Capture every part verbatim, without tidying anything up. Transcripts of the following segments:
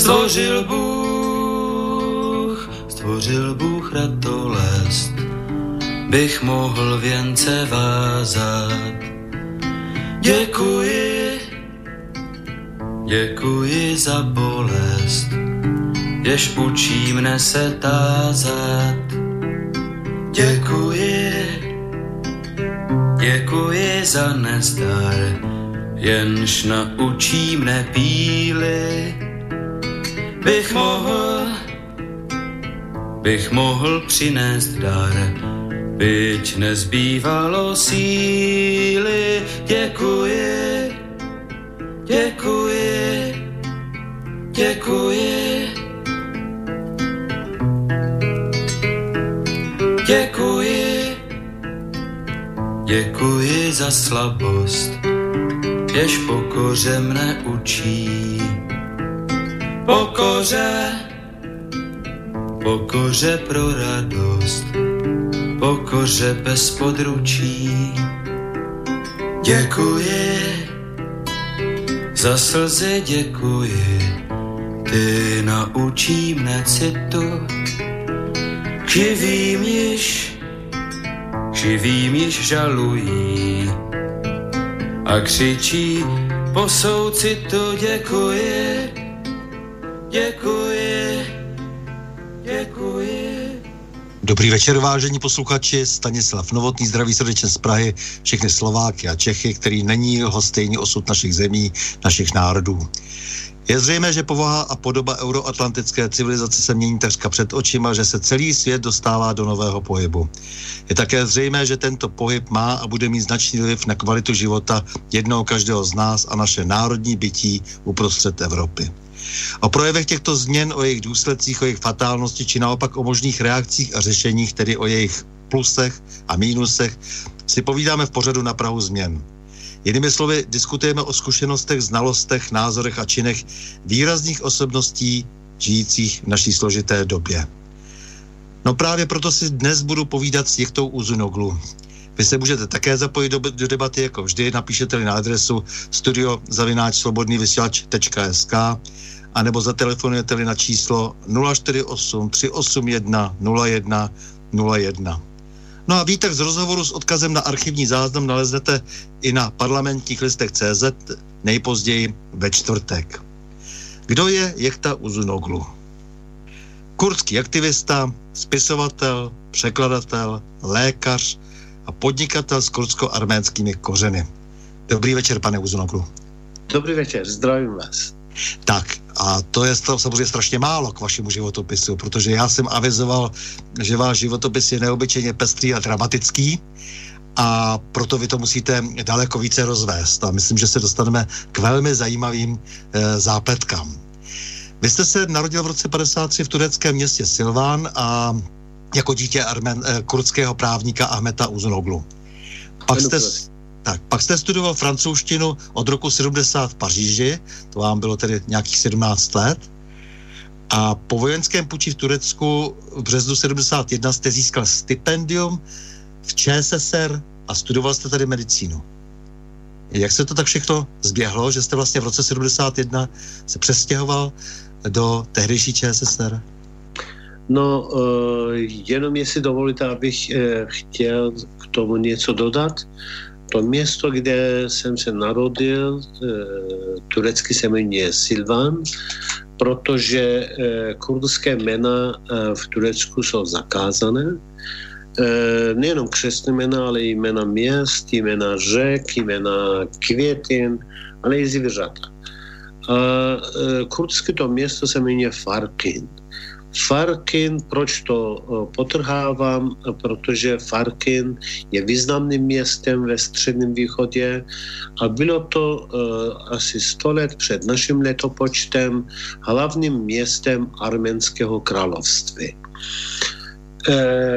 Stvořil Bůh, stvořil Bůh ratolest, bych mohl věnce vázat. Děkuji, děkuji za bolest, jež učí mne se tázat. Děkuji, děkuji za nezdar, jenž naučí mne píly. Bych mohl, bych mohl přinést dar, byť nezbývalo síly. Děkuji, děkuji, děkuji, děkuji, děkuji za slabost, jež pokoře mne učí. Pokoře, pokoře pro radost, pokoře bez područí. Děkuji, za slzy děkuji, ty naučí mne citu. Živým již, živým již žalují a křičí po soucitu. Děkuji, děkuji, děkuji. Dobrý večer, vážení posluchači, Stanislav Novotný zdraví srdečně z Prahy, všechny Slováky a Čechy, který není lhostejný osud našich zemí, našich národů. Je zřejmé, že povaha a podoba euroatlantické civilizace se mění takřka před očima, že se celý svět dostává do nového pohybu. Je také zřejmé, že tento pohyb má a bude mít značný vliv na kvalitu života jednoho každého z nás a naše národní bytí uprostřed Evropy. O projevech těchto změn, o jejich důsledcích, o jejich fatálnosti, či naopak o možných reakcích a řešeních, tedy o jejich plusech a mínusech, si povídáme v pořadu Na prahu změn. Jinými slovy, diskutujeme o zkušenostech, znalostech, názorech a činech výrazných osobností žijících v naší složité době. No právě proto si dnes budu povídat s Jechtou Uzunoglu. Vy se můžete také zapojit do, do debaty, jako vždy, napíšete-li na adresu studio zavináč slobodný vysílač tečka es ká anebo zatelefonujete-li na číslo nula čtyři osm tři osm jedna nula jedna nula jedna. No a výtah z rozhovoru s odkazem na archivní záznam naleznete i na parlamentních listech tečka cé zet nejpozději ve čtvrtek. Kdo je Jechta Uzunoglu? Kurdský aktivista, spisovatel, překladatel, lékař a podnikatel s kurdsko-arménskými kořeny. Dobrý večer, pane Uzunoglu. Dobrý večer, zdravím vás. Tak, a to je samozřejmě strašně málo k vašemu životopisu, protože já jsem avizoval, že váš životopis je neobyčejně pestrý a dramatický a proto vy to musíte daleko více rozvést a myslím, že se dostaneme k velmi zajímavým e, zápletkám. Vy jste se narodil v roce padesát tři v tureckém městě Silván a jako dítě armen, e, kurdského právníka Ahmeta Uzunoglu. Pak jste... Tak, pak jste studoval francouzštinu od roku sedmdesát v Paříži, to vám bylo tedy nějakých sedmnáct let. A po vojenském puči v Turecku v březnu sedmdesát jedna jste získal stipendium v ČSSR a studoval jste tady medicínu. Jak se to tak všechno zběhlo, že jste vlastně v roce sedmdesát jedna se přestěhoval do tehdejší ČSSR? No, uh, jenom jestli dovolíte, abych uh, chtěl k tomu něco dodat. To město, kde jsem se narodil, turecky se jmenuje Silvan, protože kurdské jména v Turecku jsou zakázané. Nejenom křestné jména, ale i jména měst, jména řek, jména květin, ale i zvířata. A kurdské to město se jmenuje Farkin. Farkin, proč to potrhávám? Protože Farkin je významným městem ve středním východě a bylo to uh, asi sto let před naším letopočtem hlavním městem Arménského království. Uh,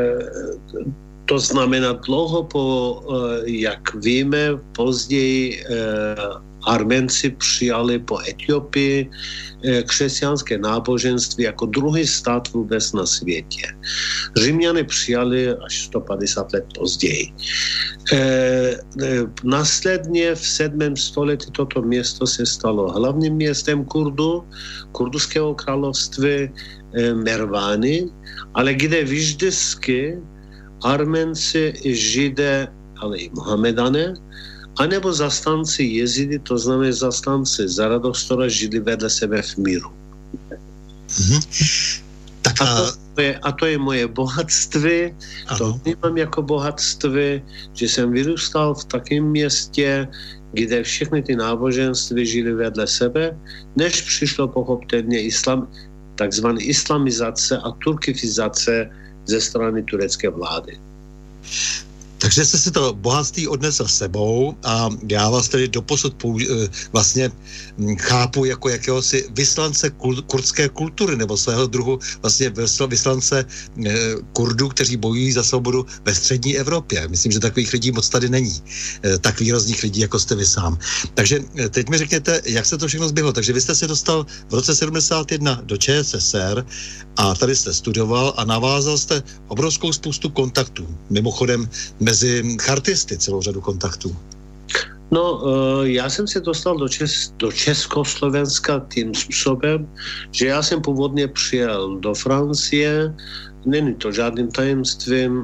to znamená dlouho po, uh, jak víme, později uh, Arménci přijali po Etiopii křesťanské náboženství jako druhý stát vůbec na světě. Římňany přijali až sto padesát let později. E, e, následně v sedmém století toto město se stalo hlavním městem Kurdu, Kurduského království e, Mervány, ale kde vždycky Arménci i Židé, ale i Mohamedané, anebo zastánci Jezidi, to znamená zastánci Zaradostora, žili vedle sebe v míru. Mm-hmm. Tak a... A, to je, a to je moje bohatství, ano. To vnímám jako bohatství, že jsem vyrůstal v takém městě, kde všechny ty náboženství žili vedle sebe, než přišlo pochopitelně islam, takzvaná islamizace a turkifizace ze strany turecké vlády. Takže jste si to bohatství odnesl sebou a já vás tedy doposud použi- vlastně chápu jako jakéhosi vyslance kul- kurdské kultury nebo svého druhu vlastně vyslance eh, Kurdů, kteří bojují za svobodu ve střední Evropě. Myslím, že takových lidí moc tady není. Eh, tak výrazných lidí, jako jste vy sám. Takže eh, teď mi řekněte, jak se to všechno zběhlo. Takže vy jste se dostal v roce sedmdesát jedna do Č S S R a tady jste studoval a navázal jste obrovskou spoustu kontaktů. Mimochodem mezi chartisty celou řadu kontaktů. No, já jsem se dostal do, Čes, do Československa tím způsobem, že já jsem původně přijel do Francie. Není to žádným tajemstvím.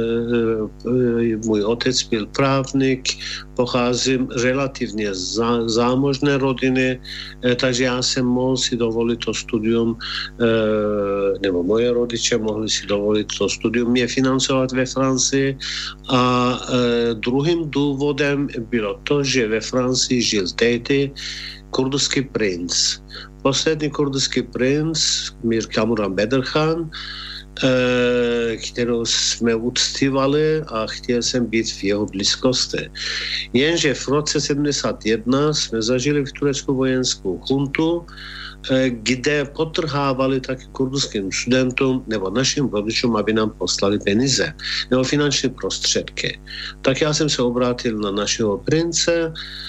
Můj otec byl právník, pocházím relativně z zámožné rodiny, takže já jsem mohl si dovolit to studium, nebo moje rodiče mohli si dovolit to studium mě financovat ve Francii. A druhým důvodem bylo to, že ve Francii žil tehdy kurdský princ. Poslední kurdský princ, Mir Kamuran Bedrchan, kterou jsme uctívali a chtěl jsem být v jeho blízkosti. Jenže v roce sedmdesát jedna jsme zažili v Turecku vojenskou chuntu, kde potrhávali taky kurdským studentům nebo našim rodičům, aby nám poslali peníze nebo finanční prostředky. Tak já jsem se obrátil na našeho prince,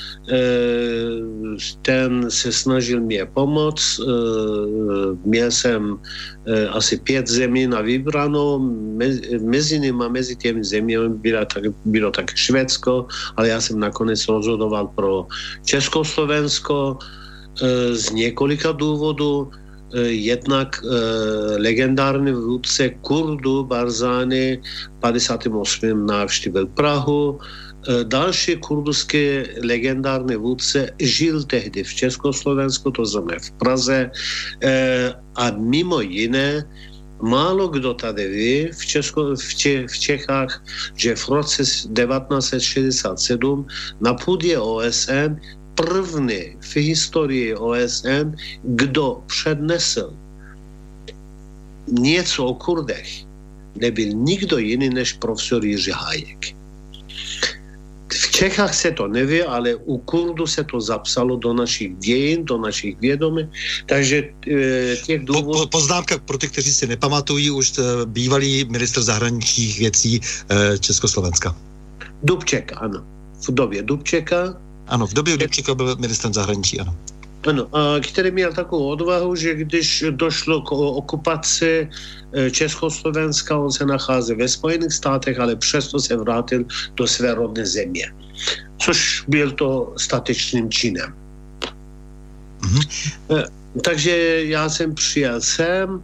ten se snažil mě pomoct. Měl jsem asi pět zemí na vybranou, mezi nimi, mezi těmi zeměmi bylo tak, bylo tak Švédsko, ale já jsem nakonec rozhodoval pro Československo z několika důvodů. Jednak legendární vůdce Kurdů Barzány v padesátém osmém návštívil Prahu. Další kurdský legendární vůdce žil tehdy v Československu, to znamená v Praze, a mimo jiné málo kdo tady ví v, Česko, v, Če, v Čechách, že v roce devatenáct set šedesát sedm na půdě O S N první v historii O S N, kdo přednesl něco o Kurdech, nebyl nikdo jiný než profesor Jiří Hájek. V Čechách se to neví, ale u Kurdů se to zapsalo do našich dějin, do našich vědomí, takže e, těch důvodů... Po, po, poznámka pro ty, kteří si nepamatují, už bývalý ministr zahraničních věcí e, Československa. Dubček, ano. V době Dubčeka. Ano, v době Dubčeka byl ministrem zahraničí, ano. Ano, a který měl takovou odvahu, že když došlo k okupaci Československa, on se nachází ve Spojených státech, ale přesto se vrátil do své rodné země. Což byl to statečným činem. Mm-hmm. Takže já jsem přijel sem,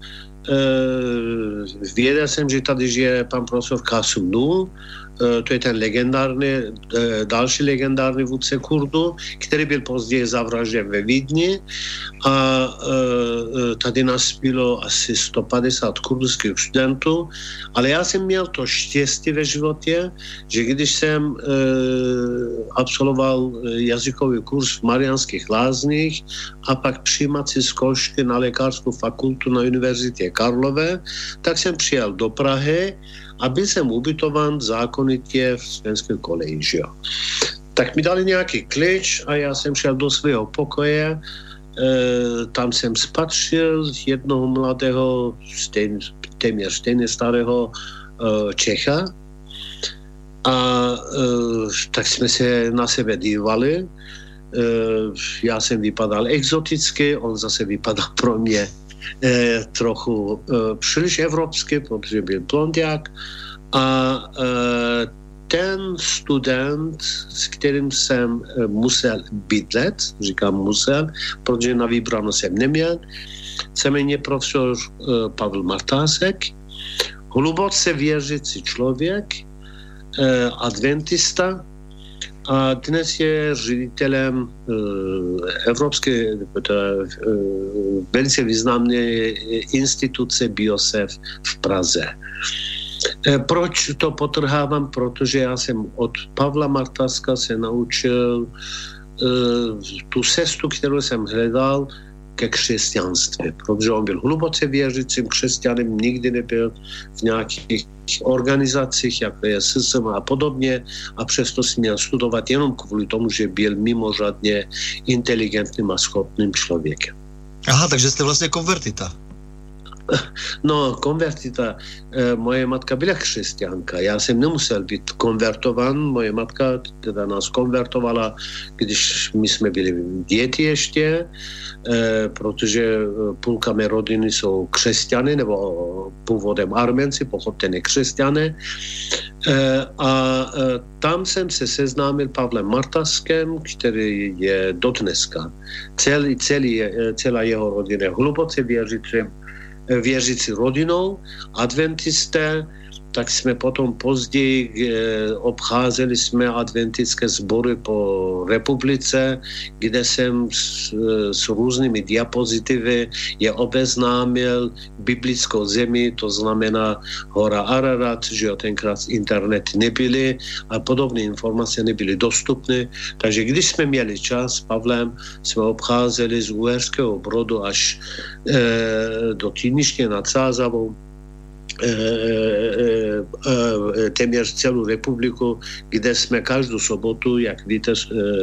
věděl jsem, že tady žije pan profesor Kasum Nul, to je ten legendární, další legendární vůdce Kurdu, který byl později zavražděn ve Vídni, a tady nás bylo asi sto padesát kurdských studentů, ale já jsem měl to štěstí ve životě, že když jsem absolvoval jazykový kurz v Mariánských Lázních a pak přijímací zkoušky na lékařskou fakultu na Univerzitě Karlové, tak jsem přijel do Prahy a byl jsem ubytován zákonitě v Svenské koleji. Tak mi dali nějaký klíč a já jsem šel do svého pokoje. E, tam jsem spatřil jednoho mladého, stejn, téměř stejně starého e, Čecha. A e, tak jsme se na sebe dívali. já jsem vypadal exoticky, on zase vypadal pro mě trochu příliš evropsky, protože byl blondiák. A ten student, s kterým jsem musel bydlet, říkám musel, protože na vybrano jsem neměl, se jmenuje profesor Pavel Martásek, hluboce věřící člověk, adventista, a dnes je ředitelem evropské velice významné instituce Biosef v Praze. Proč to potrhávám? Protože já jsem od Pavla Martáska se naučil tu cestu, kterou jsem hledal ke křesťanství. Protože on byl hluboce věřícím křesťanem, nikdy nebyl v nějakých organizacích, jako je S S M a podobně, a přesto si měl studovat jenom kvůli tomu, že byl mimořádně inteligentním a schopným člověkem. Aha, takže jste vlastně konvertita. No, konvertita. Moje matka byla křesťanka. Já jsem nemusel být konvertovan. Moje matka teda nás konvertovala, když my jsme byli děti ještě, protože půlka mé rodiny jsou křesťany, nebo původem Arménci, pochopitelně křesťané. A tam jsem se seznámil Pavlem Martáskem, který je dodneska. Celý, celý, celá jeho rodina je hluboce věřící věřící rodinou, adventisté, tak jsme potom později eh, obcházeli jsme adventické sbory po republice, kde jsem s, s různými diapozitivy je obeznámil biblickou zemi, to znamená hora Ararat, že jo, tenkrát internet nebyly a podobné informace nebyly dostupné, takže když jsme měli čas s Pavlem, jsme obcházeli z Uherského Brodu až eh, do Týniště nad Sázavou, téměř celou republiku, kde jsme každou sobotu, jak víte,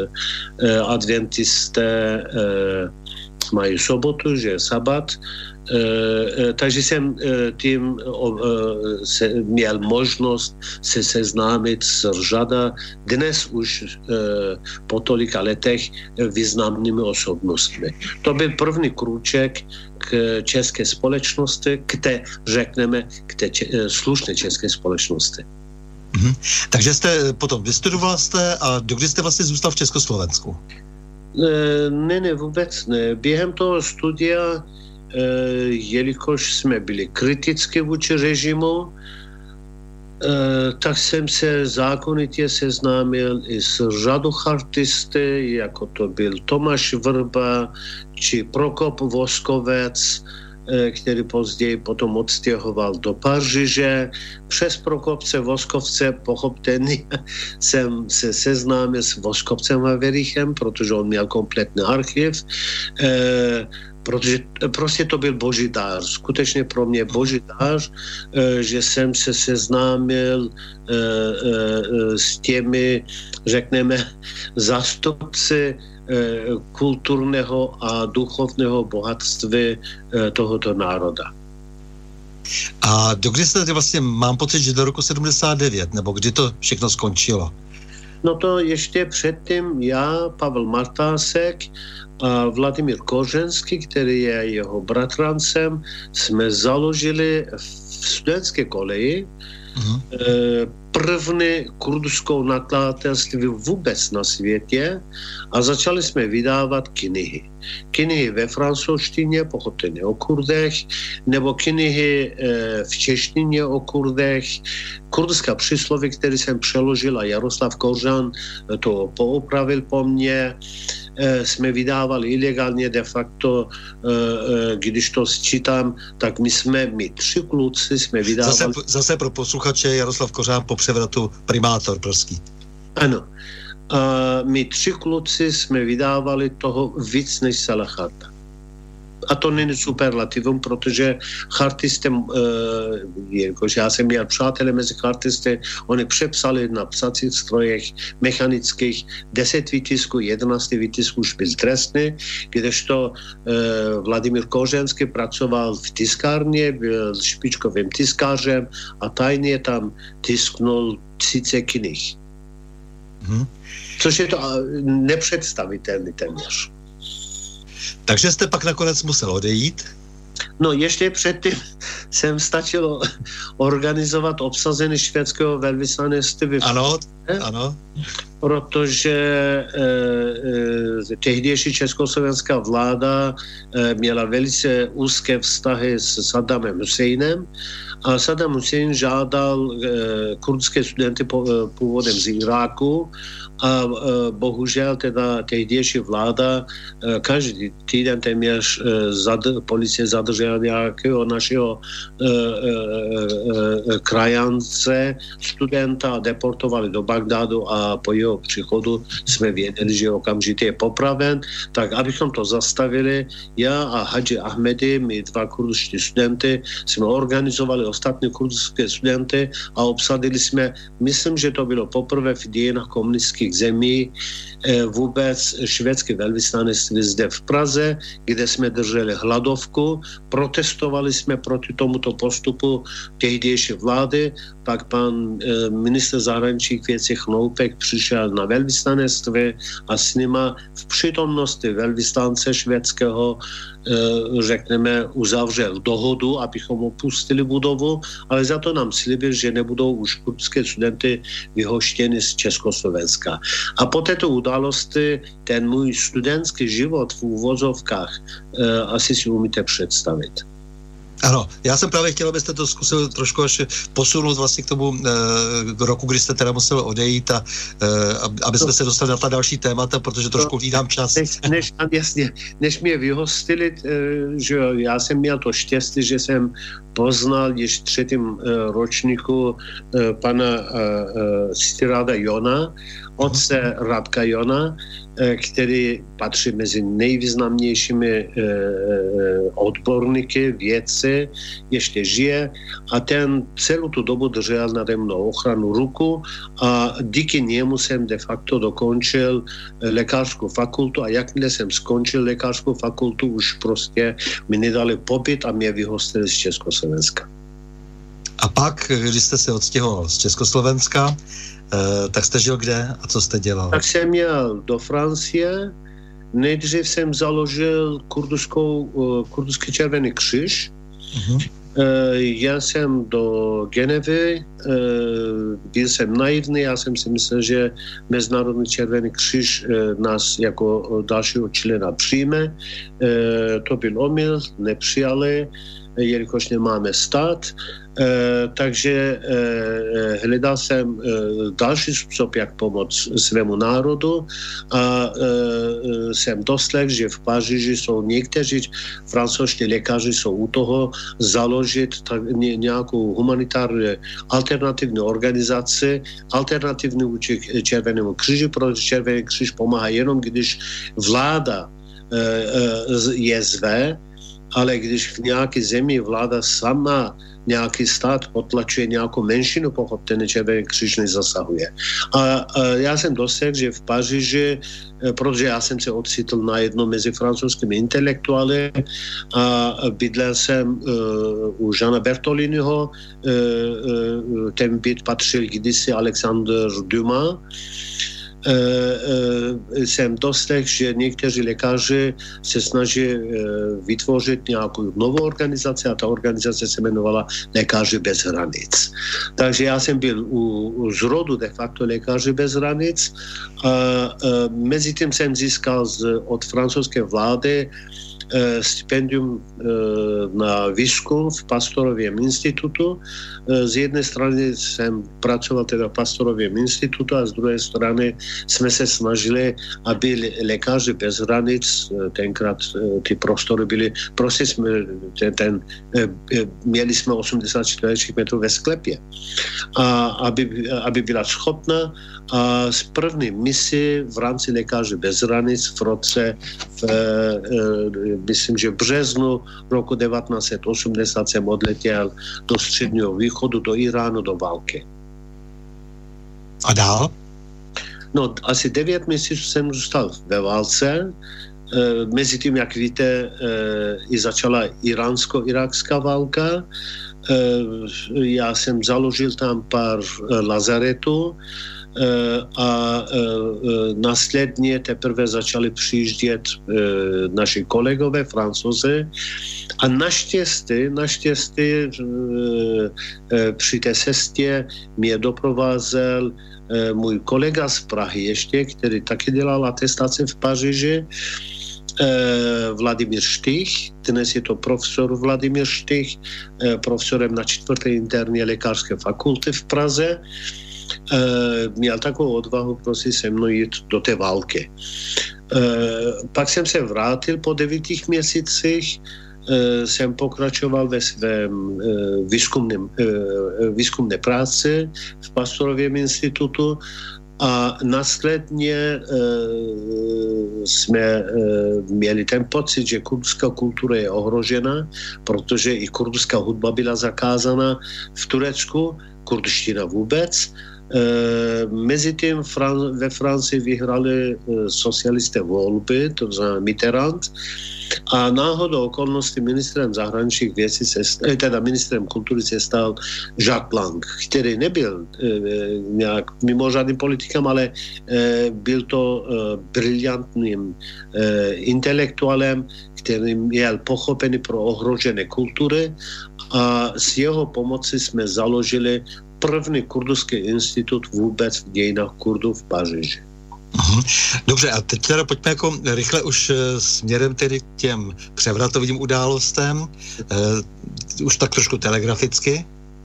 adventisté mají sobotu, že je sabat, takže jsem tím se měl možnost se seznámit s řada dnes už po tolika letech významnými osobnostmi. To byl první krůček k české společnosti, k té, řekneme, k té slušné české společnosti. Mhm. Takže jste potom vystudoval jste a dokdy jste vlastně zůstal v Československu? Ne, ne, vůbec ne. Během toho studia, jelikož jsme byli kriticky vůči režimu, tak jsem se zákonitě seznámil i s řadou chartisty, jako to byl Tomáš Vrba či Prokop Voskovec, který později potom odstěhoval do Paříže. Přes Prokopce Voskovce pochopitelně jsem se seznámil s Voskovcem a Verichem, protože on měl kompletní archiv. Protože prostě to byl boží dar. Skutečně pro mě boží dar, že jsem se seznámil s těmi, řekneme, zástupci kulturného a duchovného bohatství tohoto národa. A dokdy jste vlastně, mám pocit, že do roku sedmdesát devět, nebo kdy to všechno skončilo? No to ještě předtím já, Pavel Martásek a Vladimír Koženský, který je jeho bratrancem, jsme založili v studentské koleji uh-huh. první kurdskou nakladatelství vůbec na světě a začali jsme vydávat knihy. Knihy ve francouzštině, pochopitelně o Kurdech, nebo knihy v češtině o Kurdech. Kurdská přísloví, který jsem přeložil a Jaroslav Kořan to poopravil po mně, jsme vydávali ilegálně de facto, když to sčítám, tak my jsme, my tři kluci jsme vydávali... Zase, zase pro posluchače Jaroslav Kořán po převratu primátor pražský. Ano. A my tři kluci jsme vydávali toho víc než celá charta. A to není superlativum, protože chartistem, jakož já jsem měl přátelé mezi chartisty, oni přepsali na psacích strojech mechanických deset výtisků, jedenáctý výtisk už byl trestný, kdežto Vladimír Koženský pracoval v tiskárně, byl špičkovým tiskářem a tajně tam tisknul třicet knih. Hmm. Což je to nepředstavitelný téměř. Takže jste pak nakonec musel odejít? No ještě předtím jsem stačilo organizovat obsazení švédského velvyslanectví. Ano, ano. Protože e, e, tehdejší československá vláda e, měla velice úzké vztahy s Saddamem Husseinem a Saddam Hussein žádal e, kurdské studenty po, e, původem z Iráku a e, bohužel teda tehdejší vláda e, každý týden téměř e, zad, policie zadržela nějakého našeho e, e, e, krajance, studenta, deportovali do Bagdádu a po jeho příchodu jsme věděli, že okamžitě je popraven, tak abychom to zastavili, já a Hadži Ahmedi, my dva kurdští studenty, jsme organizovali ostatní kurdské studenty a obsadili jsme, myslím, že to bylo poprvé v dějinách komunistických zemí, vůbec švédské velvyslanectví zde v Praze, kde jsme drželi hladovku, protestovali jsme proti tomuto postupu tehdejší vlády, pak pan e, ministr zahraničních věcí Chnoupek přišel na velvyslanectví a s nima v přítomnosti velvyslance švédského e, řekneme, uzavřel dohodu, abychom opustili budovu, ale za to nám slíbil, že nebudou už kurdské studenty vyhoštěny z Československa. A po této události ten můj studentský život v úvozovkách e, asi si umíte představit. Ano, já jsem právě chtěl, abyste to zkusil trošku až posunout vlastně k tomu e, k roku, kdy jste teda musel odejít a e, aby jsme se dostali na ta další témata, protože trošku hlídám čas. Než, než, jasně, než mě vyhostili, e, že já jsem měl to štěstí, že jsem poznal již v třetím e, ročníku e, pana e, e, Stiráda Jona, otce Radka Jona, který patří mezi nejvýznamnějšími odborníky, vědci, ještě žije a ten celou tu dobu držel nade mnou ochranu ruku a díky němu jsem de facto dokončil lékařskou fakultu a jakmile jsem skončil lékařskou fakultu, už prostě mi nedali pobyt a mě vyhostili z Československa. A pak, když jste se odstěhoval z Československa, Uh, tak jste žil kde a co jste dělal? Tak jsem jel do Francie, nejdřív jsem založil kurdiskou, uh, kurdský Červený kříž. Uh-huh. Uh, jel jsem do Genevy, uh, byl jsem naivný, já jsem si myslel, že Mezinárodní Červený kříž uh, nás jako dalšího člena přijme. Uh, to byl omyl, nepřijali, jelikož nemáme stát. Uh, takže uh, hledal jsem uh, další způsob, jak pomoct svému národu a uh, jsem doslech, že v Paříži jsou někteří francouzští lékaři jsou u toho založit tak, ně, nějakou humanitární alternativní organizaci, alternativní vůči Červenému kříži, protože Červený kříž pomáhá jenom, když vláda uh, uh, je zve, ale když v nějaké zemi vláda sama nějaký stát potlačuje nějakou menšinu, pochopitelně Červený kříž nezasahuje. A, a já jsem dosáhl, že v Paříži, protože já jsem se ocitl najednou mezi francouzskými intelektuály a bydlel jsem uh, u Jeana Bertoliniho, uh, uh, ten byt patřil kdysi Alexandre Dumas. Uh, uh, jsem doslech, že někteří lékaři se snaží uh, vytvořit nějakou novou organizaci a ta organizace se jmenovala Lékaři bez hranic. Takže já jsem byl u, u zrodu de facto Lékaři bez hranic a uh, mezi tím jsem získal z, od francouzské vlády stipendium na výzkum v Pastorovém institutu. Z jedné strany jsem pracoval teda v Pastorovém institutu a z druhé strany jsme se snažili, aby lékaři bez hranic, tenkrát ty prostory byly, prostě jsme, ten, ten, měli jsme osmdesát čtyři metrů ve sklepě. A aby, aby byla schopna a z první misi v rámci Lékaři bez hranic v roce v, myslím, že v březnu roku devatenáct set osmdesát jsem odletěl do Středního východu, do Iránu, do války. A dál? No, asi devět měsíců jsem zůstal ve válce. E, mezi tím, jak víte, e, i začala iránsko-irákská válka. E, já jsem založil tam pár lazaretů. a následně teprve začali přijíždět naši kolegové Francouzi a naštěstí, naštěstí při té cestě mě doprovázel můj kolega z Prahy ještě, který taky dělal atestaci v Paříži, Vladimír Štych, dnes je to profesor Vladimír Štych, profesorem na čtvrté interní lékařské fakulty v Praze. Měl takovou odvahu prostě se mnou jít do té války. Pak jsem se vrátil po devítých měsících, jsem pokračoval ve svém výzkumném, výzkumné práci v Pastorovém institutu a následně e, jsme e, měli ten pocit, že kurdská kultura je ohrožena, protože i kurdská hudba byla zakázána v Turecku, kurdština vůbec. E, Mezitím Fran- ve Francii vyhrali e, socialisté volby, to znamená Mitterrand, a náhodou okolností ministrem zahraničních věcí se, teda ministrem kultury se stal Jacques Lang, který nebyl e, nějak mimořádným politikem, ale e, byl to e, brilliantním e, intelektuálem, který měl pochopení pro ohrožené kultury a s jeho pomoci jsme založili první kurdský institut vůbec v dějinách Kurdů v Paříži. Dobře, a teď teda pojďme jako rychle už směrem tedy k těm převratovým událostem, uh, už tak trošku telegraficky.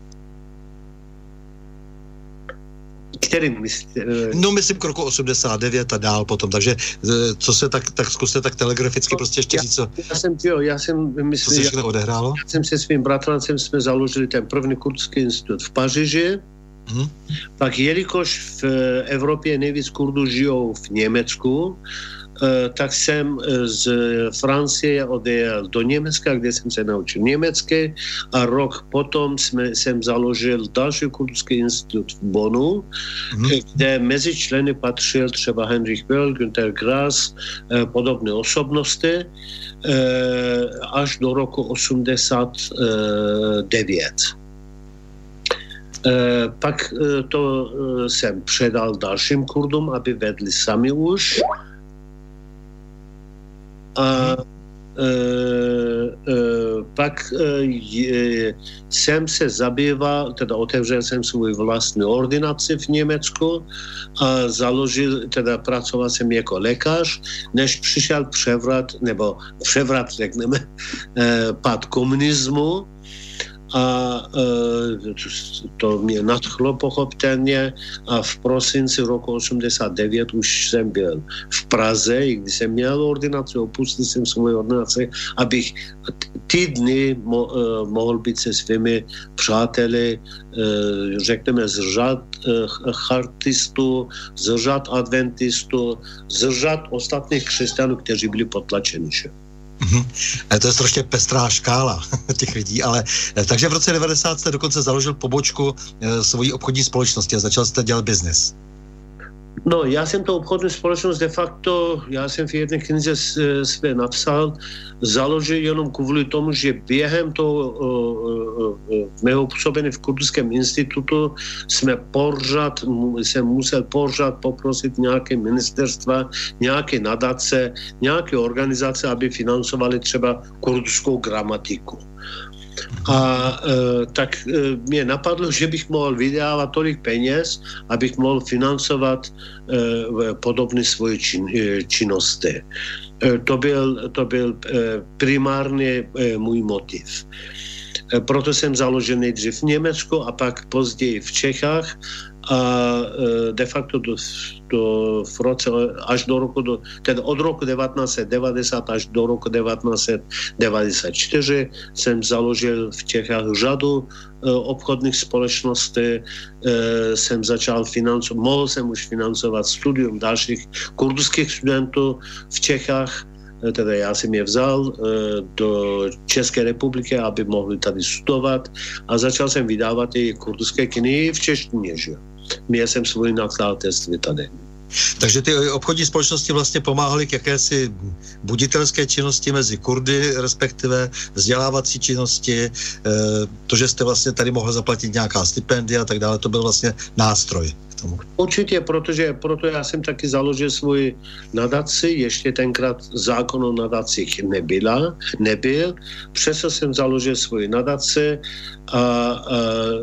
Kterým myslíte? No myslím k roku osmdesát devět a dál potom, takže co se tak, tak zkuste tak telegraficky prostě ještě říct, co, já jsem, jo, já jsem, myslím, co se všechno odehrálo? Já jsem se svým bratrancem jsme založili ten první kurdský institut v Paříži. Hmm. Pak jelikož v Evropě nejvíc Kurdů žijou v Německu, tak jsem z Francie odjel do Německa, kde jsem se naučil německy a rok potom jsme, jsem založil další kurdský institut v Bonnu, hmm. kde mezi členy patřil třeba Heinrich Böll, Günter Grass, podobné osobnosti, až do roku osmdesát devět. Uh, pak uh, to uh, jsem předal dalším Kurdům, aby vedli sami už. A uh, uh, pak uh, je, jsem se zabýval, teda otevřel jsem svůj vlastní ordinaci v Německu a založil, teda pracoval jsem jako lékař, než přišel převrat, nebo převrat, řekneme, uh, pád komunismu. A e, to mě nadchlo pochopitelně a v prosinci roku osmdesát devět už jsem byl v Praze, i když jsem měl ordinaci, opustil jsem svou ordinaci, abych týdny mo, e, mohl být se svými přáteli, e, řekneme z řad e, chartistů, z řad adventistů, z řad ostatních křesťanů, kteří byli potlačeni. Mm-hmm. To je strašně pestrá škála těch lidí, ale takže v roce devadesát jste dokonce založil pobočku e, svojí obchodní společnosti a začal jste dělat biznes. No, já jsem to obchodní společnost de facto, já jsem v jedné knize své napsal, založil jenom kvůli tomu, že během toho uh, uh, mého působení v Kurdském institutu jsme pořád, jsem musel pořád poprosit nějaké ministerstva, nějaké nadace, nějaké organizace, aby financovali třeba kurdskou gramatiku. A e, tak e, mě napadlo, že bych mohl vydávat tolik peněz, abych mohl financovat e, podobné svoje čin, e, činnosti. E, to byl, to byl e, primárně e, můj motiv. E, proto jsem založil nejdřív v Německu a pak později v Čechách a e, de facto do, do, v roce, až do roku, do, teda od roku devatenáct set devadesát až do roku devatenáct set devadesát čtyři jsem založil v Čechách řadu e, obchodních společností, e, jsem začal financovat, mohl jsem už financovat studium dalších kurdských studentů v Čechách, teda já jsem je vzal e, do České republiky, aby mohli tady studovat a začal jsem vydávat i kurdské knihy v češtině, že? Měl jsem svůj nakladatelství tady. Takže ty obchodní společnosti vlastně pomáhaly k jakési buditelské činnosti mezi Kurdy, respektive vzdělávací činnosti, to, že jste vlastně tady mohl zaplatit nějaká stipendia a tak dále, to byl vlastně nástroj k tomu. Určitě, protože proto já jsem taky založil svůj nadaci, ještě tenkrát zákon o nadacích nebyla, nebyl, přesto jsem založil svůj nadaci a, a, a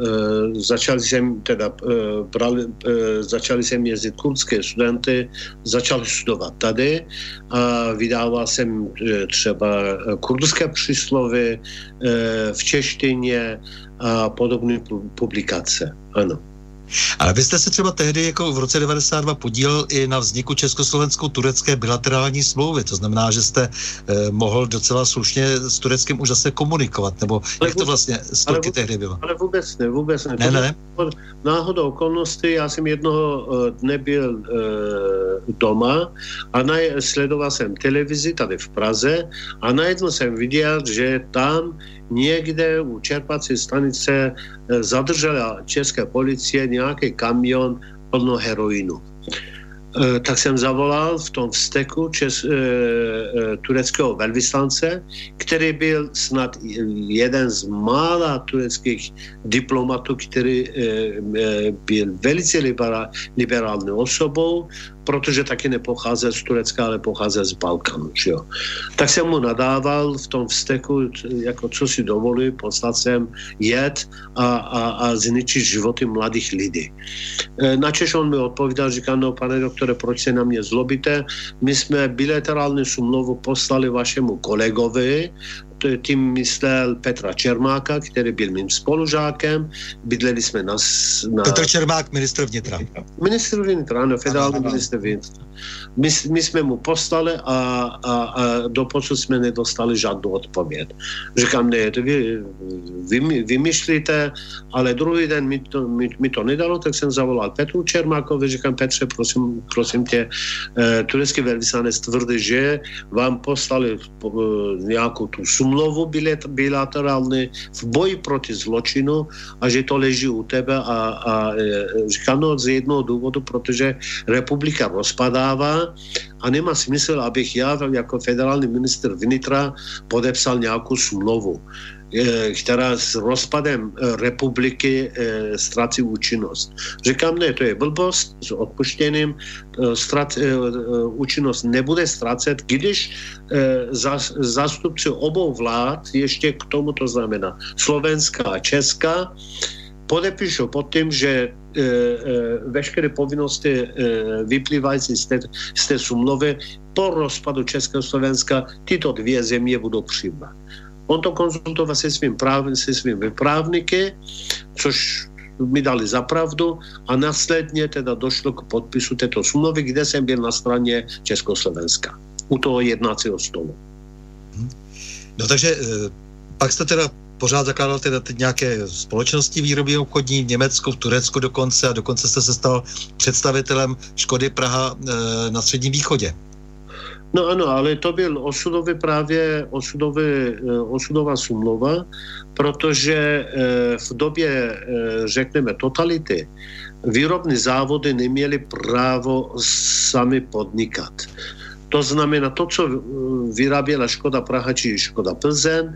začali jsem teda brali, začali jsem jezdit kurdské studenty, začali studovat tady a vydával jsem třeba kurdské příslovy v češtině a podobné publikace, ano. Ale vy jste se třeba tehdy jako v roce devadesát dva podílel i na vzniku československo-turecké bilaterální smlouvy, to znamená, že jste eh, mohl docela slušně s Tureckem už zase komunikovat, nebo ale jak to vlastně s Turky tehdy bylo? Ale vůbec ne, vůbec ne. Ne, ne. Náhodou okolností, já jsem jednoho dne byl e, doma a naj, sledoval jsem televizi tady v Praze a najednou jsem viděl, že tam někde u čerpací stanice zadržela české policie nějaký kamion plno heroinu. E, tak jsem zavolal v tom vzteku čes, e, e, tureckého velvyslance, který byl snad jeden z mála tureckých diplomatů, který e, e, byl velice liberál, liberální osobou, protože taky nepocházel z Turecka, ale pocházel z Balkánu. Jo. Tak jsem mu nadával v tom vzteku, jako co si dovolí, poslat jsem jet a, a, a zničit životy mladých lidí. E, načež on mi odpovídal, říká, no pane doktore, proč se na mě zlobíte? My jsme bilaterální smlouvu poslali vašemu kolegovi, tím myslel Petra Čermáka, který byl mým spolužákem. Bydleli jsme na... na... Petr Čermák, ministr vnitra. Ministr vnitra, ano, federální ministr vnitra. My, my jsme mu poslali a, a, a doposud jsme nedostali žádnou odpověď. Říkám, ne, to vy, vy vymyšlíte, ale druhý den mi to, mi, mi to nedalo, tak jsem zavolal Petru Čermákovi, říkám, Petře, prosím, prosím tě, eh, turecký velvyslanec tvrdí, že vám poslali eh, nějakou tu smlouvu bilaterální v boji proti zločinu a že to leží u tebe a, a eh, říkám, no z jednoho důvodu, protože republika rozpadá a nemá smysl, abych já jako federální ministr vnitra podepsal nějakou smlouvu, která s rozpadem republiky ztratí účinnost. Říkám, ne, to je blbost, s odpuštěním, ztrat, účinnost nebude ztracet, když zástupci obou vlád, ještě k tomu to znamená Slovenska a Česka, podepíšu pod tím, že e, e, veškeré povinnosti e, vyplývající z té, z té smlouvy po rozpadu Československa tyto dvě země budou přijímat. On to konzultoval se svým práv, se svými právníky, což mi dali za pravdu a následně teda došlo k podpisu této smlouvy, kde jsem byl na straně Československa. U toho jednacího stolu. No takže pak jste teda pořád zakládal teda teď nějaké společnosti výroby obchodní v Německu, v Turecku dokonce a dokonce jste se stal představitelem Škody Praha e, na Středním východě. No ano, ale to byl osudový právě osudový, osudová smlouva, protože e, v době, e, řekneme, totality výrobní závody neměly právo sami podnikat. To znamená, to, co vyráběla Škoda Praha či Škoda Plzeň,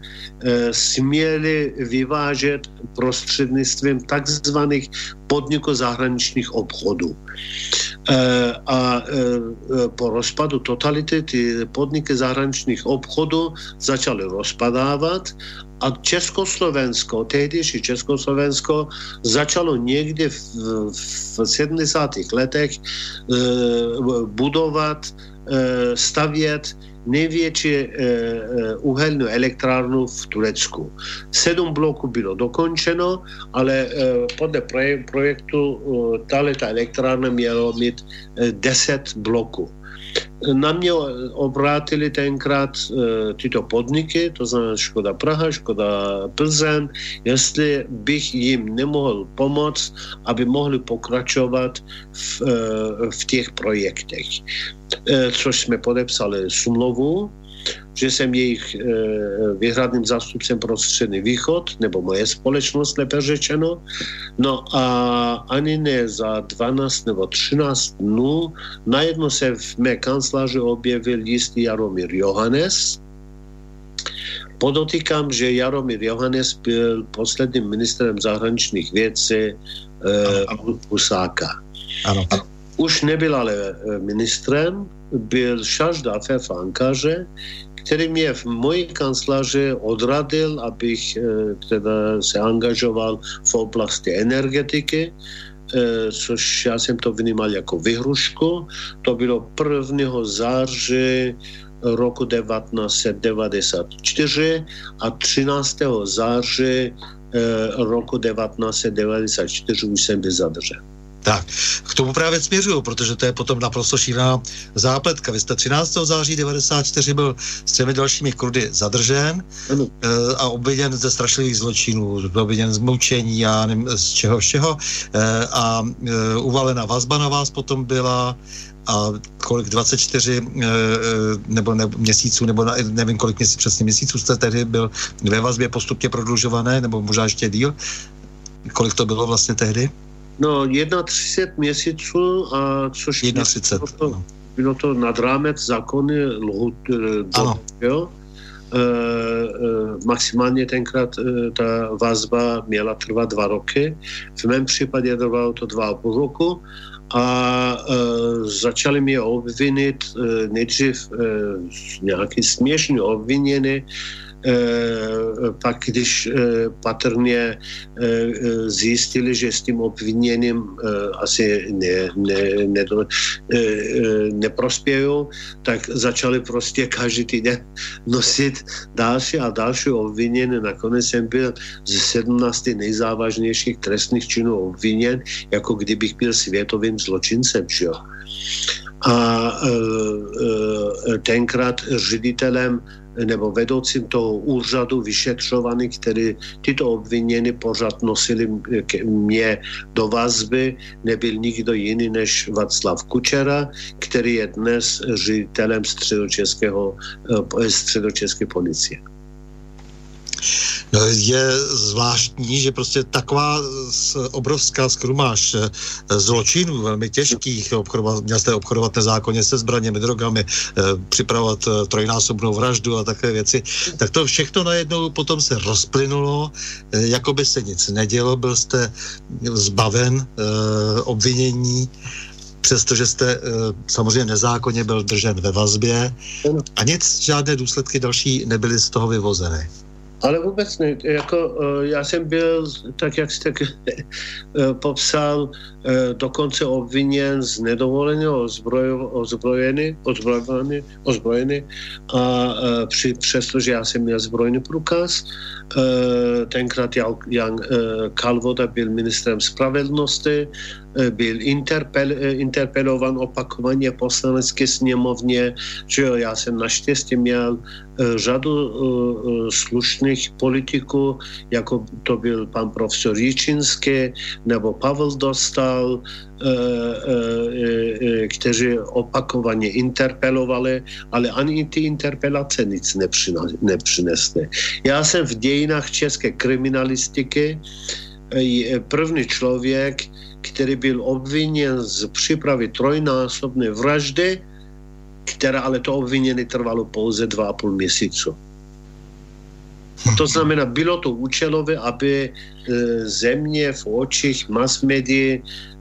směli vyvážet prostřednictvím takzvaných podniků zahraničních obchodů. A po rozpadu totality ty podniky zahraničních obchodů začaly rozpadávat a Československo, tehdejší Československo, začalo někdy v, v sedmdesátých letech budovat, stavět největší uhelnou elektrárnu v Turecku. Sedm bloků bylo dokončeno, ale podle projektu tato elektrárna měla mít deset bloků. Na mě obrátili tenkrát e, tyto podniky, to znamená Škoda Praha, Škoda Plzeň, jestli bych jim nemohl pomoct, aby mohli pokračovat v, e, v těch projektech. E, což jsme podepsali smlouvu že jsem jejich e, výhradným zástupcem pro Střední východ, nebo moje společnost, lépe řečeno. No a ani ne za dvanáct nebo třináct dnů najednou se v mé kanceláři objevil jistý Jaromír Johannes. Podotýkám, že Jaromír Johannes byl posledním ministrem zahraničních věcí e, Husáka. Ano. Už nebyl ale ministrem, byl Šažda Fefankaře, který mě v mojí kanceláři odradil, abych teda se angažoval v oblasti energetiky, což já jsem to vnímal jako vyhrušku. To bylo prvního září roku devatenáct set devadesát čtyři a třináctého září roku devatenáct set devadesát čtyři už jsem byl zadržen. Tak, k tomu právě směřuju, protože to je potom naprosto šílená zápletka. Vy jste třináctého září devadesát čtyři byl s třemi dalšími Kurdy zadržen ano. a obviněn ze strašlivých zločinů, obviněn z mučení a nevím z čeho všeho a uvalená vazba na vás potom byla a kolik dvacet čtyři nebo ne, měsíců, nebo nevím kolik měsíců, přesně měsíců jste tehdy byl ve vazbě postupně prodlužované, nebo možná ještě díl. Kolik to bylo vlastně tehdy? No, třicet jedna měsíců, a což třicet jedna, bylo, to, bylo to nad rámec zákony lhut, do, jo? E, e, maximálně tenkrát e, ta vazba měla trvat dva roky. V mém případě trvalo to dva a půl roku a e, začali mě obvinit e, nejdřív e, nějaký směšný obviněný. E, pak když e, patrně e, zjistili, že s tím obviněným e, asi ne, ne, ne, e, neprospějou, tak začali prostě každý týden nosit další a další obvinění. Nakonec jsem byl ze sedmnácti nejzávažnějších trestných činů obviněn, jako kdybych byl světovým zločincem. Čo? A e, e, tenkrát ředitelem nebo vedoucím toho úřadu vyšetřovaný, který tyto obvinění pořád nosili mě do vazby, nebyl nikdo jiný než Václav Kučera, který je dnes ředitelem středočeského, středočeské policie. No, je zvláštní, že prostě taková obrovská skrumáž zločinů, velmi těžkých, obchodovat, měl jste obchodovat nezákonně se zbraněmi, drogami, připravovat trojnásobnou vraždu a takové věci, tak to všechno najednou potom se rozplynulo, jako by se nic nedělo, byl jste zbaven obvinění, přestože jste samozřejmě nezákonně byl držen ve vazbě a nic, žádné důsledky další nebyly z toho vyvozeny. Ale vůbec ne. Jako, já jsem byl, tak jak jste popsal, dokonce obviněn z nedovoleného ozbrojení, ozbrojení, ozbrojení a při, přestože já jsem měl zbrojný průkaz. Tenkrát Jan, Jan Kalvoda byl ministrem spravedlnosti, byl interpel, interpelovan opakovaně poslanecké sněmovně, že já jsem naštěstí měl řadu uh, slušných politiků, jako to byl pan profesor Jičinský nebo Pavel Dostal, uh, uh, uh, kteří opakovaně interpelovali, ale ani ty interpelace nic nepřinesly. Já jsem v dějinách české kriminalistiky první člověk, který byl obviněn z přípravy trojnásobné vraždy, která ale to obvinění trvalo pouze dva a půl měsícu. To znamená, bylo to účelové, aby země v očích mass médií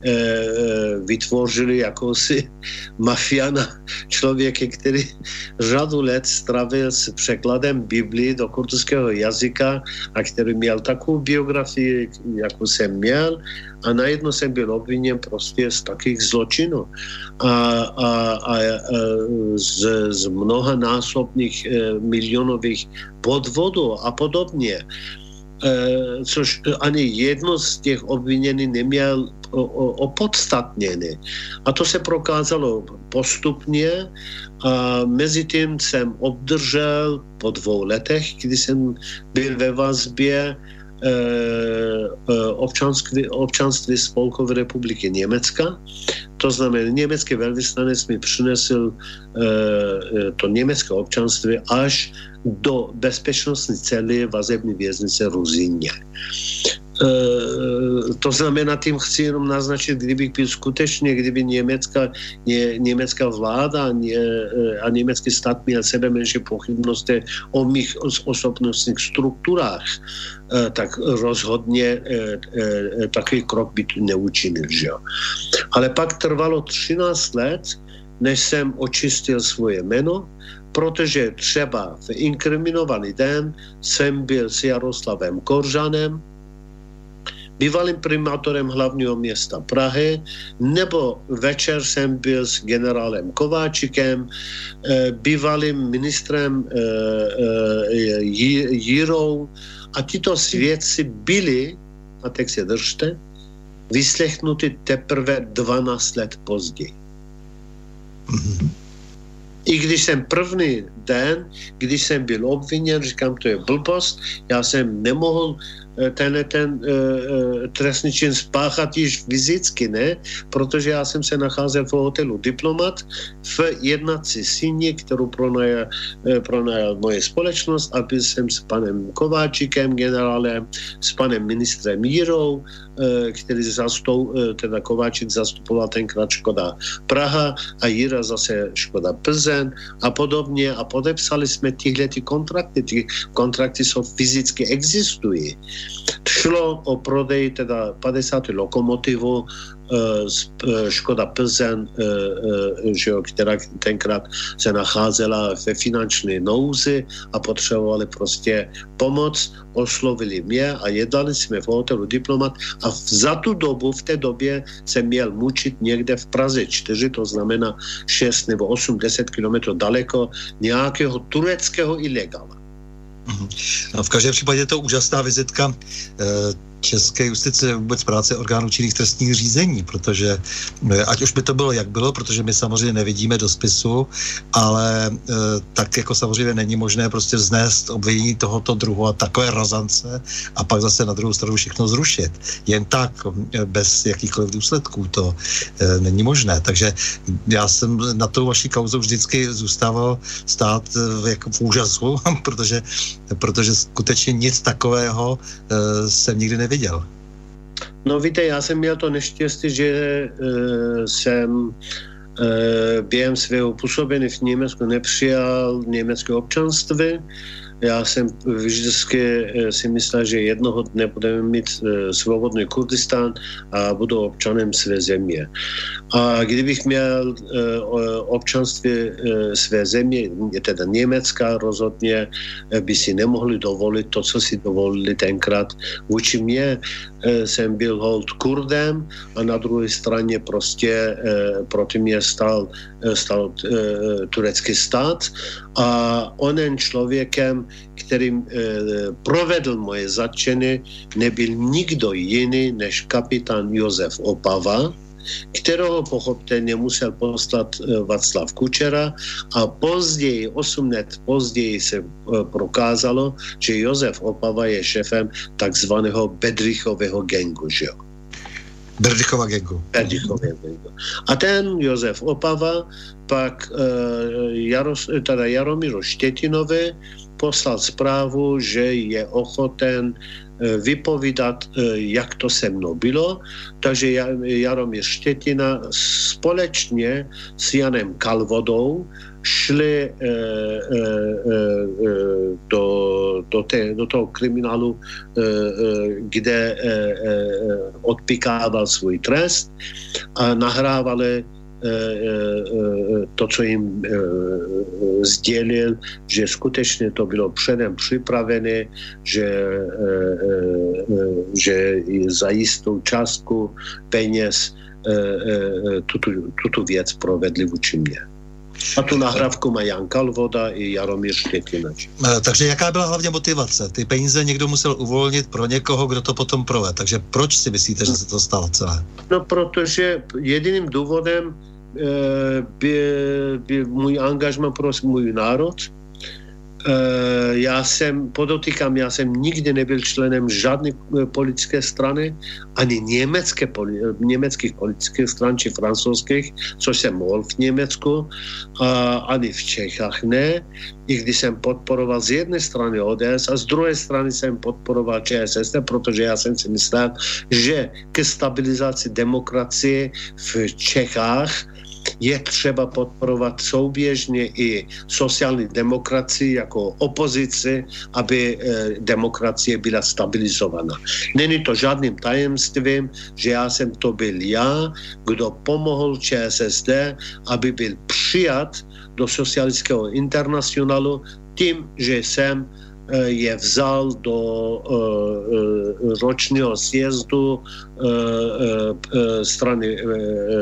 vytvořili jakousi mafiana člověka, který řadu let strávil s překladem Biblii do kurdského jazyka a který měl takovou biografii, jakou jsem měl, a najednou jsem byl obviněn prostě z takových zločinů a, a, a, a z, z mnoha násobných e, milionových podvodů a podobně. E, což ani jedno z těch obvinění neměl opodstatněný. A to se prokázalo postupně a mezi tím jsem obdržel po dvou letech, kdy jsem byl ve vazbě, občanství, občanství Spolkové republiky Německa. To znamená, německý velvyslanec mi přinesl to německé občanství až do bezpečnostní celé vazební věznice Ruzyně. Uh, to znamená, tím chci jenom naznačit, kdybych byl skutečně, kdyby německá, ně, německá vláda ně, a německý stát měl sebe menší pochybnosti o mých osobnostních strukturách, uh, tak rozhodně uh, uh, takový krok by tu neučinil. Že? Ale pak trvalo třináct let, než jsem očistil svoje jméno, protože třeba v inkriminovaný den jsem byl s Jaroslavem Koržanem, bývalým primátorem hlavního města Prahy, nebo večer jsem byl s generálem Kováčikem, bývalým ministrem Jirou, a tyto svědci byli, a teď se držte, vyslechnuty teprve dvanáct let později. Mm-hmm. I když jsem první den, když jsem byl obviněn, říkám, to je blbost, já jsem nemohl ten, ten uh, trestný čin spáchat již fyzicky, ne? Protože já jsem se nacházel v hotelu Diplomat v jednací síni, kterou pronajal, pronajal moje společnost, a byl jsem s panem Kováčikem, generálem, s panem ministrem Jirou, uh, který zastou, uh, teda Kováčik zastupoval tenkrát Škoda Praha a Jira zase Škoda Plzeň a podobně, a podepsali jsme tyhle ty kontrakty. Ty kontrakty jsou fyzicky existují. Šlo o prodej teda padesát lokomotivů z Škoda Plzeň, která tenkrát se nacházela ve finanční nouzi a potřebovali prostě pomoc, oslovili mě a jednali jsme v hotelu Diplomat, a za tu dobu, v té době jsem měl mučit někde v Praze čtyři, to znamená šest nebo osm, deset kilometrů daleko, nějakého tureckého ilegala. No, v každém případě je to úžasná vizitka české justice, vůbec práce orgánů činných trestních řízení, protože ať už by to bylo, jak bylo, protože my samozřejmě nevidíme do spisu, ale e, tak jako samozřejmě není možné prostě vznést obvinění tohoto druhu a takové razance a pak zase na druhou stranu všechno zrušit. Jen tak, bez jakýchkoliv důsledků, to e, není možné. Takže já jsem na tou vaší kauzou vždycky zůstával stát v, jako v úžasu, protože, protože skutečně nic takového e, jsem nikdy neviděl. Viděl. No víte, já jsem měl to neštěstí, že uh, jsem uh, během svého působení v Německu nepřijal německé občanství. Já jsem vždycky si myslel, že jednoho dne budeme mít svobodný Kurdistán a budu občanem své země. A kdybych měl občanství své země, teda Německa, rozhodně by si nemohli dovolit to, co si dovolili tenkrát vůči mě. Jsem byl hold Kurdem a na druhé straně prostě proti mě stal, stal turecký stát a onen člověkem, kterým provedl moje zatčení, nebyl nikdo jiný než kapitán Josef Opava, kterého pochopitelně musel poslat Václav Kučera, a později, osm let později se prokázalo, že Josef Opava je šéfem takzvaného Bedřichového gangu, že jo? Bedřichova gangu. Bedřichového gangu. A ten Josef Opava pak uh, Jaros, teda Jaromíru Štětinovi poslal zprávu, že je ochoten vypovídat, jak to se mnou bylo. Takže Jaromír Štětina společně s Janem Kalvodou šli e, e, e, do, do, té, do toho kriminálu, e, e, kde e, e, odpikával svůj trest a nahrávali to, co jim e, sdělil, že skutečně to bylo předem připravené, že, e, e, že za jistou částku peněz e, e, tuto, tuto věc provedli vůči mě. A tu nahrávku má Jan Kalvoda i Jaromír Štětina. Takže jaká byla hlavně motivace? Ty peníze někdo musel uvolnit pro někoho, kdo to potom provedl. Takže proč si myslíte, že se to stalo celé? No, protože jediným důvodem byl, byl můj angažmá pro můj národ. Já jsem, podotýkám, já jsem nikdy nebyl členem žádné politické strany, ani německé, německých politických stran, či francouzských, což jsem mohl v Německu, a ani v Čechách ne. I když jsem podporoval z jedné strany O D S a z druhé strany jsem podporoval ČSSD, protože já jsem si myslel, že ke stabilizaci demokracie v Čechách je třeba podporovat souběžně i sociální demokracii jako opozici, aby e, demokracie byla stabilizovaná. Není to žádným tajemstvím, že já jsem to byl já, kdo pomohl ČSSD, aby byl přijat do socialistického internacionálu tím, že jsem je vzal do uh, ročního sjezdu uh, uh, strany uh, uh,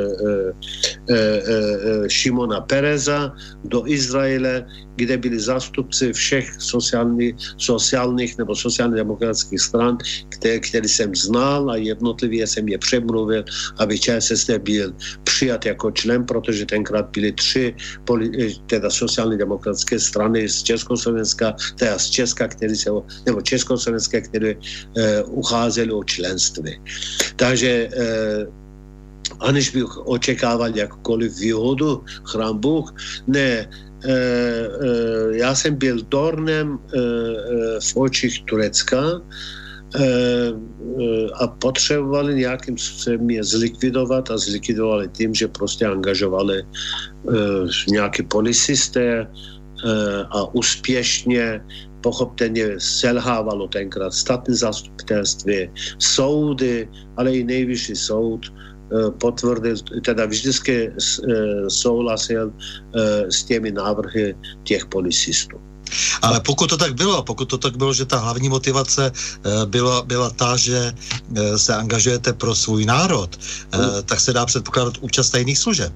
uh, Šimona Pereza do Izraele, kde byli zástupci všech sociálních, sociálních nebo sociálně demokratických stran, které, které jsem znal a jednotlivě jsem je přemluvil, aby ČSSD byl přijat jako člen, protože tenkrát byly tři teda sociálně demokratické strany z Československa, teda z Česka, které se, nebo Československé, které uh, ucházely o členství. Takže uh, aniž bych očekával jakkoliv výhodu, chrám Bůh, ne, Uh, uh, já jsem byl dornem uh, uh, v očích Turecka uh, uh, a potřebovali nějakým způsobem je zlikvidovat a zlikvidovali tím, že prostě angažovali uh, nějaké policisté uh, a úspěšně pochopitelně selhávalo tenkrát státní zastupitelství, soudy, ale i nejvyšší soud potvrdil, teda vždycky souhlasil s těmi návrhy těch policistů. Ale pokud to tak bylo, pokud to tak bylo, že ta hlavní motivace byla, byla ta, že se angažujete pro svůj národ, hmm. tak se dá předpokládat účast tajných služeb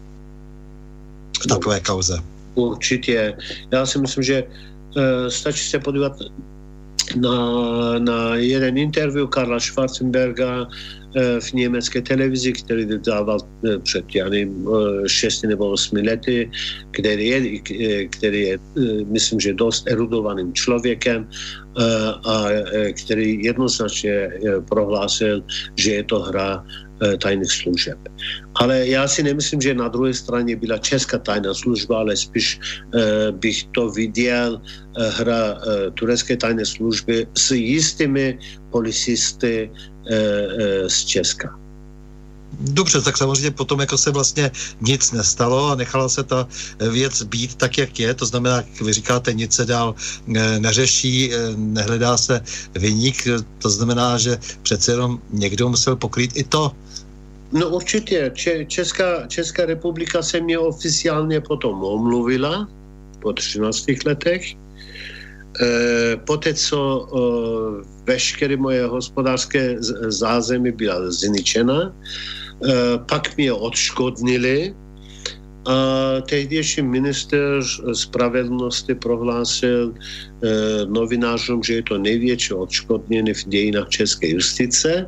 v takové kauze. Určitě. Já si myslím, že stačí se podívat na, na jeden interview Karla Schwarzenberga v německé televizi, který dával před, já nevím, šesti nebo osmi lety, který je, který je, myslím, že dost erudovaným člověkem a který jednoznačně prohlásil, že je to hra tajných služeb. Ale já si nemyslím, že na druhé straně byla česká tajná služba, ale spíš bych to viděl hra turecké tajné služby s jistými policisty z Česka. Dobře, tak samozřejmě potom jako se vlastně nic nestalo a nechala se ta věc být tak, jak je, to znamená, jak vy říkáte, nic se dál neřeší, nehledá se viník, to znamená, že přece jenom někdo musel pokrýt i to. No určitě, Česká, Česká republika se mě oficiálně potom omluvila po třinácti letech. E, poté, co e, veškeré moje hospodářské zázemí byla zničena, e, pak mě odškodnili a tehdejší minister spravedlnosti prohlásil e, novinářům, že je to největší odškodnění v dějinách české justice.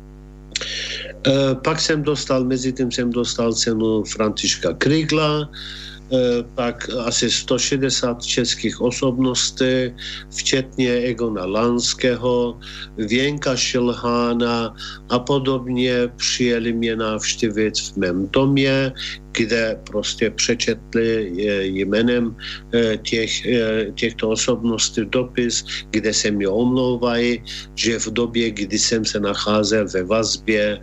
E, pak jsem dostal, mezi tím jsem dostal cenu Františka Krigla, pak asi sto šedesát českých osobností, včetně Egona Lanského, Věnka Šilhána a podobně přijeli mě navštívit v mém domě, kde prostě přečetli jménem těch, těchto osobností dopis, kde se mi omlouvají, že v době, kdy jsem se nacházel ve vazbě,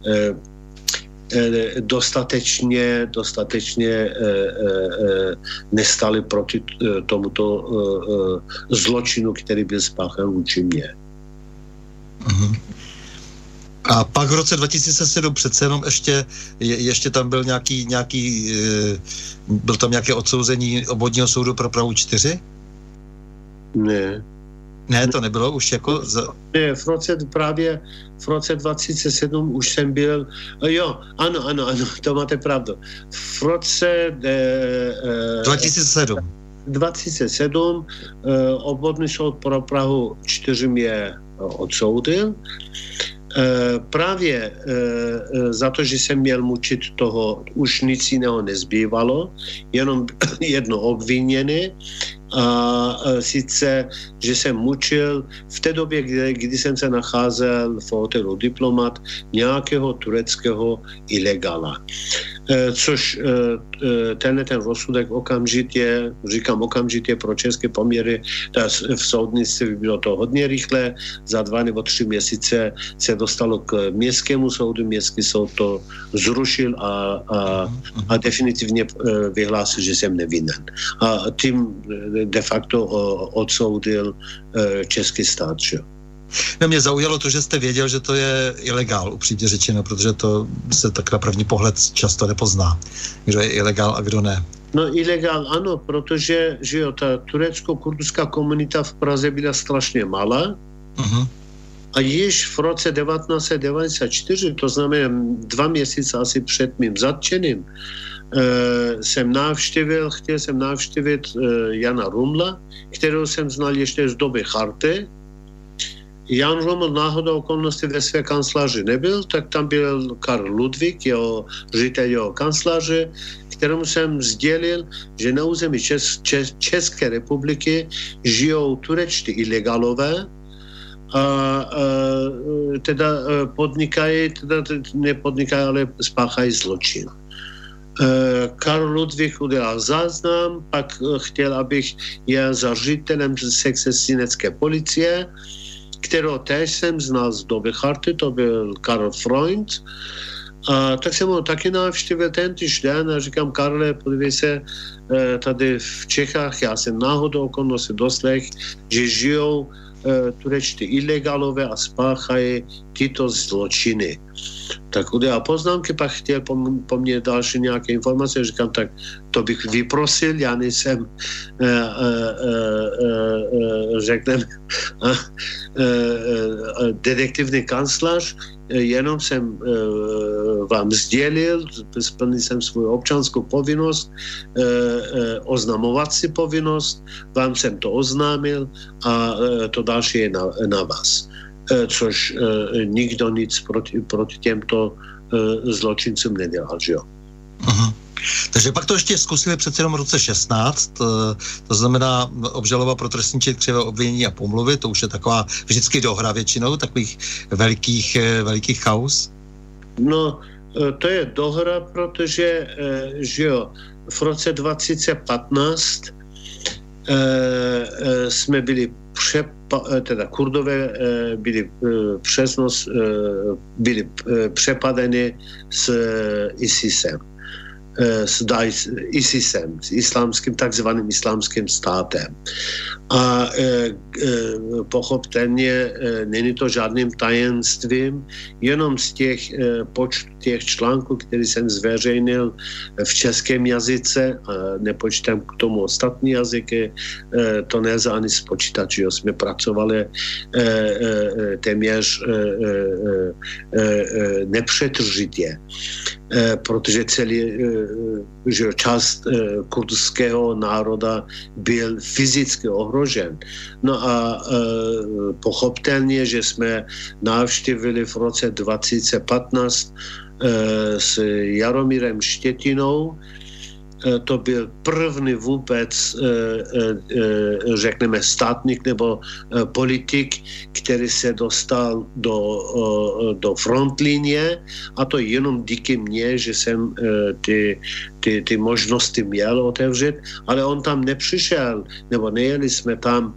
dostatečně, dostatečně e, e, nestali proti tomuto e, e, zločinu, který byl spáchán vůči mě. Mm-hmm. A pak v roce dva tisíce sedm přece jenom ještě, je, ještě tam byl nějaký, nějaký e, byl tam nějaké odsouzení obvodního soudu pro Prahu čtyři? Ne. Ne, to nebylo už jako... Za... Ne, v roce právě v roce dva tisíce sedm už jsem byl... Jo, ano, ano, ano, to máte pravdu. V roce... Eh, dva tisíce sedm. dva tisíce sedm eh, obvodní soud pro Prahu čtyři mě odsoudil. Eh, právě eh, za to, že jsem měl mučit toho, už nic jiného nezbývalo, jenom jedno obvinění. A sice, že jsem mučil v té době, kdy, kdy jsem se nacházel v hotelu Diplomat, nějakého tureckého ilegala. Což tenhle ten rozsudek okamžitě, říkám okamžitě pro české poměry, v soudnictví bylo to hodně rychle, za dva nebo tři měsíce se dostalo k městskému soudu, městský soud to zrušil a, a, a definitivně vyhlásil, že jsem nevinen. A tím de facto odsoudil český stát. Že? No, mě zaujalo to, že jste věděl, že to je ilegál, upřímně řečeno, protože to se tak na první pohled často nepozná, kdo je ilegál a kdo ne. No ilegál ano, protože že jo, ta turecko-kurdská komunita v Praze byla strašně malá. Uh-huh. A již v roce devatenáct set devadesát čtyři, to znamená dva měsíce asi před mým zatčením, e, jsem navštívil, chtěl jsem navštívit e, Jana Rumla, kterou jsem znal ještě z doby Charty. Jan Ruml náhodou okolností ve své kanceláři nebyl, tak tam byl Karl Ludvík, jeho ředitel jeho kanceláře, kterému jsem sdělil, že na území Čes, Čes, České republiky žijou turečtí ilegalové, a, a teda podnikají, teda nepodnikají, ale spáchají zločin. Karl Ludvík udělal záznam, pak chtěl, abych jel za ředitelem sekce cizinecké policie, kterou též jsem znal z doby Charty, to byl Karl Freund. A tak jsem ho taky navštívil tentýž den a říkám, Karle, podívej se, tady v Čechách, já jsem náhodou okolností doslech, že žijou turečtí ilegalové a spáchají tyto zločiny. Tak udělal poznámky, pak chtěl po, po mně další nějaké informace, říkám, tak to bych vyprosil, já nejsem uh, uh, uh, uh, řekneme uh, uh, detektivní kancléř, jenom jsem uh, vám sdělil, splnil jsem svou občanskou povinnost, uh, uh, oznamovací povinnost, vám jsem to oznámil a uh, to další je na, na vás. Uh, což uh, nikdo nic proti, proti těmto uh, zločincům nedělal, že jo. Uh-huh. Takže pak to ještě zkusili přece jenom v roce šestnáct, to znamená obžaloba pro trestní čin, křivé obvinění a pomluvy, to už je taková vždycky dohra většinou takových velikých, velikých chaos. No, to je dohra, protože, že jo, v roce dva tisíce patnáct jsme byli přepa, teda Kurdové byli přes noc, byli přepadeni s ISISem. s ISISem, s islámským, takzvaným islámským státem. A e, e, pochopitelně e, není to žádným tajemstvím, jenom z těch e, počtu těch článků, který jsem zveřejnil v českém jazyce, a nepočítám k tomu ostatní jazyky, e, to nelze ani spočítat, že jsme pracovali e, e, téměř e, e, e, nepřetržitě. Protože celý že část kurdského národa byl fyzicky ohrožen. No a pochopitelně, že jsme navštívili v roce dva tisíce patnáct s Jaromírem Štětinou. To byl první vůbec, řekneme, státník nebo politik, který se dostal do, do frontlinie, a to jenom díky mně, že jsem ty, ty, ty možnosti měl otevřít, ale on tam nepřišel, nebo nejeli jsme tam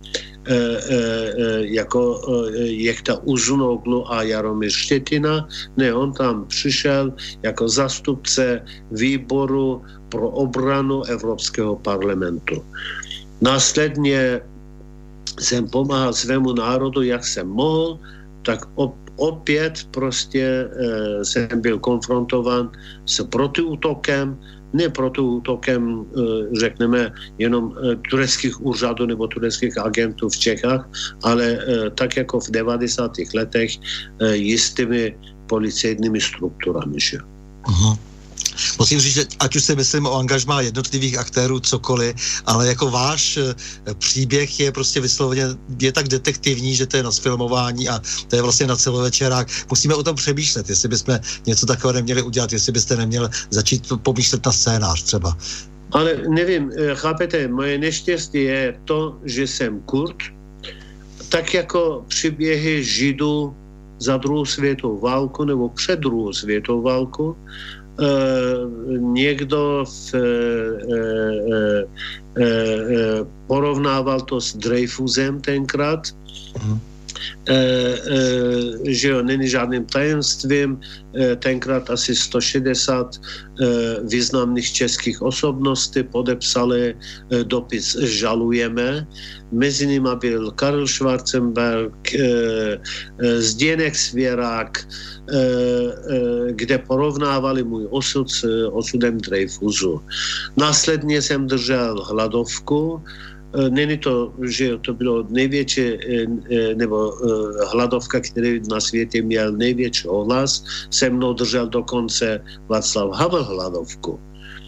jako Jechta Uzunoglu a Jaromír Štětina. Ne, on tam přišel jako zástupce výboru pro obranu Evropského parlamentu. Následně jsem pomáhal svému národu, jak jsem mohl, tak opět prostě e, jsem byl konfrontován s protiútokem, ne protiútokem, e, řekneme, jenom e, tureckých úřadů nebo tureckých agentů v Čechách, ale e, tak jako v devadesátých letech e, jistými policejními strukturami. Že? Uh-huh. Musím říct, že ať už si myslím o angažmá jednotlivých aktérů cokoliv, ale jako váš příběh je prostě vysloveně, je tak detektivní, že to je na sfilmování a to je vlastně na celovečerák. Musíme o tom přemýšlet, jestli bychom něco takového neměli udělat, jestli byste neměl začít pomýšlet na scénář třeba. Ale nevím, chápete, moje neštěstí je to, že jsem Kurd, tak jako příběhy Židů za druhou světovou válku nebo před druhou světovou válku, Uh, někdo v, uh, uh, uh, porovnával to s Dreyfusem tenkrát, mm. Uh, uh, že jo, není žádným tajemstvím, uh, tenkrát asi sto šedesát uh, významných českých osobností podepsali uh, dopis Žalujeme. Mezi nimi byl Karel Schwarzenberg, uh, uh, Zdeněk Svěrák, uh, uh, kde porovnávali můj osud s uh, osudem Dreyfusu. Následně jsem držel hladovku. Není to, že to bylo největší, nebo hladovka, který na světě měl největší ohlas. Se mnou držel dokonce Václav Havel hladovku.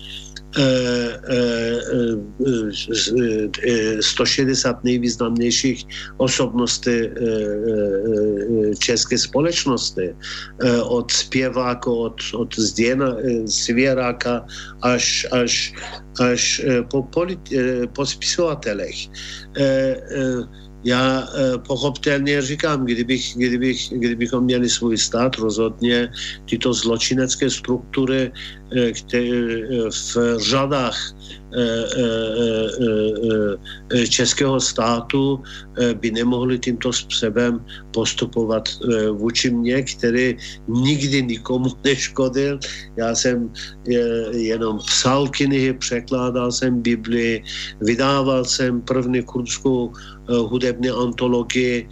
sto šedesát nejvýznamnějších osobností české společnosti, od zpěváka, od, od Zděna Svěráka až, až, až po, politi- po spisovatelech. Já pochopitelně říkám, kdybych, kdybych, kdybychom měli svůj stát, rozhodně tyto zločinecké struktury které v řadách českého státu by nemohli tímto způsobem postupovat vůči mně, který nikdy nikomu neškodil. Já jsem jenom psal knihy, překládal jsem Biblii, vydával jsem první kurdskou hudební antologii,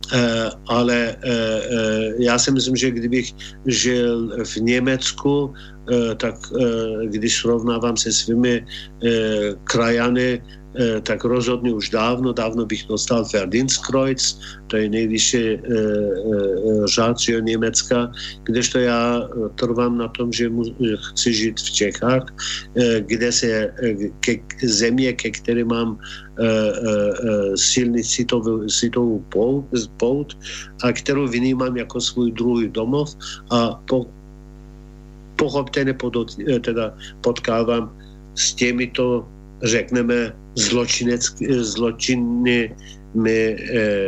ale já si myslím, že kdybych žil v Německu, tak když srovnávám se svými krajany, tak rozhodně už dávno, dávno bych dostal Verdienstkreuz, to je nejvyšší řád Německa, kdežto já trvám na tom, že chci žít v Čechách, kde se ke země, ke které mám silný citovou, citovou pout a kterou vnímám jako svůj druhý domov a po, pochopitelně pod, teda potkávám s těmito, řekneme, zločinnými e,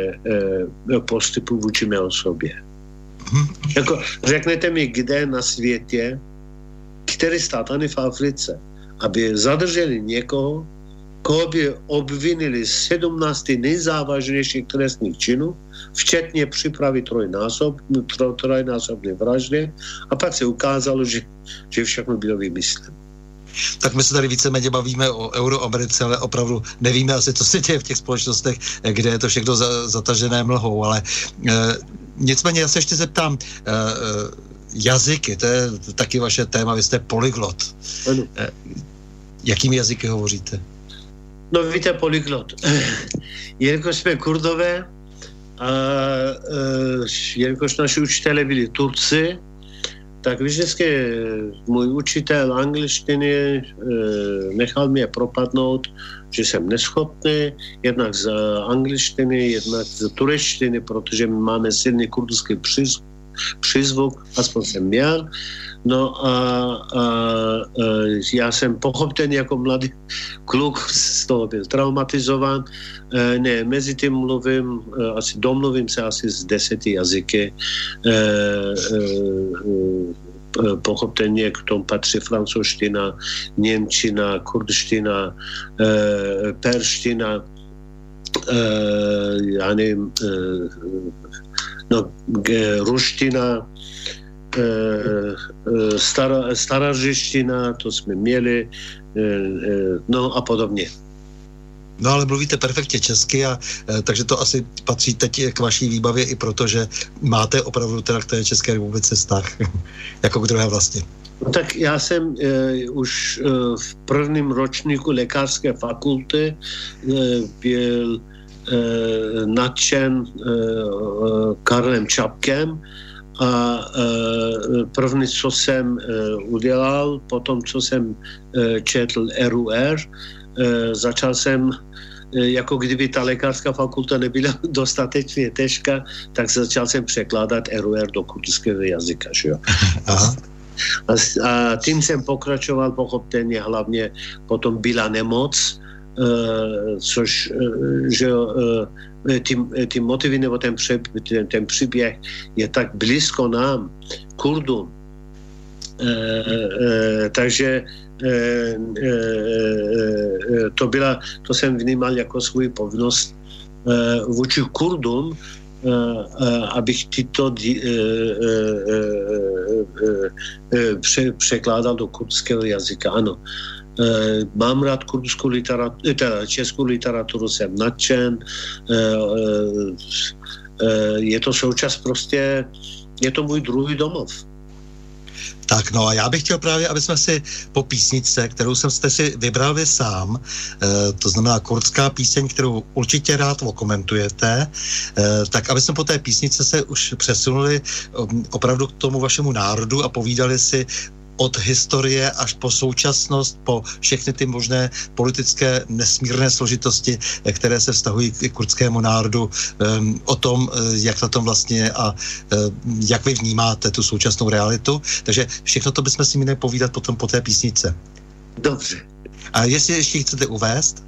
e, postupy vůči mé osobě. Jako, řeknete mi, kde na světě, který stát, ani v Africe, aby zadrželi někoho, koho by obvinili z sedmnácti nejzávažnějších trestných činů, včetně přípravy trojnásob, trojnásobné vraždy, a pak se ukázalo, že, že všechno bylo vymysleno. Tak my se tady víceméně bavíme o Euroamerice, ale opravdu nevíme asi, co se děje v těch společnostech, kde je to všechno za, zatažené mlhou, ale e, nicméně já se ještě zeptám, e, jazyky, to je taky vaše téma, vy jste polyglot. E, jakými jazyky hovoříte? No víte, polyglot. Jelikož jsme Kurdové a e, jelikož naši učitelé byli Turci, tak vždycky můj učitel angličtiny e, nechal mě propadnout, že jsem neschopný, jednak z angličtiny, jednak z turečtiny, protože my máme silný kurdský přízvuk, přízvuk, aspoň jsem měl. No a, a, a já jsem pochopitelně jako mladý kluk z toho byl traumatizován. E, ne, mezi tím mluvím, e, asi domluvím se asi z deseti jazyky. E, e, e, pochopitelně k tomu patří francouzština, němčina, kurdština, e, perština, e, já nevím, e, no, e, ruština, Stara, starařeština, to jsme měli, no a podobně. No ale mluvíte perfektně česky, a takže to asi patří teď k vaší výbavě i proto, že máte opravdu teda k té České republice vztah, jako k druhé vlastně. No tak já jsem uh, už uh, v prvním ročníku lékařské fakulty uh, byl uh, nadšen uh, Karlem Čapkem. A e, první, co jsem e, udělal, potom, co jsem e, četl R U R, e, začal jsem, e, jako kdyby ta lékařská fakulta nebyla dostatečně těžká, tak začal jsem překládat R U R do kurdského jazyka. Že jo? Aha. A, a tím jsem pokračoval pochopitelně, hlavně potom byla nemoc, uh, což, uh, že uh, ty, ty motivy nebo ten, pře, ten, ten příběh je tak blízko nám, Kurdům. Uh, uh, takže uh, uh, uh, to byla, to jsem vnímal jako svou povinnost uh, vůči Kurdům, Uh, uh, abych tyto uh, uh, uh, uh, uh, pře, překládal do kurdského jazyka. Ano. Uh, mám rád kurdskou literaturu, teda českou literaturu, jsem nadšen. Uh, uh, uh, je to součást prostě, je to můj druhý domov. Tak no a já bych chtěl právě, aby jsme si po písničce, kterou jsem jste si vybral vy sám, e, to znamená kurdská píseň, kterou určitě rád okomentujete, e, tak aby jsme po té písničce se už přesunuli opravdu k tomu vašemu národu a povídali si od historie až po současnost, po všechny ty možné politické nesmírné složitosti, které se vztahují k kurdskému národu, um, o tom, jak na tom vlastně a um, jak vy vnímáte tu současnou realitu. Takže všechno to bychom si měli povídat potom po té písničce. Dobře. A jestli ještě chcete uvést?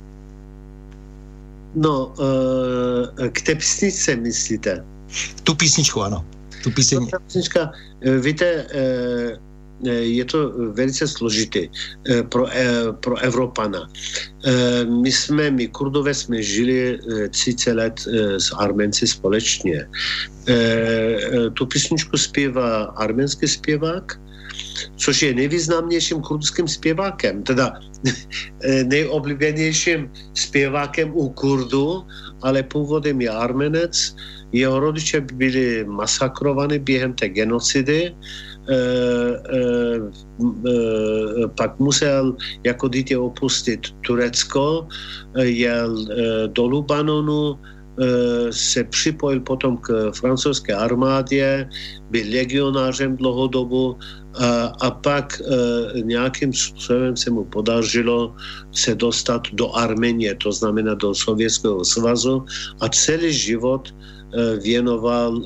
No, uh, k té písničce myslíte? Tu písničku, ano. Tu píseň... No, ta písnička, víte, uh, je to velice složitý pro, pro Evropana. My jsme, my Kurdové jsme žili třicet let s Arménci společně. Tu písničku zpívá arménský zpěvák, což je nejvýznamnějším kurdským zpěvákem, teda nejoblíbenějším zpěvákem u Kurdů, ale původem je Armenec. Jeho rodiče byli masakrovaní během té genocidy. Uh, uh, uh, pak musel jako dítě opustit Turecko, uh, jel uh, do Libanonu, uh, se připojil potom k francouzské armádě, byl legionářem dlouhodobu uh, a pak uh, nějakým způsobem se mu podařilo se dostat do Arménie, to znamená do Sovětského svazu, a celý život věnoval,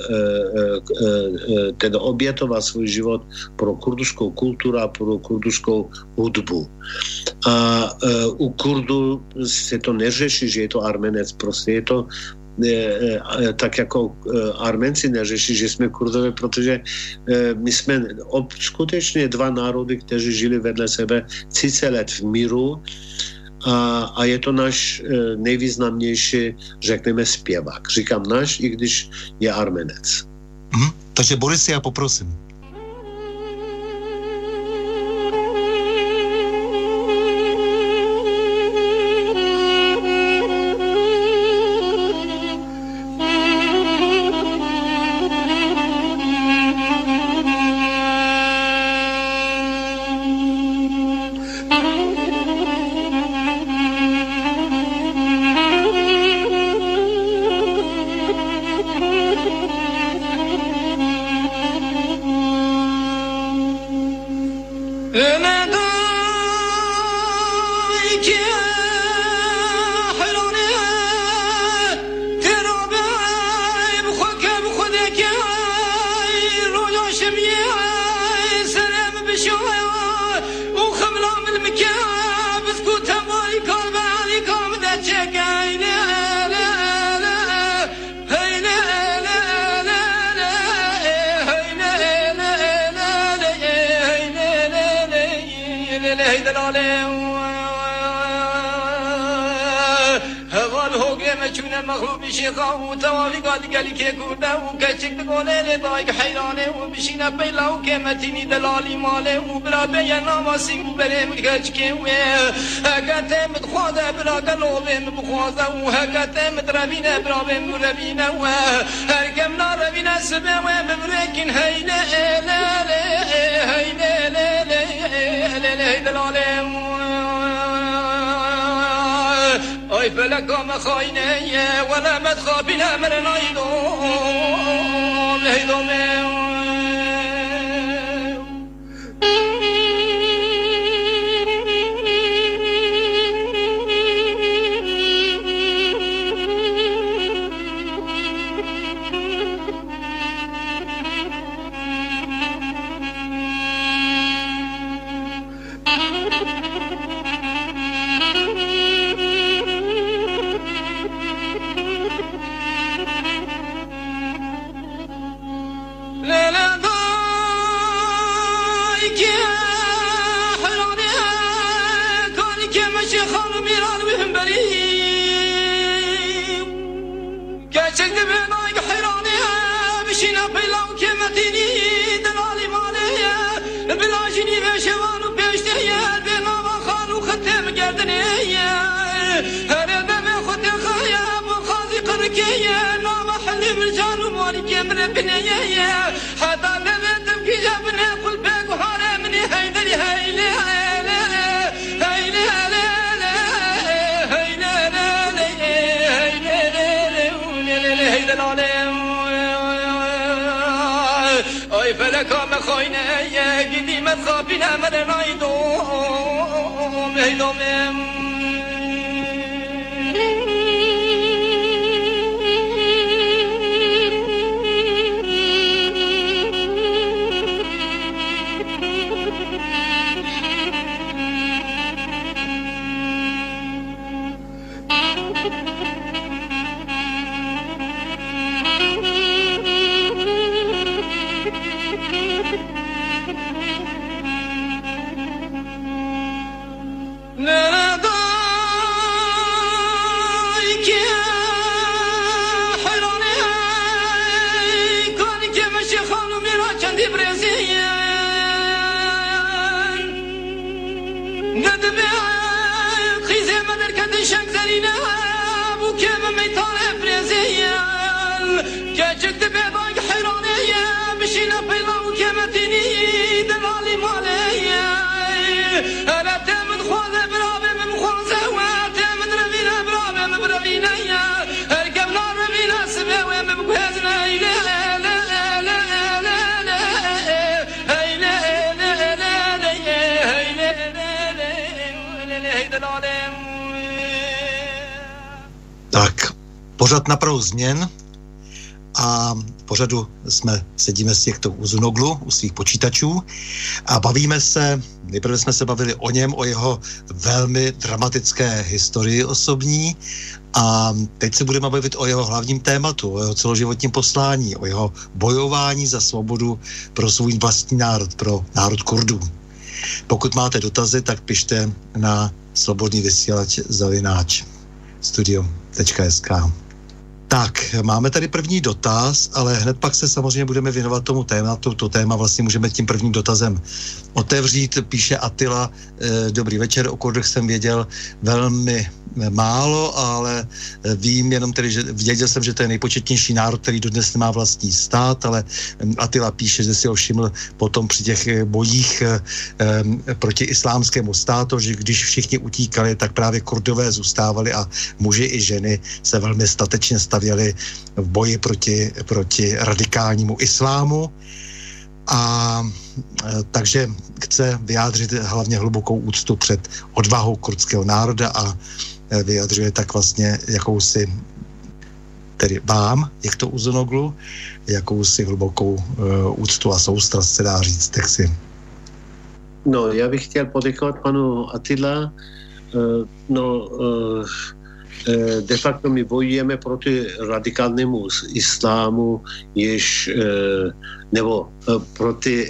teda obětoval svůj život pro kurdskou kulturu a pro kurdskou hudbu. A u Kurdů se to neřeší, že je to Armenec, prostě je to tak jako Arménci neřeší, že jsme Kurdové, protože my jsme skutečně dva národy, kteří žili vedle sebe třicet let v míru. A, a je to náš e, nejvýznamnější, řekneme, zpěvák. Říkám náš, i když je Armenec. Mhm, takže Boris, já poprosím. أي فلكم خايني ولا ما تخافين من العيدون الهيدوم مركية نام حلم الجان ومالك من بنية حتى لبتم كي جابنا قل باق وحالة مني هيدري هيلي هيلي هيلي هيلي هيلي العالم اي فلكا مخاينة قدي ما تخافينا من نايدوم هيدوم Tak, pořad napravo změn a v pořadu jsme, sedíme si jak to u Zunoglu, u svých počítačů a bavíme se, nejprve jsme se bavili o něm, o jeho velmi dramatické historii osobní a teď se budeme bavit o jeho hlavním tématu, o jeho celoživotním poslání, o jeho bojování za svobodu pro svůj vlastní národ, pro národ Kurdů. Pokud máte dotazy, tak pište na slobodný vysílač zavináč studio tečka es ká. Tak, máme tady první dotaz, ale hned pak se samozřejmě budeme věnovat tomu tématu. To téma vlastně můžeme tím prvním dotazem otevřít. Píše Attila, eh, dobrý večer, o Kurdech jsem věděl velmi málo, ale vím jenom tedy, že věděl jsem, že to je nejpočetnější národ, který dodnes nemá vlastní stát, ale Attila píše, že si ho všiml potom při těch bojích eh, proti islámskému státu, že když všichni utíkali, tak právě Kurdové zůstávali a muži i ženy se velmi statečně stavěli v boji proti, proti radikálnímu islámu. A e, takže chce vyjádřit hlavně hlubokou úctu před odvahou kurdského národa a e, vyjadřuje tak vlastně jakousi, tedy vám, jak to u Zunoglu, jakousi hlubokou e, úctu a soustrast se dá říct, tak si. No, já bych chtěl poděkovat panu Attila. E, no, e, de facto my bojujeme proti radikálnímu islámu, jež, nebo proti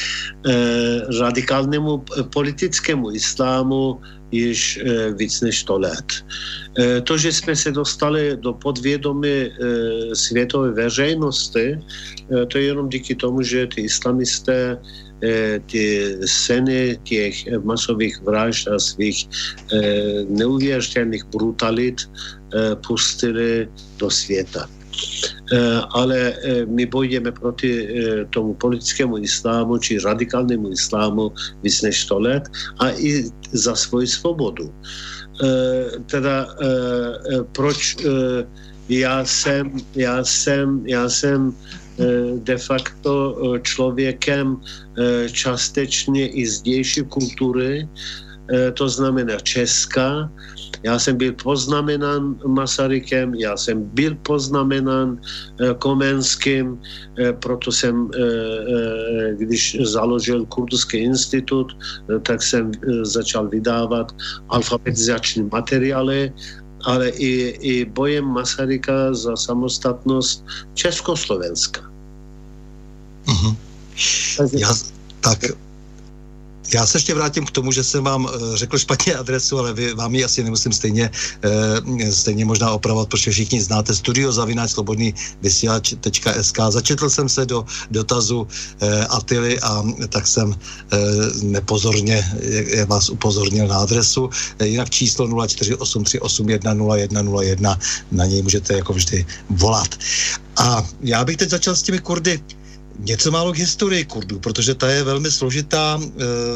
radikálnímu politickému islámu již víc než sto let. To, že jsme se dostali do podvědomí světové veřejnosti, to je jenom díky tomu, že ty islamisté ty scény těch masových vražd a svých eh, neuvěřitelných brutalit eh, pustili do světa. Eh, ale eh, my bojujeme proti eh, tomu politickému islámu či radikálnímu islámu víc než sto let a i za svoji svobodu. Eh, teda eh, proč eh, já jsem, já jsem, já jsem de facto člověkem částečně i zdejší kultury, to znamená Česka. Já jsem byl poznamenán Masarykem, já jsem byl poznamenán Komenským, proto jsem, když založil Kurdský institut, tak jsem začal vydávat alfabetizační materiály, ale i, i bojem Masaryka za samostatnost Československa. Uh-huh. Já, tak Já se ještě vrátím k tomu, že jsem vám řekl špatně adresu, ale vy, vám ji asi nemusím stejně, stejně možná opravovat, protože všichni znáte studio zavináč slobodný vysílač tečka es ká. Začetl jsem se do dotazu Attily a tak jsem nepozorně vás upozornil na adresu. Jinak číslo nula čtyři osm tři osm jedna nula jedna nula jedna, na něj můžete jako vždy volat. A já bych teď začal s těmi Kurdy. Něco málo k historii Kurdů, protože ta je velmi složitá, e,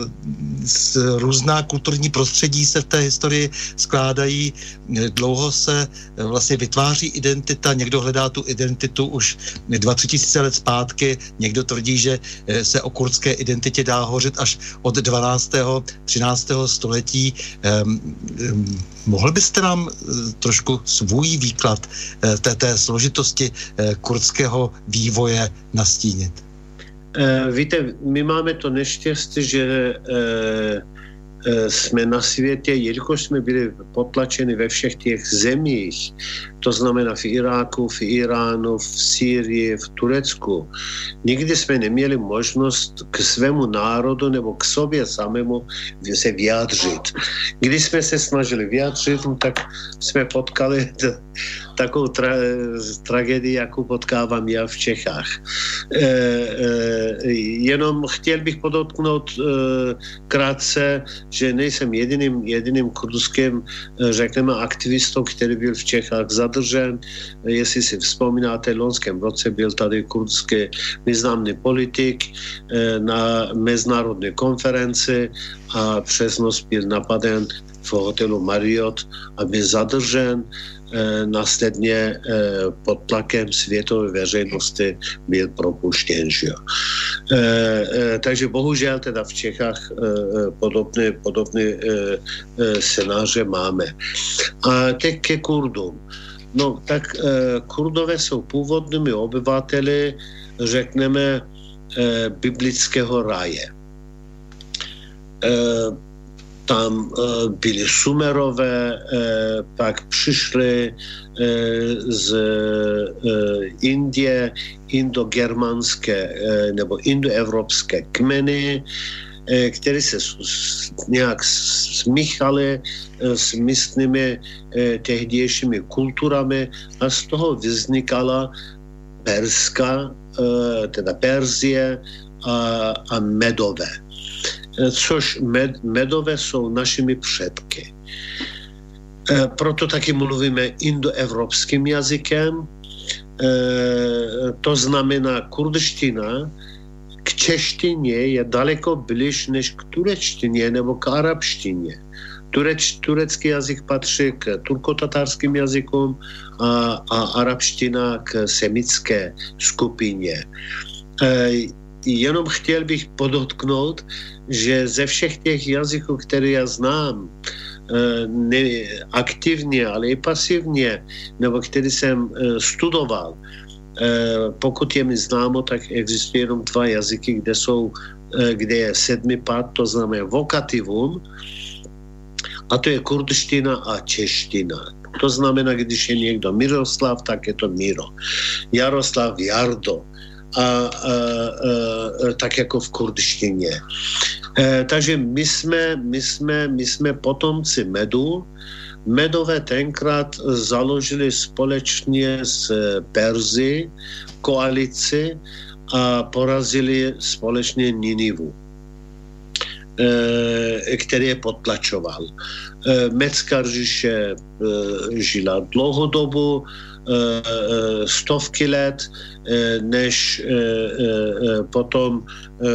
s, různá kulturní prostředí se v té historii skládají, dlouho se e, vlastně vytváří identita, někdo hledá tu identitu už dvacet tisíc let zpátky, někdo tvrdí, že e, se o kurdské identitě dá hovořit až od dvanáctého třináctého století. E, e, mohl byste nám e, trošku svůj výklad e, té, té složitosti e, kurdského vývoje nastínit? Uh, víte, my máme to neštěstí, že uh, uh, jsme na světě, jelikož jsme byli potlačeni ve všech těch zemích, to znamená v Iráku, v Iránu, v Sýrii, v Turecku, nikdy jsme neměli možnost k svému národu nebo k sobě samému se vyjádřit. Když jsme se snažili vyjádřit, tak jsme potkali t- takovou tra- tragédii, jakou potkávám já v Čechách. E, e, jenom chtěl bych podotknout e, krátce, že nejsem jediným, jediným kurdským, řekneme, aktivistou, který byl v Čechách zadržen. Jestli si vzpomínáte, v loňském roce byl tady kurdský významný politik e, na mezinárodné konferenci a přes noc byl napaden v hotelu Marriott a byl zadržen. E, následně e, pod tlakem světové veřejnosti byl propuštěn. Že? E, e, takže bohužel teda v Čechách e, podobné, podobné e, e, scénáře máme. A teď ke Kurdům. No tak e, Kurdové jsou původními obyvateli, řekneme, e, biblického ráje. E, Tam uh, byli Sumerové, uh, pak přišli uh, z uh, Indie indogermanské uh, nebo indoevropské kmeny, uh, které se s, nějak smíchaly uh, s místními uh, tehdejšími kulturami a z toho vznikala Perská, uh, teda Perzie a, a Medové. Což med, Medové jsou našimi předky. E, proto taky mluvíme indoevropským jazykem. E, to znamená, kurdština k češtině je daleko blíž než k turečtině nebo k arabštině. Tureč, turecký jazyk patří k turkotatárským jazykům a, a arabština k semitské skupině. E, jenom chtěl bych podotknout, že ze všech těch jazyků, které já znám, ne aktivně, ale i pasivně, nebo který jsem studoval, pokud je mi známo, tak existuje jenom dva jazyky, kde jsou, kde je sedmipad, to znamená vokativum, a to je kurdština a čeština. To znamená, když je někdo Miroslav, tak je to Miro. Jaroslav, Jardo. A, a, a, tak jako v kurdštině. E, takže my jsme, my, jsme, my jsme potomci Medu. Medové tenkrát založili společně s Perzy koalici a porazili společně Ninivu, e, který je potlačoval. E, Medská říše e, žila dlouhodobu, stovky let, než potom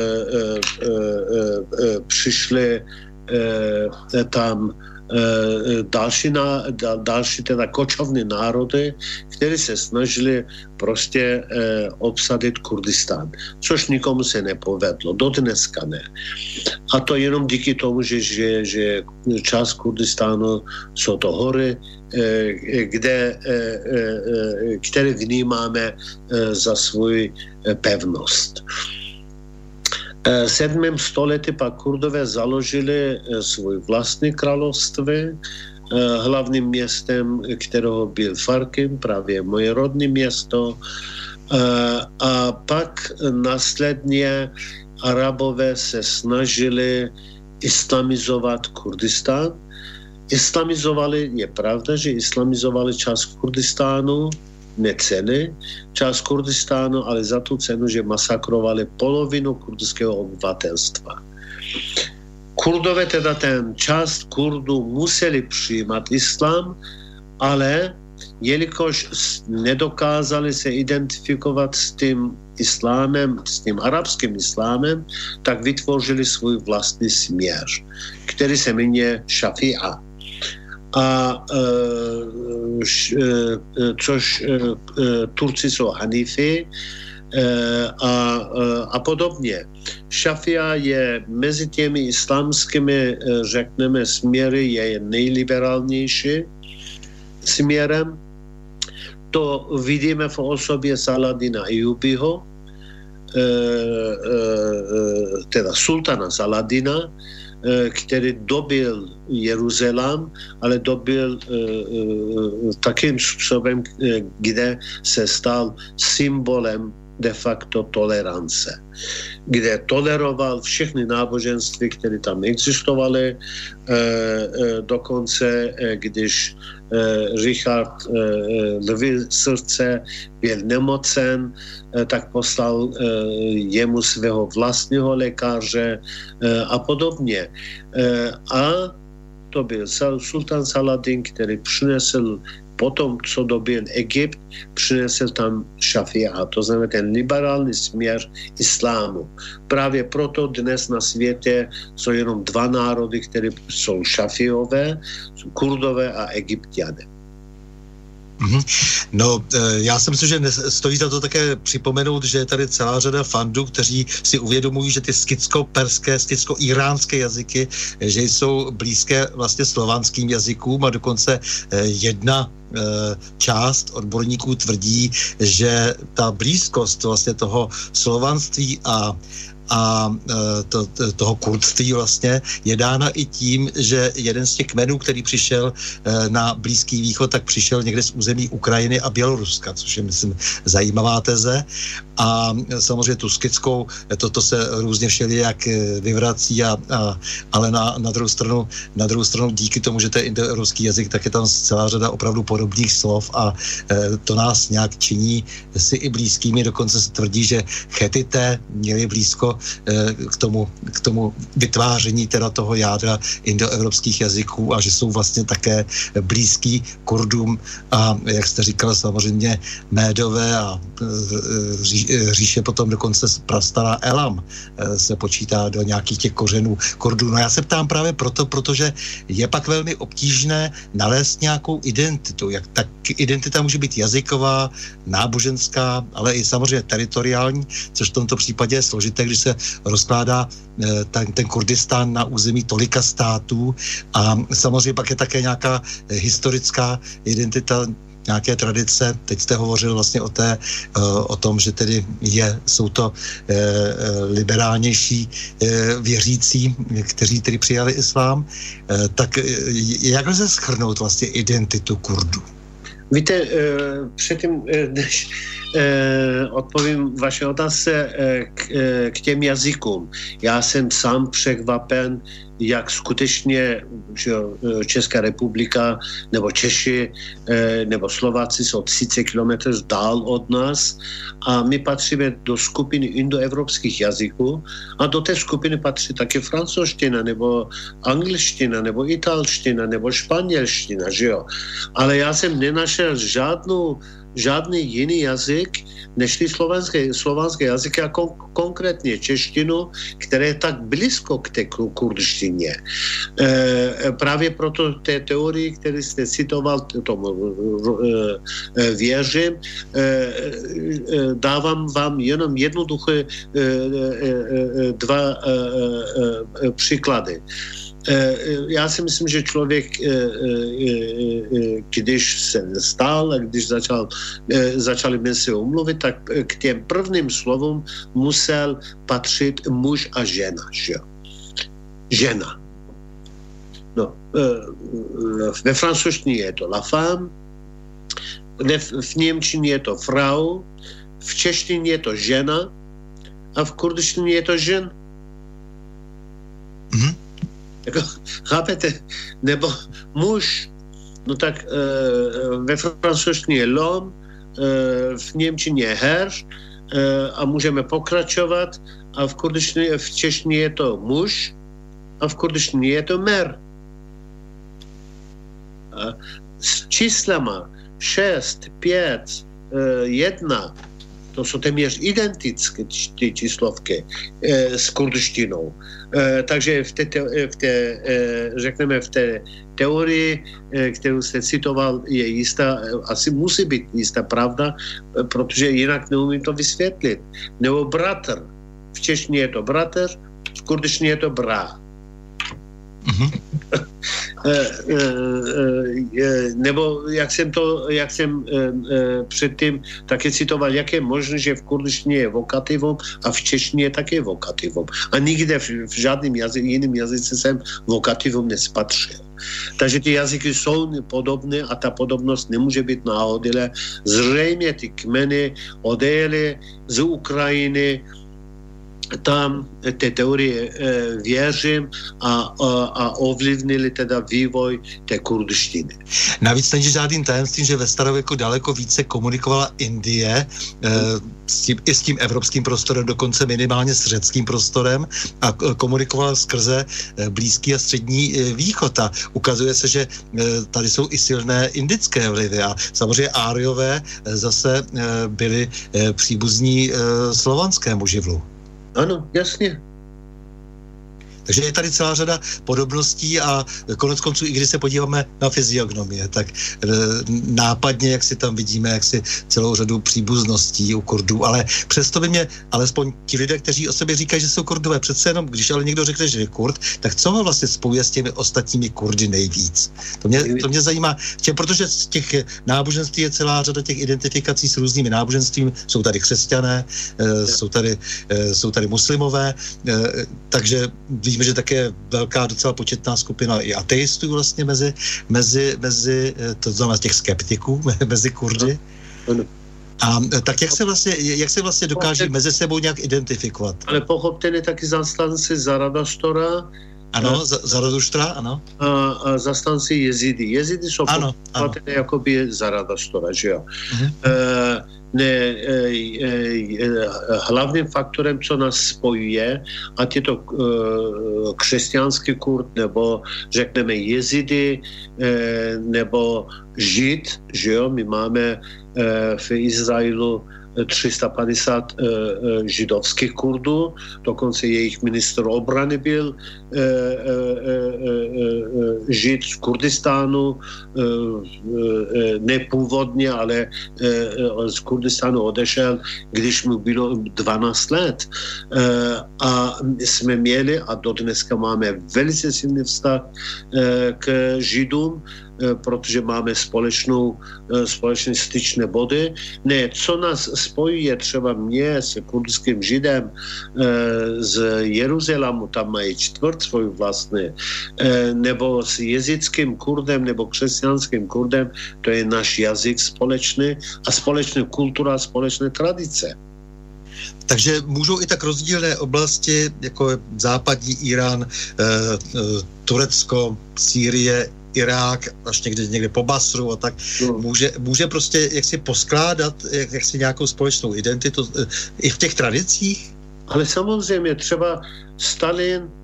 přišly tam další, další teda kočovné národy, které se snažili prostě obsadit Kurdistán, což nikomu se nepovedlo, do dneska ne. A to jenom díky tomu, že, že, že část Kurdistánu jsou to hory, kde, které vnímáme za svou pevnost. V sedmém století pak Kurdové založili svůj vlastní království. Hlavním městem, kterého byl Farkim, právě moje rodné město. A pak následně Arabové se snažili islamizovat Kurdistán. Islamizovali, je pravda, že islamizovali část Kurdistánu, ne celý část Kurdistánu, ale za tu cenu, že masakrovali polovinu kurdského obyvatelstva. Kurdové, teda ten část Kurdů museli přijímat islám, ale jelikož nedokázali se identifikovat s tím islámem, s tím arabským islámem, tak vytvořili svůj vlastní směr, který se jmenuje Šafí'a. A e, š, e, což e, Turci jsou Hanifi e, a, e, a podobně. Šafia je mezi těmi islámskými, řekneme, směry je nejliberálnější směrem. To vidíme v osobě Saladina Ejubiho, e, e, teda sultana Saladina, který dobil Jeruzalém, ale dobil e, e, takým způsobem, kde se stal symbolem de facto tolerance, kde toleroval všechny náboženství, které tam existovaly. E, e, dokonce, e, když e, Richard e, Lví srdce byl nemocen, e, tak poslal e, jemu svého vlastního lékaře e, a podobně. E, a to byl sultan Saladin, který přinesl potom, co dobil Egypt, přinesl tam Šafí'a, to znamená ten liberální směr islámu. Právě proto dnes na světě jsou jenom dva národy, které jsou Šafíové, Kurdové a Egypťané. No, já si myslím, že stojí za to také připomenout, že je tady celá řada fandů, kteří si uvědomují, že ty skitsko-perské, skitsko-iránské jazyky, že jsou blízké vlastně slovanským jazykům a dokonce jedna část odborníků tvrdí, že ta blízkost vlastně toho slovanství a a to, to, toho kurdství vlastně je dána i tím, že jeden z těch kmenů, který přišel na Blízký východ, tak přišel někde z území Ukrajiny a Běloruska, což je, myslím, zajímavá teze. A samozřejmě tu skitskou, toto se různě všelijak vyvrací, a, a, ale na, na, druhou stranu, na druhou stranu díky tomu, že to je indoevropský jazyk, tak je tam celá řada opravdu podobných slov a e, to nás nějak činí si i blízkými. Dokonce se tvrdí, že Chetité měli blízko e, k tomu, k tomu vytváření teda toho jádra indoevropských jazyků a že jsou vlastně také blízký Kurdům a jak jste říkal, samozřejmě Médové a e, říše potom dokonce prastará Elam se počítá do nějakých těch kořenů Kurdů. No já se ptám právě proto, protože je pak velmi obtížné nalézt nějakou identitu. Jak, tak identita může být jazyková, náboženská, ale i samozřejmě teritoriální, což v tomto případě je složité, když se rozkládá ten, ten Kurdistán na území tolika států a samozřejmě pak je také nějaká historická identita, nějaké tradice. Teď jste hovořil vlastně o té, o tom, že tedy je, jsou to e, liberálnější e, věřící, kteří tedy přijali islám. E, tak jak lze shrnout vlastně identitu Kurdů? Víte, e, předtím, než e, odpovím vaše otázce k, k těm jazykům. Já jsem sám překvapen, jak skutečně že Česká republika nebo Češi nebo Slováci jsou třicet kilometrů dál od nás a my patříme do skupiny indoevropských jazyků a do té skupiny patří také francouzština nebo angličtina nebo italština nebo španělština, že jo. Ale já jsem nenašel žádnou žádný jiný jazyk, než ty slovanské, slovanské jazyky a kon, konkrétně češtinu, které je tak blízko k té kurdštině. E, právě proto té teorii, které jste citoval, tomu e, věřím, e, e, dávám vám jenom jednoduché e, e, e, dva e, e, příklady. Já si myslím, že člověk, když se stál a když začal, začali my se umluvit, tak k těm prvním slovům musel patřit muž a žena. Že? Žena. No, ve francouzštině je to la femme, v němčině je to Frau, v češtině je to žena a v kurdištině je to žen. Mm-hmm. Jako, chápete? Nebo muž, no tak e, ve francouzštině je l'homme, e, v němčině je herr, e, a můžeme pokračovat, a v kurdištině, v češtině je to muž, a v kurdištině je to mer. A s číslama šest, pět, jedna, to jsou téměř identické ty číslovky e, s kurdištinou. E, takže v té, v té e, řekneme, v té teorii, e, kterou jste citoval, je jistá, asi musí být jistá pravda, protože jinak neumím to vysvětlit. Nebo bratr. V češtině je to bratr, v kurdištině je to brá. Mm-hmm. Nebo jak jsem to, jak jsem předtím taky citoval, jak je možné, že v kurdištině je vokativum a v češtině je také vokativum. A nikde v, v žádném jazyce, jiném jazyce jsem vokativum nespatřil. Takže ty jazyky jsou podobné a ta podobnost nemůže být náhodilé. Zřejmě ty kmeny odejeli z Ukrajiny, tam té teorie e, věřím a, a, a ovlivnili teda vývoj té kurdištiny. Navíc není žádným tajemstvím, že ve starověku daleko více komunikovala Indie e, s tím, i s tím evropským prostorem, dokonce minimálně s řeckým prostorem a komunikovala skrze e, Blízký a Střední e, východ. A ukazuje se, že e, tady jsou i silné indické vlivy a samozřejmě Áriové e, zase e, byli e, příbuzní e, slovanskému živlu. Ano, jasně. Takže je tady celá řada podobností a konec konců, i když se podíváme na fyziognomie, tak e, nápadně, jak si tam vidíme, jak si celou řadu příbuzností u Kurdů, ale přesto by mě, alespoň ti lidé, kteří o sobě říkají, že jsou Kurdové, přece jenom, když ale někdo řekne, že je Kurd, tak co ho vlastně spojuje s těmi ostatními Kurdy nejvíc? To mě, to mě zajímá, tě, protože z těch náboženství je celá řada těch identifikací s různými náboženstvími, jsou tady křesťané, e, jsou, tady, e, jsou tady muslimové, e, takže víme, že také velká docela početná skupina i ateistů vlastně mezi, mezi, mezi to znamená těch skeptiků, mezi Kurdy. A tak jak se vlastně, jak se vlastně dokáží mezi sebou nějak identifikovat? Ale pochopte, je taky zastanci Zaradastora. Ano, Zaraduštra, ano. A, a zastanci Jezidy. Jezidy jsou pochopatelé jakoby Zaradastora, že jo. Uh-huh. E, ne, e, e, hlavním faktorem, co nás spojuje, ať je to e, křesťanský Kurd, nebo řekneme Jezidy, e, nebo Žid, že jo, my máme e, v Izraelu tři sta padesát e, e, židovských Kurdů, dokonce jejich ministr obrany byl e, e, e, e, žid z Kurdistánu, e, e, nepůvodně, ale e, z Kurdistánu odešel, když mu bylo dvanáct let. E, a jsme měli, a do dneska máme velice silný vztah e, k Židům, protože máme společnou, společné styčné body. Ne, co nás spojuje třeba mě s kurdským Židem z Jeruzalému, tam mají čtvrt svůj vlastní, nebo s jezickým Kurdem, nebo křesťanským Kurdem, to je náš jazyk společný a společná kultura, společné tradice. Takže můžou i tak rozdílné oblasti, jako západní Irán, eh, eh, Turecko, Sýrie, Irák, až někde, někde po Basru a tak, no. může, může prostě jaksi poskládat jak, jaksi nějakou společnou identitu eh, i v těch tradicích? Ale samozřejmě třeba Stalin eh,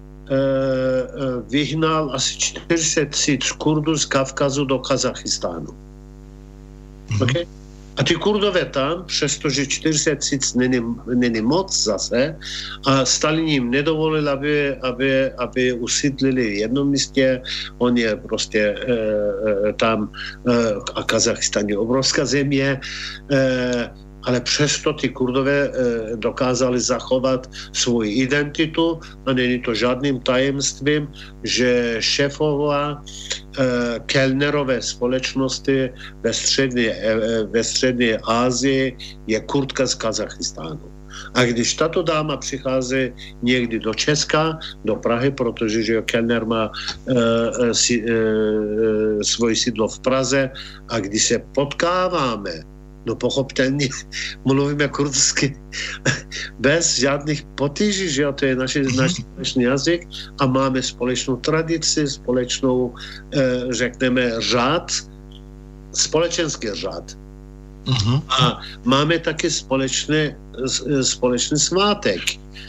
vyhnal asi čtyřicet tisíc Kurdů z Kavkazu do Kazachstánu. Mm-hmm. Okay? A ty Kurdové tam, přestože čtyřicet tisíc není, není moc zase, a Stalin jim nedovolil, aby, aby, aby usídlili v jednom místě, on je prostě e, e, tam, e, a Kazachstán je obrovská země, e, ale přesto ty Kurdové e, dokázali zachovat svoji identitu a není to žádným tajemstvím, že šéfová e, kelnerové společnosti ve střední, e, ve střední Asii je Kurdka z Kazachstánu. A když tato dáma přichází někdy do Česka, do Prahy, protože že kelner má e, si, e, svoje sídlo v Praze, a když se potkáváme No pochopitelně mluvíme kurdsky bez žádných potíží, že jo, to je naši, náš společný jazyk a máme společnou tradici, společnou, řekneme, řád, společenský řád. Uh-huh. A máme taky společné, společný svátek,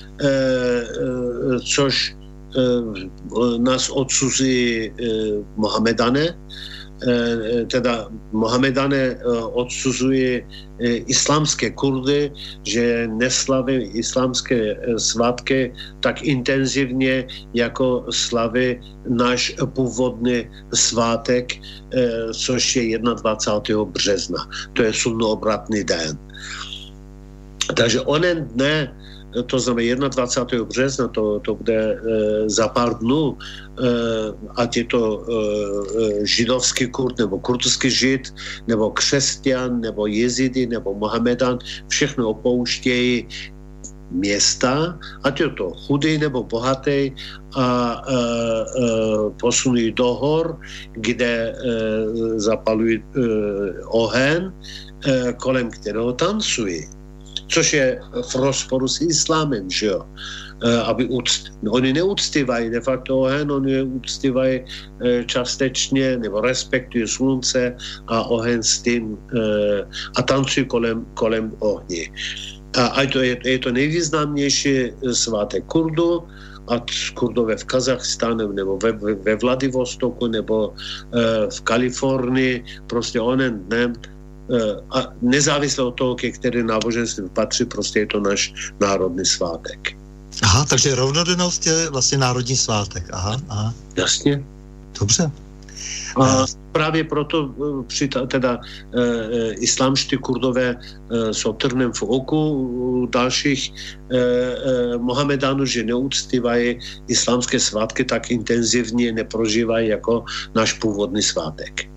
což nás odsuzují Mohamedané, teda Mohamedané odsuzuje islámské Kurdy, že neslaví islámské svátky tak intenzivně, jako slaví náš původní svátek, což je dvacátého prvního března. To je slunnoobratný den. Takže onen dne, to znamená dvacátého prvního března, to, to bude e, za pár dnů, e, ať je to e, židovský Kurd, nebo kurdský žid, nebo křesťan, nebo jezidy, nebo Mohamedan, všechno opouštějí města, ať je to chudý nebo bohatý, a e, e, posunují do hor, kde e, zapalují e, oheň, e, kolem kterého tancují. Což je v rozporu s islámem, že jo. E, aby uct... Oni neúctívají de facto oheň, oni úctívají e, částečně, nebo respektují slunce a oheň s tím e, a tancují kolem, kolem ohně. A, a to je, je to nejvýznamnější svátek Kurdu, ať Kurdové v Kazachstánu, nebo ve, ve Vladivostoku, nebo e, v Kalifornii, prostě onen dnem, a nezávisle od toho, ke které náboženství patří, prostě je to náš národní svátek. Aha, takže rovnodennost je vlastně národní svátek. Aha, aha. Jasně. Dobře. A právě proto při teda e, islámští Kurdové e, jsou trnem v oku u dalších e, e, Mohamedánů, že neúctívají islámské svátky tak intenzivně, neprožívají jako náš původní svátek.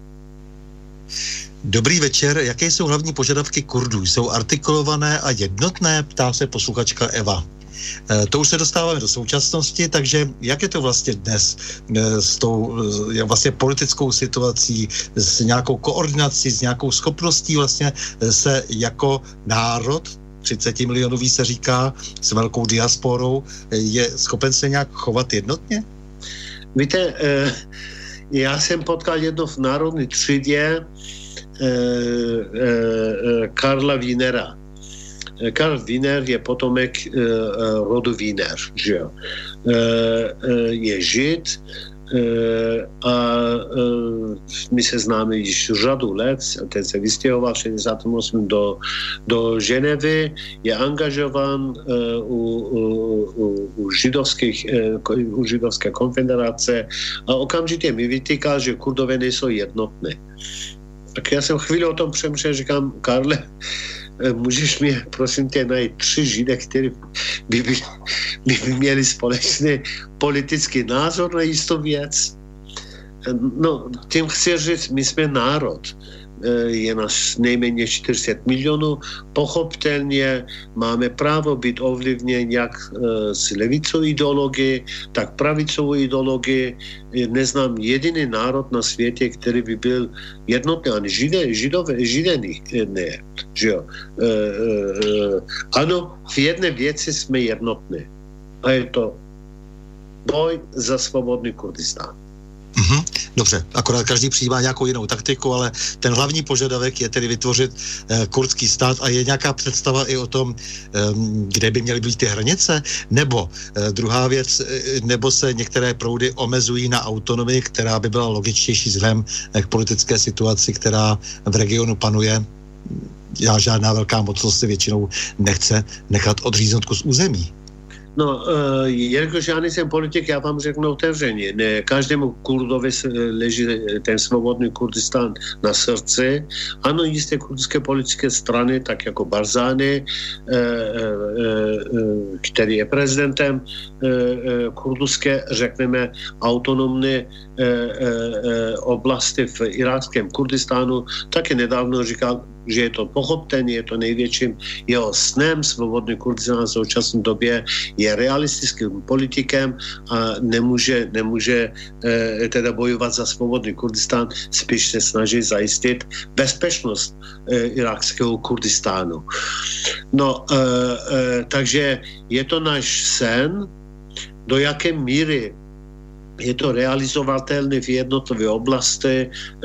Dobrý večer. Jaké jsou hlavní požadavky Kurdů? Jsou artikulované a jednotné? Ptá se posluchačka Eva. E, to už se dostáváme do současnosti, takže jak je to vlastně dnes e, s tou e, vlastně politickou situací, s nějakou koordinací, s nějakou schopností vlastně se jako národ, třicet milionový se říká, s velkou diasporou, je schopen se nějak chovat jednotně? Víte, e, já jsem potkal jedno v národní třídě Karla Wienera. Karl Wiener je potomek rodu Wiener, že jo. Je žid a my se známe již řadu let, ten se vystěhoval v šedesátém osmém do, do Ženevy, je angažovan u, u, u, židovských, u židovské konfederace a okamžitě mi vytýkal, že Kurdové nejsou jednotné. Tak já jsem chvíli o tom přemýšlel, říkám, Karle, můžeš mě, prosím tě, najít tři Židy, kteří by, by, by, by měli společný politický názor na jistou věc? No, tím chci říct, my jsme národ. Je nás nejméně čtyřicet milionů. Pochopitelně máme právo být ovlivněn jak s levicovou ideologií, tak pravicovou ideologií. Neznám jediný národ na světě, který by byl jednotný, ani židé, židové, židé ne. Že jo? E, e, ano, v jedné věci jsme jednotní. A je to boj za svobodný Kurdistán. Mm-hmm. Dobře, akorát každý přijímá nějakou jinou taktiku, ale ten hlavní požadavek je tedy vytvořit eh, kurdský stát a je nějaká představa i o tom, eh, kde by měly být ty hranice, nebo eh, druhá věc, eh, nebo se některé proudy omezují na autonomii, která by byla logičtější vzhledem eh, k politické situaci, která v regionu panuje. Já žádná velká mocnost si většinou nechce nechat odříznout kus území. No, uh, jelikož já nejsem politik, já vám řeknu otevřeně. Ne, každému Kurdovi leží ten svobodný Kurdistán na srdci. Ano, jisté kurdské politické strany, tak jako Barzani, uh, uh, který je prezidentem uh, kurdské, řekneme, autonomné uh, uh, oblasti v iráckém Kurdistánu, taky nedávno říkal, že je to pochopitelně, je to největším jeho snem. Svobodný Kurdistán v současné době je realistickým politikem a nemůže, nemůže e, teda bojovat za svobodný Kurdistán, spíš se snaží zajistit bezpečnost e, iráckého Kurdistánu. No, e, e, takže je to náš sen, do jaké míry je to realizovatelné v jednotlivé oblasti,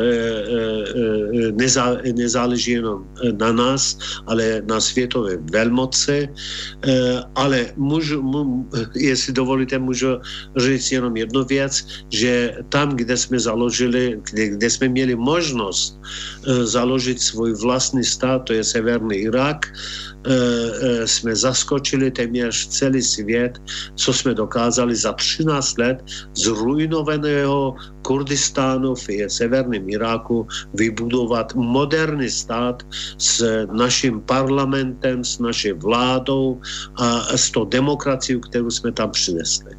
nezá, nezáleží jenom na nás, ale na světové velmoci. Ale můžu, jestli dovolíte, můžu říct jenom jednu věc, že tam, kde jsme založili, kde, kde jsme měli možnost založit svůj vlastní stát, to je severní Irák, jsme zaskočili téměř celý svět, co jsme dokázali za třináct let z ruinovaného Kurdistánu v severním Iráku vybudovat moderní stát s naším parlamentem, s naší vládou a s tou demokracií, kterou jsme tam přinesli.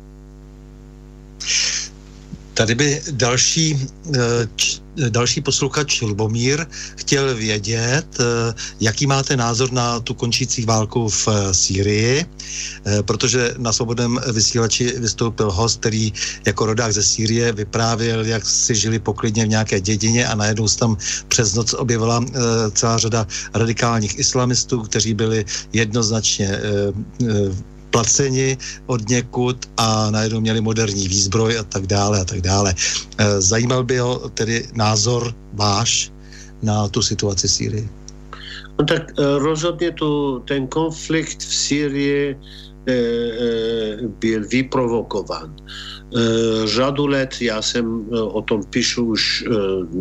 Tady by další, další posluchač Lubomír chtěl vědět, jaký máte názor na tu končící válku v Sýrii, protože na Svobodném vysílači vystoupil host, který jako rodák ze Sýrie vyprávěl, jak si žili poklidně v nějaké dědině a najednou se tam přes noc objevila celá řada radikálních islamistů, kteří byli jednoznačně placeni od někud a najednou měli moderní výzbroj a tak dále a tak dále. Zajímal by ho tedy názor váš na tu situaci v Sýrii? No tak rozhodně tu, ten konflikt v Sýrii e, e, byl vyprovokován. E, řadu let, já jsem o tom píšu už e, e,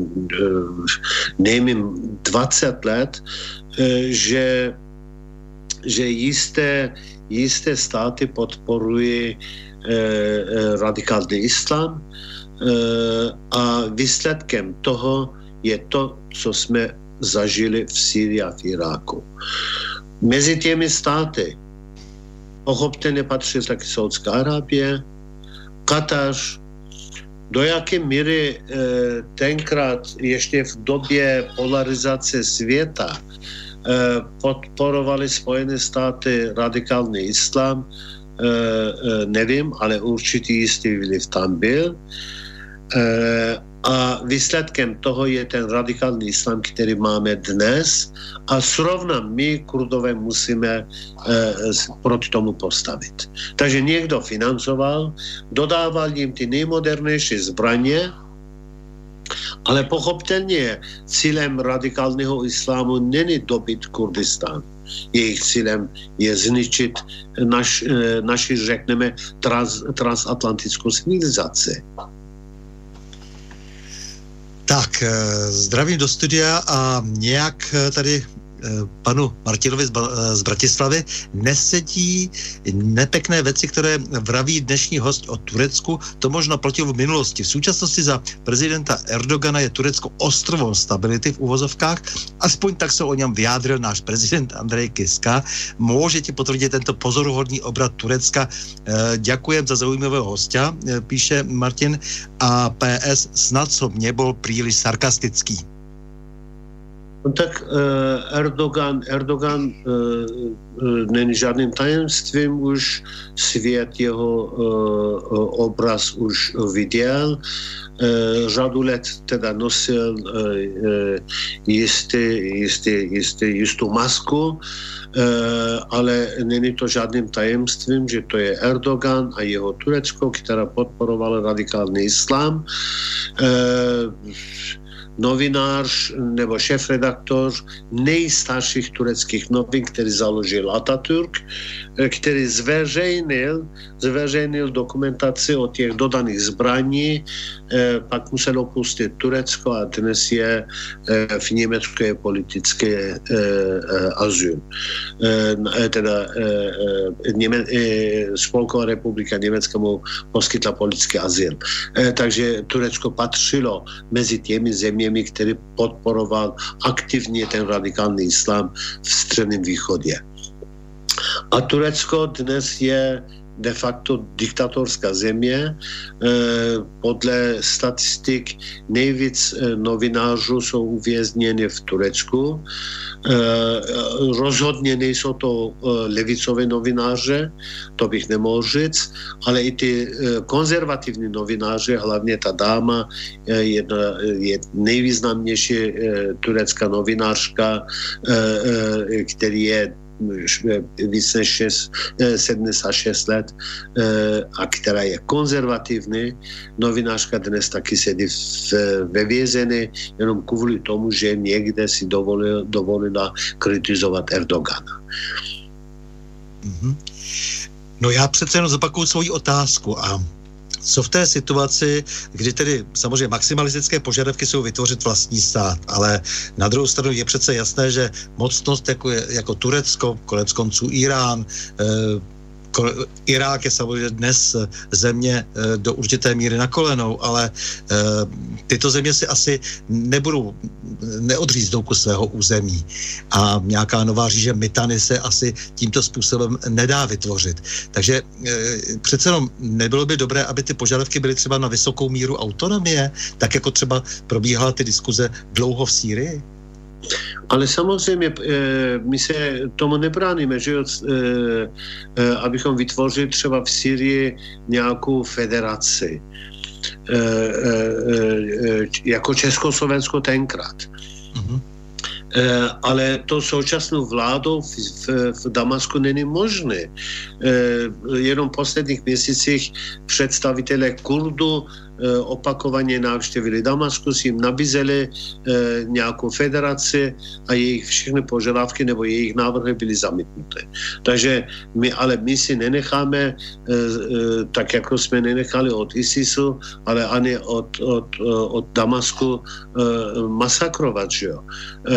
nejmím dvacet let, e, že, že jisté Jisté státy podporují e, e, radikální islám e, a výsledkem toho je to, co jsme zažili v Sýrii a v Iráku. Mezi těmi státy pochopitelně patří taky Saudská Arábie, Katar, do jaké míry e, tenkrát ještě v době polarizace světa podporovali Spojené státy radikální islám, nevím, ale určitě jistý vliv tam byl. A výsledkem toho je ten radikální islám, který máme dnes a zrovna my, Kurdové, musíme proti tomu postavit. Takže někdo financoval, dodával jim ty nejmodernější zbraně, ale pochopitelně cílem radikálního islámu není dobit Kurdistán. Jejich cílem je zničit naš, naši, řekneme, trans, transatlantickou civilizaci. Tak, zdravím do studia a nějak tady panu Martinovi z Bratislavy nesedí nepekné věci, které vraví dnešní host o Turecku. To možno platilo v minulosti. V současnosti za prezidenta Erdogana je Turecko ostrovem stability v uvozovkách. Aspoň tak se o něm vyjádřil náš prezident Andrej Kiska. Můžete potvrdit tento pozoruhodný obrat Turecka? Děkujem za zajímavého hostia, píše Martin. A P S snad som nebol príliš sarkastický. No tak Erdogan, Erdogan není žádným tajemstvím, už svět jeho obraz už viděl. Řadu let teda nosil jistý, jistý, jistý, jistou masku, ale není to žádným tajemstvím, že to je Erdogan a jeho Turecko, která podporovala radikální islám. Novinář nebo šéfredaktor nejstarších tureckých novin, který založil Atatürk, který zveřejnil, zveřejnil dokumentaci o těch dodaných zbraní, pak musel opustit Turecko a dnes je v německé politické azyl. Teda Něme, Spolková republika Německa mu poskytla politický azyl. Takže Turecko patřilo mezi těmi zeměmi, který podporoval aktivně ten radikální islám v Středním východě. A Turecko dnes je de facto diktatorská země. Podle statistik nejvíc novinářů jsou uvězněni v Turecku. Rozhodně nejsou to levicové novináře, to bych nemohl říct, ale i ty konzervativní novináři, hlavně ta dáma, jedna, je nejvýznamnější turecká novinářka, který je víc než sedmdesát šest let a která je konzervativní novinářka, dnes taky sedí ve vězení jenom kvůli tomu, že někde si dovolil, dovolila kritizovat Erdogana. Mm-hmm. No já přece jenom zopakuju svoji otázku a co v té situaci, kdy tedy samozřejmě maximalistické požadavky jsou vytvořit vlastní stát, ale na druhou stranu je přece jasné, že mocnost jako, jako Turecko, konec konců Irán, eh, Irák je samozřejmě dnes země do určité míry na kolenou, ale e, tyto země si asi nebudou, neodříznou kus svého území a nějaká nová říže Mytany se asi tímto způsobem nedá vytvořit. Takže e, přece jenom nebylo by dobré, aby ty požadavky byly třeba na vysokou míru autonomie, tak jako třeba probíhala ty diskuze dlouho v Sýrii? Ale samozřejmě my se tomu nebráníme, že abychom vytvořili třeba v Syrii nějakou federaci, jako Československo tenkrát. Mm-hmm. Ale to současnou vládou v, v, v Damasku není možné. Jenom v posledních měsících představitelé Kurdů opakovaně navštívili Damaskus, jim nabízeli nějakou federaci a jejich všechny požadavky nebo jejich návrhy byly zamítnuté. Takže my, ale my si nenecháme, tak jako jsme nenechali od ISISu, ale ani od, od, od Damasku masakrovat, že jo.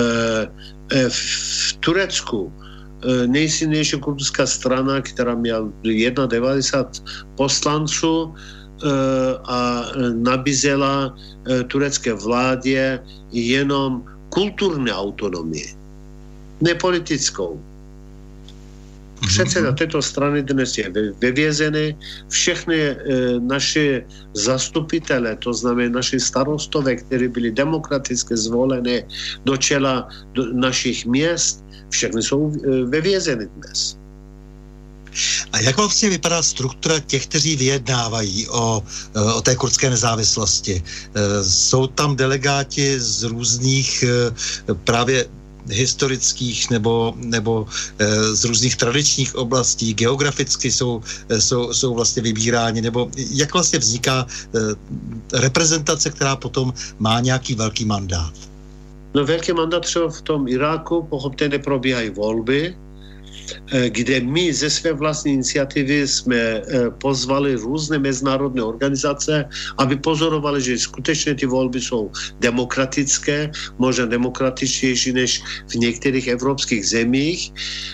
V Turecku nejsilnější kurdská strana, která měla devadesát jedna poslanců a nabízela turecké vládě jenom kulturní autonomii, nepolitickou. Předseda této strany dnes je ve vězení. Všechny e, naši zastupitele, to znamená naši starostové, kteří byli demokraticky zvoleni do čela do našich měst, všechny jsou e, ve vězení dnes. A jak vlastně vypadá struktura těch, kteří vyjednávají o, o té kurdské nezávislosti? Jsou tam delegáti z různých právě historických nebo, nebo z různých tradičních oblastí, geograficky jsou, jsou, jsou vlastně vybíráni, nebo jak vlastně vzniká reprezentace, která potom má nějaký velký mandát? No velký mandát třeba v tom Iráku, pochopitelně probíhají volby, kde my ze své vlastní iniciativy jsme pozvali různé mezinárodní organizace, aby pozorovali, že skutečně ty volby jsou demokratické, možná demokratičtější než v některých evropských zemích.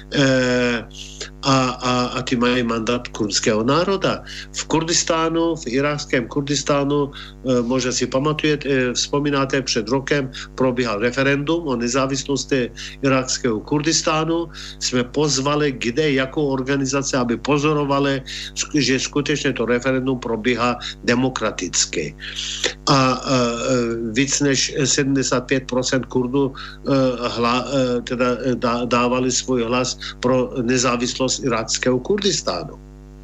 A, a, a ty mají mandát kurdského národa. V Kurdistánu, v iráckém Kurdistánu, e, možná si pamatujete, e, vzpomínáte, před rokem probíhal referendum o nezávislosti iráckého Kurdistánu. Jsme pozvali, kde, jakou organizaci, aby pozorovali, že skutečně to referendum probíhá demokraticky. A e, víc než sedmdesát pět procent Kurdů e, hla, e, teda dá, dávali svůj hlas pro nezávislost iráckého Kurdistánu.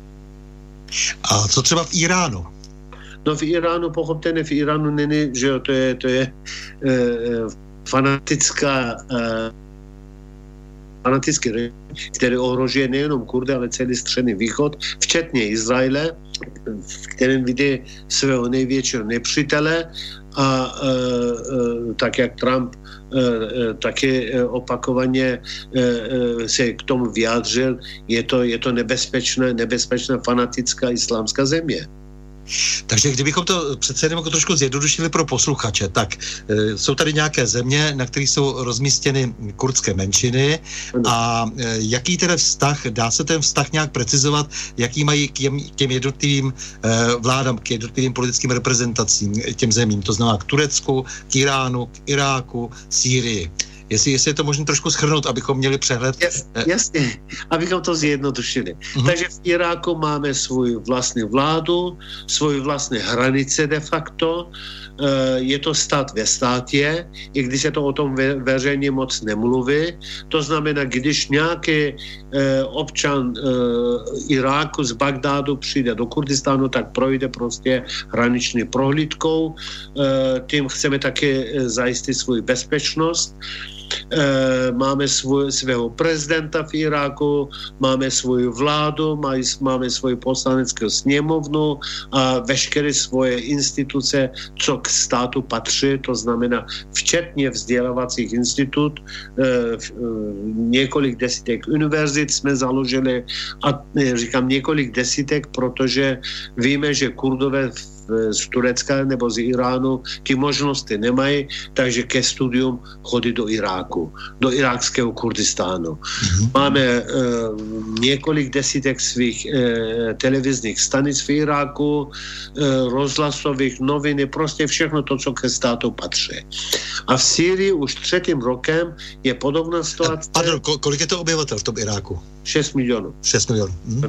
A co třeba v Iránu? No v Iránu, pochopitelně v Iránu není, že to je, to je e, fanatická e, fanatický režim, který ohrožuje nejenom Kurdy, ale celý střední východ, včetně Izraele, v kterém vidí svého největšího nepřítele a e, e, tak jak Trump e, taky opakovaně e, se k tomu vyjádřil, je to, je to nebezpečná, nebezpečná fanatická islámská země. Takže kdybychom to přece jenom jako trošku zjednodušili pro posluchače, tak e, jsou tady nějaké země, na kterých jsou rozmístěny kurdské menšiny a e, jaký tedy vztah, dá se ten vztah nějak precizovat, jaký mají k těm, těm jednotlivým e, vládám, k jednotlivým politickým reprezentacím těm zemím, to znamená k Turecku, k Iránu, k Iráku, Sýrii. Jestli, jestli je to možné trošku shrnout, abychom měli přehled. Jas, jasně, abychom to zjednodušili. Uh-huh. Takže v Iráku máme svou vlastní vládu, svou vlastní hranice de facto. Je to stát ve státě, i když se to o tom ve, veřejně moc nemluví. To znamená, když nějaký občan Iráku z Bagdádu přijde do Kurdistánu, tak projde prostě hraniční prohlídkou. Tím chceme také zajistit svou bezpečnost. Máme svůj, svého prezidenta v Iráku, máme svou vládu, máme svoji poslaneckou sněmovnu a veškeré svoje instituce, co k státu patří, to znamená včetně vzdělávacích institut, několik desítek univerzit jsme založili a říkám několik desítek, protože víme, že Kurdové z Turecka nebo z Iránu ty možnosti nemají, takže ke studium chodí do Iráku, do iráckého Kurdistánu. Mm-hmm. Máme uh, několik desítek svých uh, televizních stanic v Iráku, uh, rozhlasových noviny, prostě všechno to, co ke státu patří. A v Sýrii už třetím rokem je podobná situace. Pardon, kolik je to obyvatel v tom Iráku? šest milionů. šest milionů. Mhm.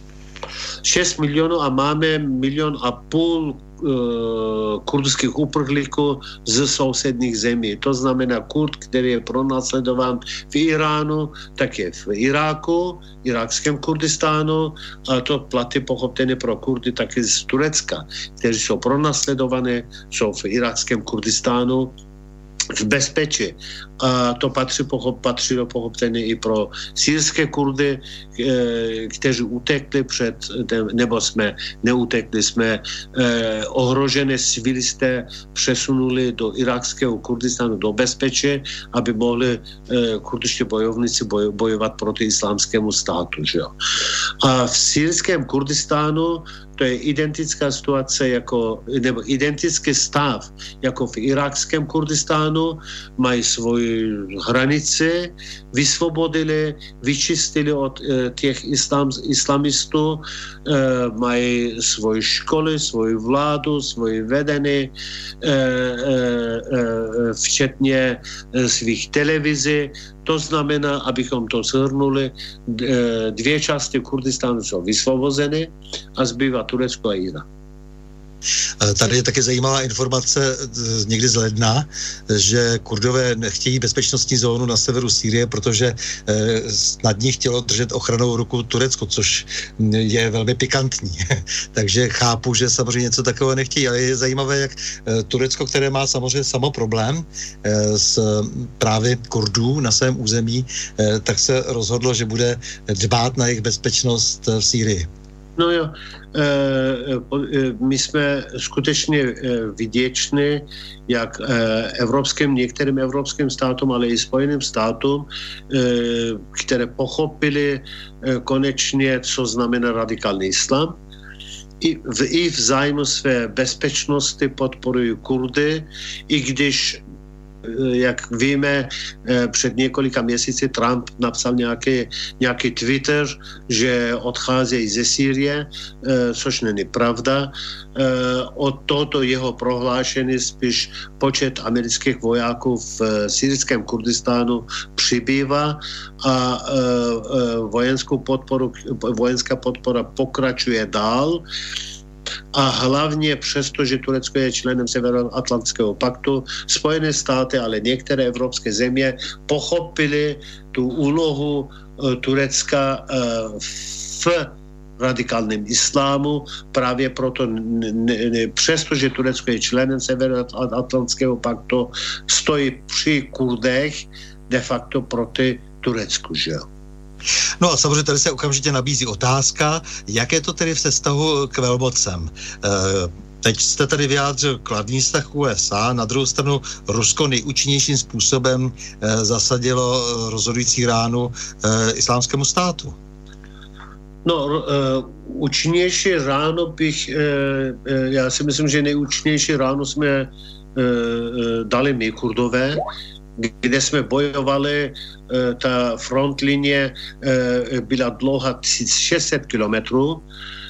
šest milionů a máme milion a půl uh, kurdských uprchlíků z sousedních zemí. To znamená Kurd, který je pronásledován v Iránu, tak je v Iráku, iráckém Kurdistánu a to platí pochopitelně pro Kurdy taky z Turecka, kteří jsou pronásledované, jsou v iráckém Kurdistánu v bezpečí. A to patří, pochop, patřilo pochopitelně i pro syrské Kurdy, kteří utekli před, nebo jsme neutekli, jsme eh, ohrožené civilisté přesunuli do iráckého Kurdistánu do bezpečí, aby mohli eh, kurdští bojovníci boj, bojovat proti islámskému státu. Že jo? A v syrském Kurdistánu to je identická situace jako, nebo identický stav jako v iráckém Kurdistánu, mají svoji hranici, vysvobodili, vyčistili od e, těch islám, islamistů, e, mají svoje školy, svoji vládu, svoji vedení, e, e, e, včetně e, svých televizí. To znamená, abychom to shrnuli, dvě části Kurdistánu jsou vysvobozeny a zbývá Turecko a Irán. Tady je taky zajímavá informace někdy z ledna, že Kurdové chtějí bezpečnostní zónu na severu Sýrie, protože nad ní chtělo držet ochranou ruku Turecko, což je velmi pikantní. Takže chápu, že samozřejmě něco takového nechtějí, ale je zajímavé, jak Turecko, které má samozřejmě samo problém s právě Kurdů na svém území, tak se rozhodlo, že bude dbát na jejich bezpečnost v Sýrii. No jo, my jsme skutečně vděční jak evropským, některým evropským státům, ale i Spojeným státům, které pochopili konečně, co znamená radikální islám. I v, i v zájmu své bezpečnosti podporují Kurdy, i když jak víme, před několika měsíci Trump napsal nějaký, nějaký Twitter, že odcházejí ze Sýrie, což není pravda. Od tohoto jeho prohlášení spíš počet amerických vojáků v syrském Kurdistánu přibývá a vojenskou podporu, vojenská podpora pokračuje dál. A hlavně přesto, že Turecko je členem Severoatlantického paktu, Spojené státy, ale některé evropské země pochopili tu úlohu Turecka v radikálním islámu. Právě proto, přesto, že Turecko je členem Severoatlantického paktu, stojí při Kurdech de facto proti Turecku, že jo. No a samozřejmě tady se okamžitě nabízí otázka, jak je to tedy v vztahu k velmocem. E, teď jste tady vyjádřil kladný vztah U S A, na druhou stranu Rusko nejúčinnějším způsobem e, zasadilo rozhodující ránu e, islámskému státu. No, uh, účinnější ráno bych, uh, uh, já si myslím, že nejúčinnější ráno jsme uh, uh, dali my, Kurdové, kde jsme bojovali, ta frontlinie byla dlouhá tisíc šest set kilometrů,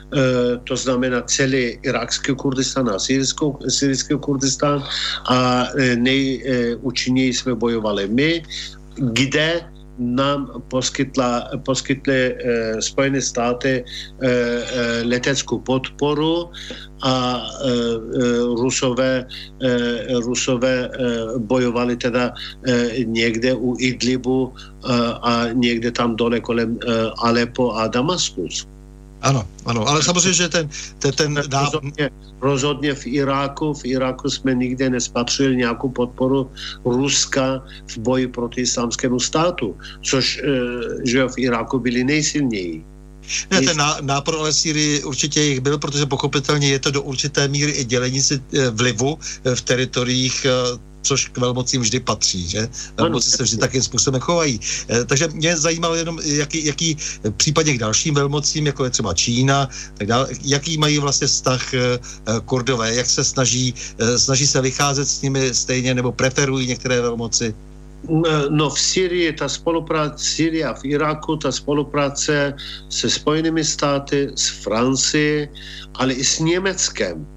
to znamená celý irácký Kurdistán a syrijský Kurdistán a nejúčinněji jsme bojovali my, kde nám poskytla, poskytly eh, Spojené státy eh, eh, leteckou podporu a eh, Rusové, eh, Rusové eh, bojovali teda eh, někde u Idlibu eh, a někde tam dole kolem eh, Alepo a Damaskus. Ano, ano, ale samozřejmě, že ten... ten, ten dá... rozhodně, rozhodně v Iráku, v Iráku jsme nikde nespatřili nějakou podporu Ruska v boji proti islámskému státu, což že v Iráku byli nejsilněji. Ne, ten ná, nápor ale Sýrii určitě jich byl, protože pochopitelně je to do určité míry i dělení si vlivu v teritoriích, což k velmocím vždy patří, že? Velmoci se vždy takým způsobem chovají. Takže mě zajímalo jenom, jaký, jaký případně k dalším velmocím, jako je třeba Čína, tak dále, jaký mají vlastně vztah Kurdové, jak se snaží, snaží se vycházet s nimi stejně, nebo preferují některé velmoci? No v Syrii ta spolupráce, Syrii a v Iráku ta spolupráce se Spojenými státy, s Francií, ale i s Německem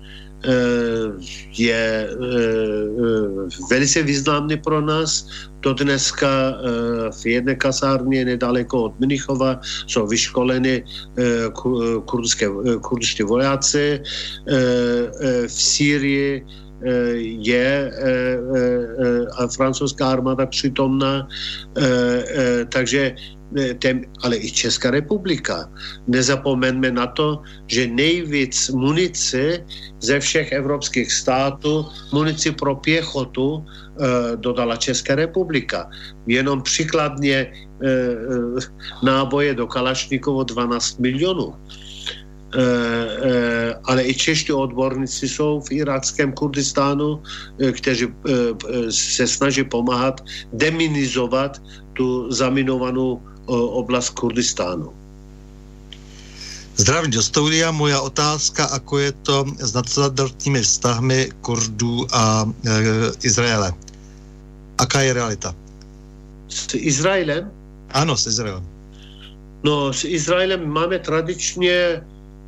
je velice významný pro nás. To dneska v jedné kasárně nedaleko od Mnichova jsou vyškoleni kurdské, kurdští vojáci. V Sýrii je a francouzská armáda přítomná, takže Tém, ale i Česká republika. Nezapomeňme na to, že nejvíc munici ze všech evropských států, munici pro pěchotu e, dodala Česká republika. Jenom příkladně e, e, náboje do Kalašníkovu dvanáct milionů. E, e, ale i čeští odborníci jsou v iráckém Kurdistánu, e, kteří e, se snaží pomáhat deminizovat tu zaminovanou oblast Kurdistánu. Zdravím do studia. Moja otázka, ako je to s nadstandardními vztahmi Kurdů a e, Izraele. Aká je realita? S Izraelem? Ano, s Izraelem. No, s Izraelem máme tradičně e,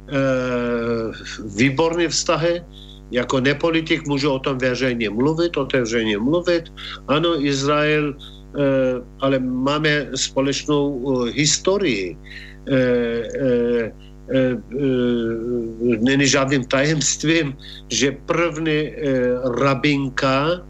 výborné vztahy. Jako nepolitik můžu o tom veřejně mluvit, otevřeně mluvit. Ano, Izrael Uh, ale máme společnou uh, historii. Uh, uh, uh, uh, není žádným tajemstvím, že první uh, rabinka uh, uh,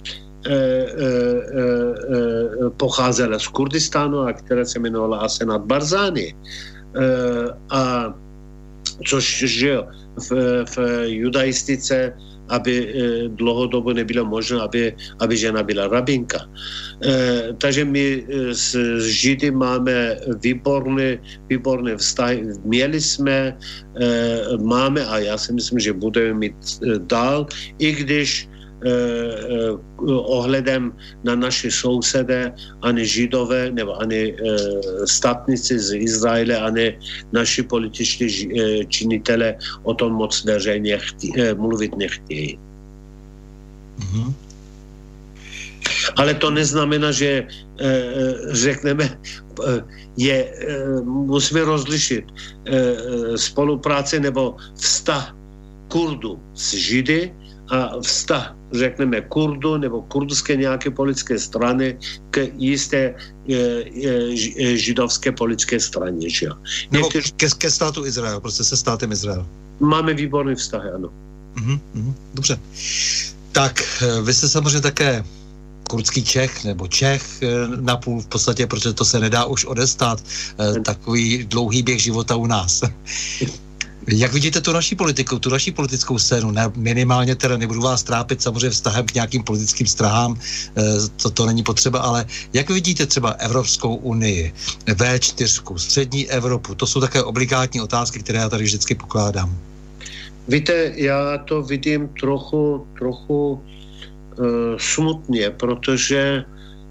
uh, uh, pocházela z Kurdistánu, a která se jmenovala Asenat Barzani. Uh, a což že v, v judaistice, aby dlouhodobu nebylo možné, aby, aby žena byla rabinka. E, takže my s Židy máme výborné, výborné vztahy. Měli jsme, e, máme a já si myslím, že budeme mít dál, i když e, e, ohledem na naše sousede ani Židové, nebo ani e, statníci z Izraele, ani naši političtí e, činitele o tom moc veřejně chtí, e, mluvit nechtějí. Mm-hmm. Ale to neznamená, že e, řekneme, je, e, musíme rozlišit e, spolupráce nebo vztah Kurdů s Židy a vztah, řekneme, Kurdu nebo kurdské nějaké politické strany k jisté e, e, židovské politické straně. Že? Nebo Někteří... ke, ke státu Izrael, prostě se státem Izrael. Máme výborný vztah, ano. Mm-hmm, mm-hmm, dobře. Tak, vy jste samozřejmě také kurdský Čech, nebo Čech napůl v podstatě, protože to se nedá už odestát, takový dlouhý běh života u nás. Jak vidíte tu naší politiku, tu naší politickou scénu? Ne, minimálně teda nebudu vás trápit samozřejmě vztahem k nějakým politickým strahám, to, to není potřeba, ale jak vidíte třeba Evropskou unii, vé čtyři, střední Evropu? To jsou také obligátní otázky, které já tady vždycky pokládám. Víte, já to vidím trochu, trochu uh, smutně, protože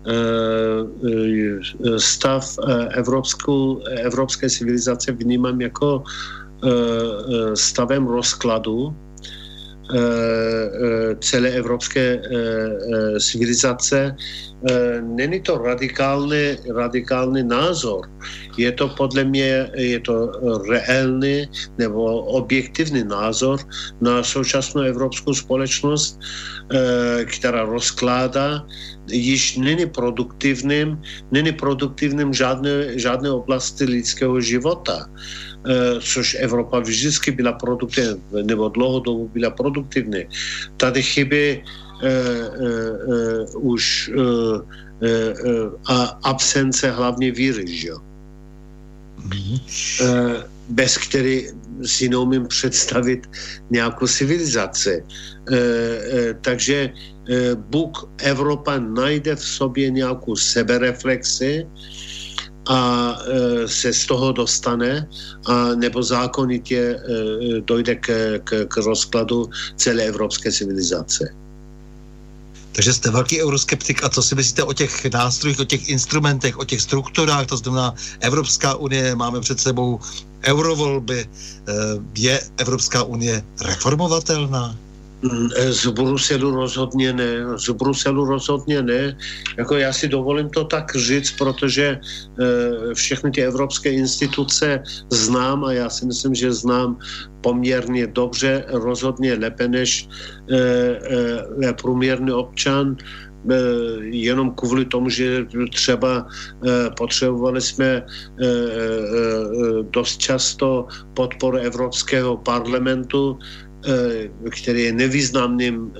uh, stav uh, evropskou, evropské civilizace vnímám jako stavem rozkladu. celé evropské civilizace. Není to radikální, radikální názor. Je to podle mě je to reálný nebo objektivní názor na současnou evropskou společnost, která rozkládá, již není produktivním, není produktivním žádné, žádné oblasti lidského života. Což Evropa vždycky byla produktivní, nebo dlouhodobu byla produktivní. Tady chybí uh, uh, uh, už uh, uh, uh, absence hlavně víry, že jo? Mm-hmm. Uh, bez které si neumím představit nějakou civilizaci. Uh, uh, takže uh, Bůh Evropa najde v sobě nějakou sebereflexi a e, se z toho dostane, a nebo zákonitě e, dojde k, k, k rozkladu celé evropské civilizace. Takže jste velký euroskeptik. A co si myslíte o těch nástrojích, o těch instrumentech, o těch strukturách? To znamená Evropská unie, máme před sebou eurovolby. Je Evropská unie reformovatelná? Z Bruselu rozhodně ne. Z Bruselu rozhodně ne. Jako já si dovolím to tak říct, protože e, všechny ty evropské instituce znám a já si myslím, že znám poměrně dobře, rozhodně lépe než e, e, průměrný občan. E, jenom kvůli tomu, že třeba e, potřebovali jsme e, e, dost často podporu Evropského parlamentu, který je nevýznamným,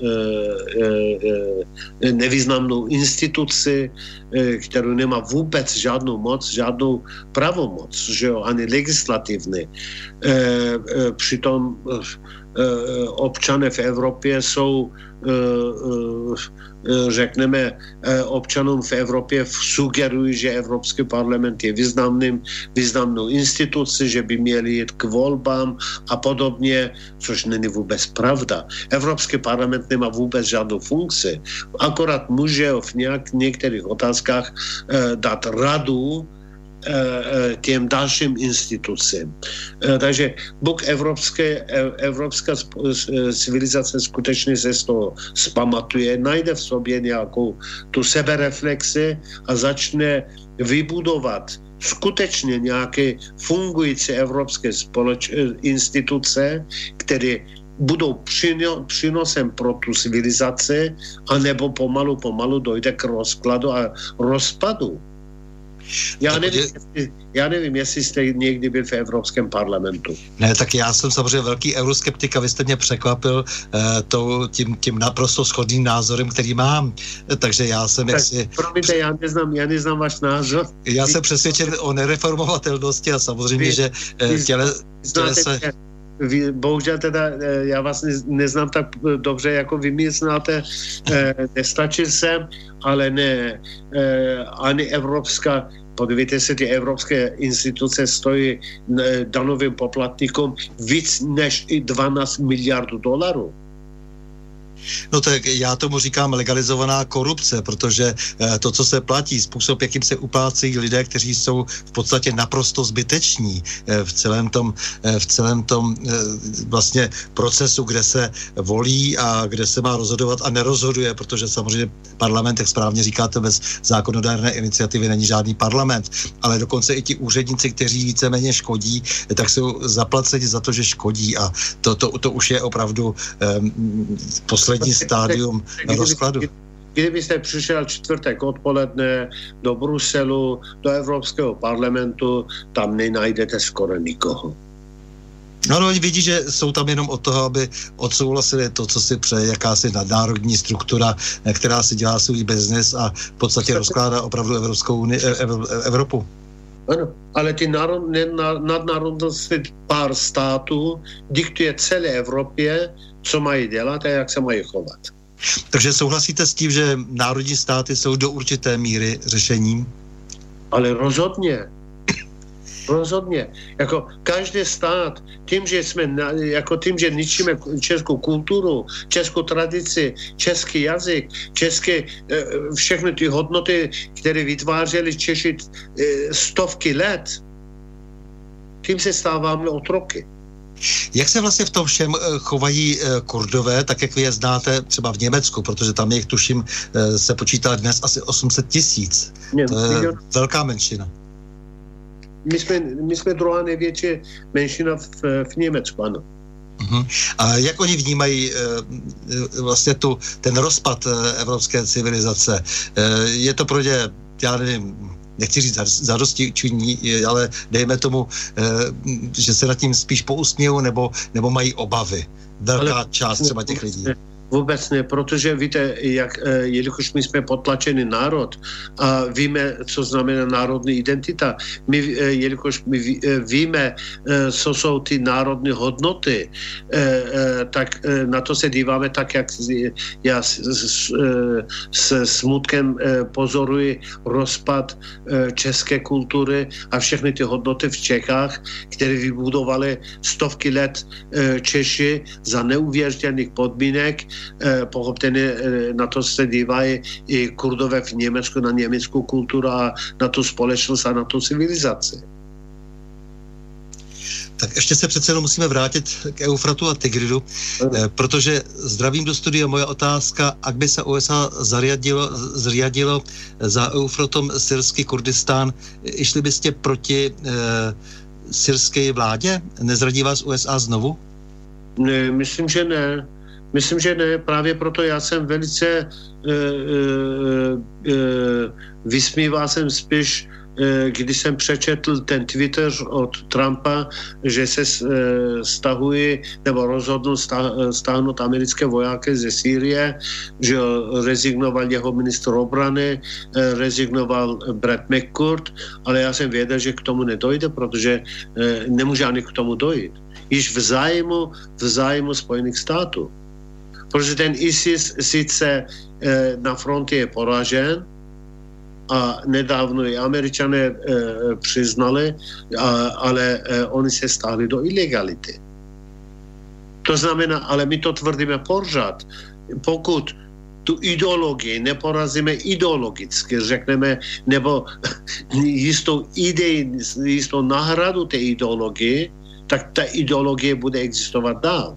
nevýznamnou instituci, kterou nemá vůbec žádnou moc, žádnou pravomoc, že jo, ani legislativní. Přitom občané v Evropě jsou, řekneme, občanům v Evropě sugerují, že Evropský parlament je významným, významnou institucí, že by měli jít k volbám a podobně, což není vůbec pravda. Evropský parlament nemá vůbec žádnou funkci. Akorát může v nějak, některých otázkách dát radu těm dalším institucím. Takže Bůh evropské, evropská civilizace skutečně se z toho spamatuje, najde v sobě nějakou tu sebereflexi a začne vybudovat skutečně nějaké fungující evropské společ, instituce, které budou přino, přínosem pro tu civilizaci, anebo pomalu, pomalu dojde k rozkladu a rozpadu. Já nevím, jestli, já nevím, jestli jste někdy byl v Evropském parlamentu. Ne, tak já jsem samozřejmě velký euroskeptik a vy jste mě překvapil eh, to, tím, tím naprosto shodným názorem, který mám. Takže já jsem tak, jaksi... Promiňte, já neznám, já neznám váš názor. Já jsem přesvědčen o nereformovatelnosti a samozřejmě, vy, že eh, těle, těle se... Vy, bohužel teda já vás ne, neznám tak dobře, jako vy mě znáte, eh, nestačil jsem, ale ne, eh, ani evropská, podívejte se, ty evropské instituce stojí danovým poplatníkům víc než dvanáct miliardů dolarů. No tak já tomu říkám legalizovaná korupce, protože to, co se platí, způsob, jakým se uplácejí lidé, kteří jsou v podstatě naprosto zbyteční v celém tom, v celém tom vlastně procesu, kde se volí a kde se má rozhodovat a nerozhoduje, protože samozřejmě parlament, jak správně říkáte, bez zákonodárné iniciativy není žádný parlament, ale dokonce i ti úředníci, kteří víceméně škodí, tak jsou zaplaceni za to, že škodí a to, to, to už je opravdu um, poslední stádium rozkladu. Kdybyste přišel čtvrtek odpoledne do Bruselu, do Evropského parlamentu, tam nenajdete skoro nikoho. No, no, oni vidí, že jsou tam jenom od toho, aby odsouhlasili to, co si přeje, jakási nadnárodní struktura, která si dělá svůj biznes a v podstatě rozkládá opravdu Evropskou unii, Evropu. Ano, ale ty nadnárodnosti pár států diktuje celé Evropě, co mají dělat a jak se mají chovat. Takže souhlasíte s tím, že národní státy jsou do určité míry řešením? Ale rozhodně. Rozhodně. Jako každý stát, tím, že jsme, jako tím, že ničíme českou kulturu, českou tradici, český jazyk, české, všechny ty hodnoty, které vytvářeli Češi stovky let, tím se stáváme otroky. Jak se vlastně v tom všem chovají Kurdové, tak jak vy je znáte třeba v Německu, protože tam jich tuším se počítá dnes asi osm set tisíc. To je velká menšina. My jsme, my jsme druhá největší menšina v, v Německu, ano. Uh-huh. A jak oni vnímají uh, vlastně tu, ten rozpad uh, evropské civilizace? Uh, je to pro ně, já nevím, nechci říct zadostiučinění, ale dejme tomu, uh, že se nad tím spíš pousmějou nebo, nebo mají obavy. Velká ale část třeba těch lidí. Vůbec ne, protože víte, jak, jelikož my jsme potlačený národ a víme, co znamená národní identita, my, jelikož my víme, co jsou ty národní hodnoty, tak na to se díváme tak, jak já s smutkem pozoruji rozpad české kultury a všechny ty hodnoty v Čechách, které vybudovali stovky let Češi za neuvěřitelných podmínek. Pochopitelně na to se dívají i Kurdové v Německu, na německou kulturu a na tu společnost a na tu civilizaci. Tak ještě se přece jenom musíme vrátit k Eufratu a Tigridu, eh, protože zdravím do studia moje otázka, ak by se U S A zariadilo, zriadilo za Eufratom syrský Kurdistán, išli byste proti eh, syrské vládě? Nezradí vás U S A znovu? Ne, myslím, že ne. Myslím, že ne, právě proto já jsem velice e, e, e, vysmíval jsem spíš, e, když jsem přečetl ten Twitter od Trumpa, že se e, stahují nebo rozhodnou stáhnout americké vojáky ze Sýrie, že rezignoval jeho ministr obrany, e, rezignoval Brett McCourt, ale já jsem věděl, že k tomu nedojde, protože e, nemůže ani k tomu dojít. Již v zájmu, v zájmu Spojených států. Protože ten ISIS sice e, na frontě je poražen a nedávno i Američané e, přiznali, a, ale e, oni se stáhli do ilegality. To znamená, ale my to tvrdíme pořád, pokud tu ideologii neporazíme ideologicky, řekneme, nebo jistou idei, jistou náhradu té ideologii, tak ta ideologie bude existovat dál.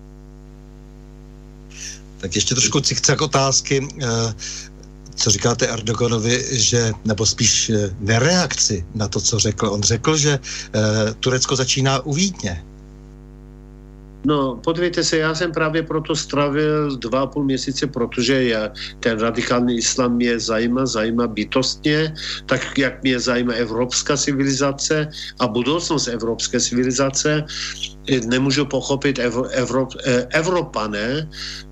Tak ještě trošku cikcak otázky. Co říkáte Erdoganovi, že, nebo spíš nereakci na to, co řekl? On řekl, že Turecko začíná u Vídně. No, podívejte se, já jsem právě proto strávil dva a půl měsíce, protože já, ten radikální islám mě zajímá, zajímá bytostně, tak jak mě zajímá evropská civilizace a budoucnost evropské civilizace. Nemůžu pochopit Evro, Evro, Evropané,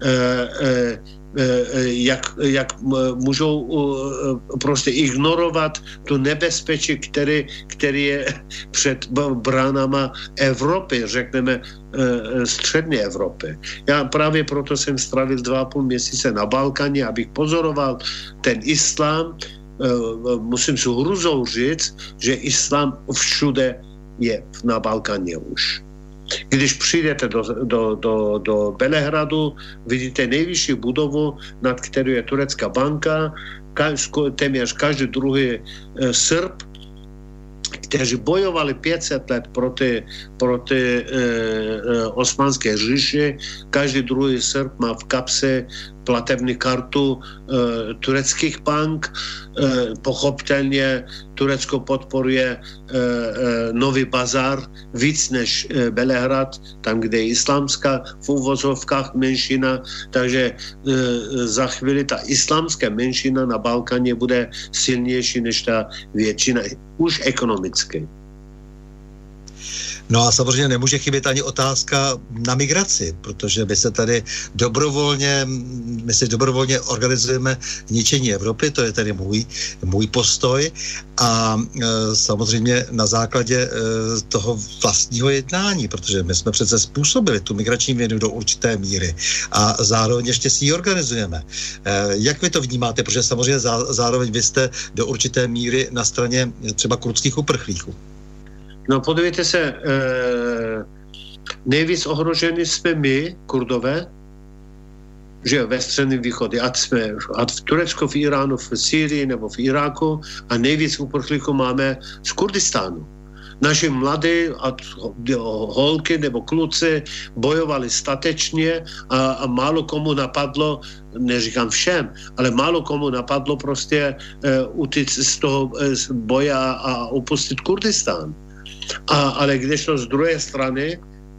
jak, jak můžou prostě ignorovat tu nebezpečí, který, který je před bránama Evropy, řekneme střední Evropy. Já právě proto jsem strávil dva a půl měsíce na Balkáně, abych pozoroval ten islám. Musím s hrůzou říct, že islám všude je na Balkáně už. Když přijdete do, do, do, do Belehradu, vidíte nejvyšší budovu, nad kterou je turecká banka, kaž, téměř každý druhý e, Srb, kteří bojovali pět set let proti, proti e, e, osmanské říši, každý druhý Srb má v kapse platební kartu e, tureckých bank. E, pochopitelně Turecko podporuje e, e, Nový bazar víc než e, Belehrad, tam, kde je islámská v uvozovkách menšina, takže e, za chvíli ta islámská menšina na Balkáně bude silnější než ta většina, už ekonomicky. No a samozřejmě nemůže chybět ani otázka na migraci, protože my se tady dobrovolně, my si dobrovolně organizujeme ničení Evropy, to je tedy můj, můj postoj a e, samozřejmě na základě e, toho vlastního jednání, protože my jsme přece způsobili tu migrační vlnu do určité míry a zároveň ještě si ji organizujeme. E, jak vy to vnímáte, protože samozřejmě zá, zároveň vy jste do určité míry na straně třeba kurdských uprchlíků? No podívejte se, e, nejvíc ohroženi jsme my, Kurdové, že ve středním východě, ať jsme ať v Turecku, v Iránu, v Sýrii nebo v Iráku a nejvíc uprchlíků máme z Kurdistánu. Naši mladí a holky nebo kluci bojovali statečně a, a málo komu napadlo, neříkám všem, ale málo komu napadlo prostě uh, utíct z toho uh, boje a, a opustit Kurdistán. A, ale kdežto z druhé strany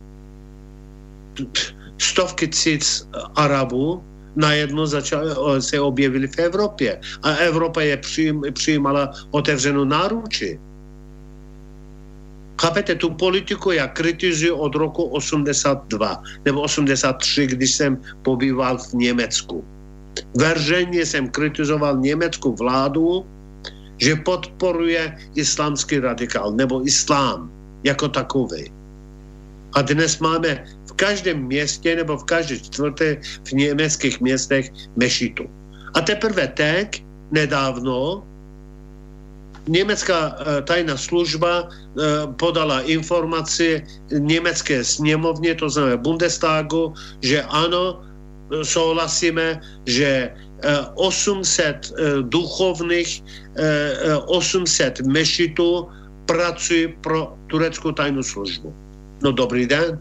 stovky tisíc Arabů najednou začali, se objevili v Evropě. A Evropa je přijím, přijímala otevřenou náruči. Chápete, tu politiku já kritizuji od roku osmdesát dva nebo osmdesát tři, když jsem pobýval v Německu. Veřejně jsem kritizoval německou vládu, že podporuje islámský radikál nebo islám jako takový. A dnes máme v každém městě nebo v každé čtvrté v německých městech mešitu. A teprve teď, nedávno, německá tajná služba podala informaci německé sněmovně, to znamená Bundestagu, že ano, souhlasíme, že osm set duchovných, osm set mešitů pracují pro tureckou tajnou službu. No dobrý den.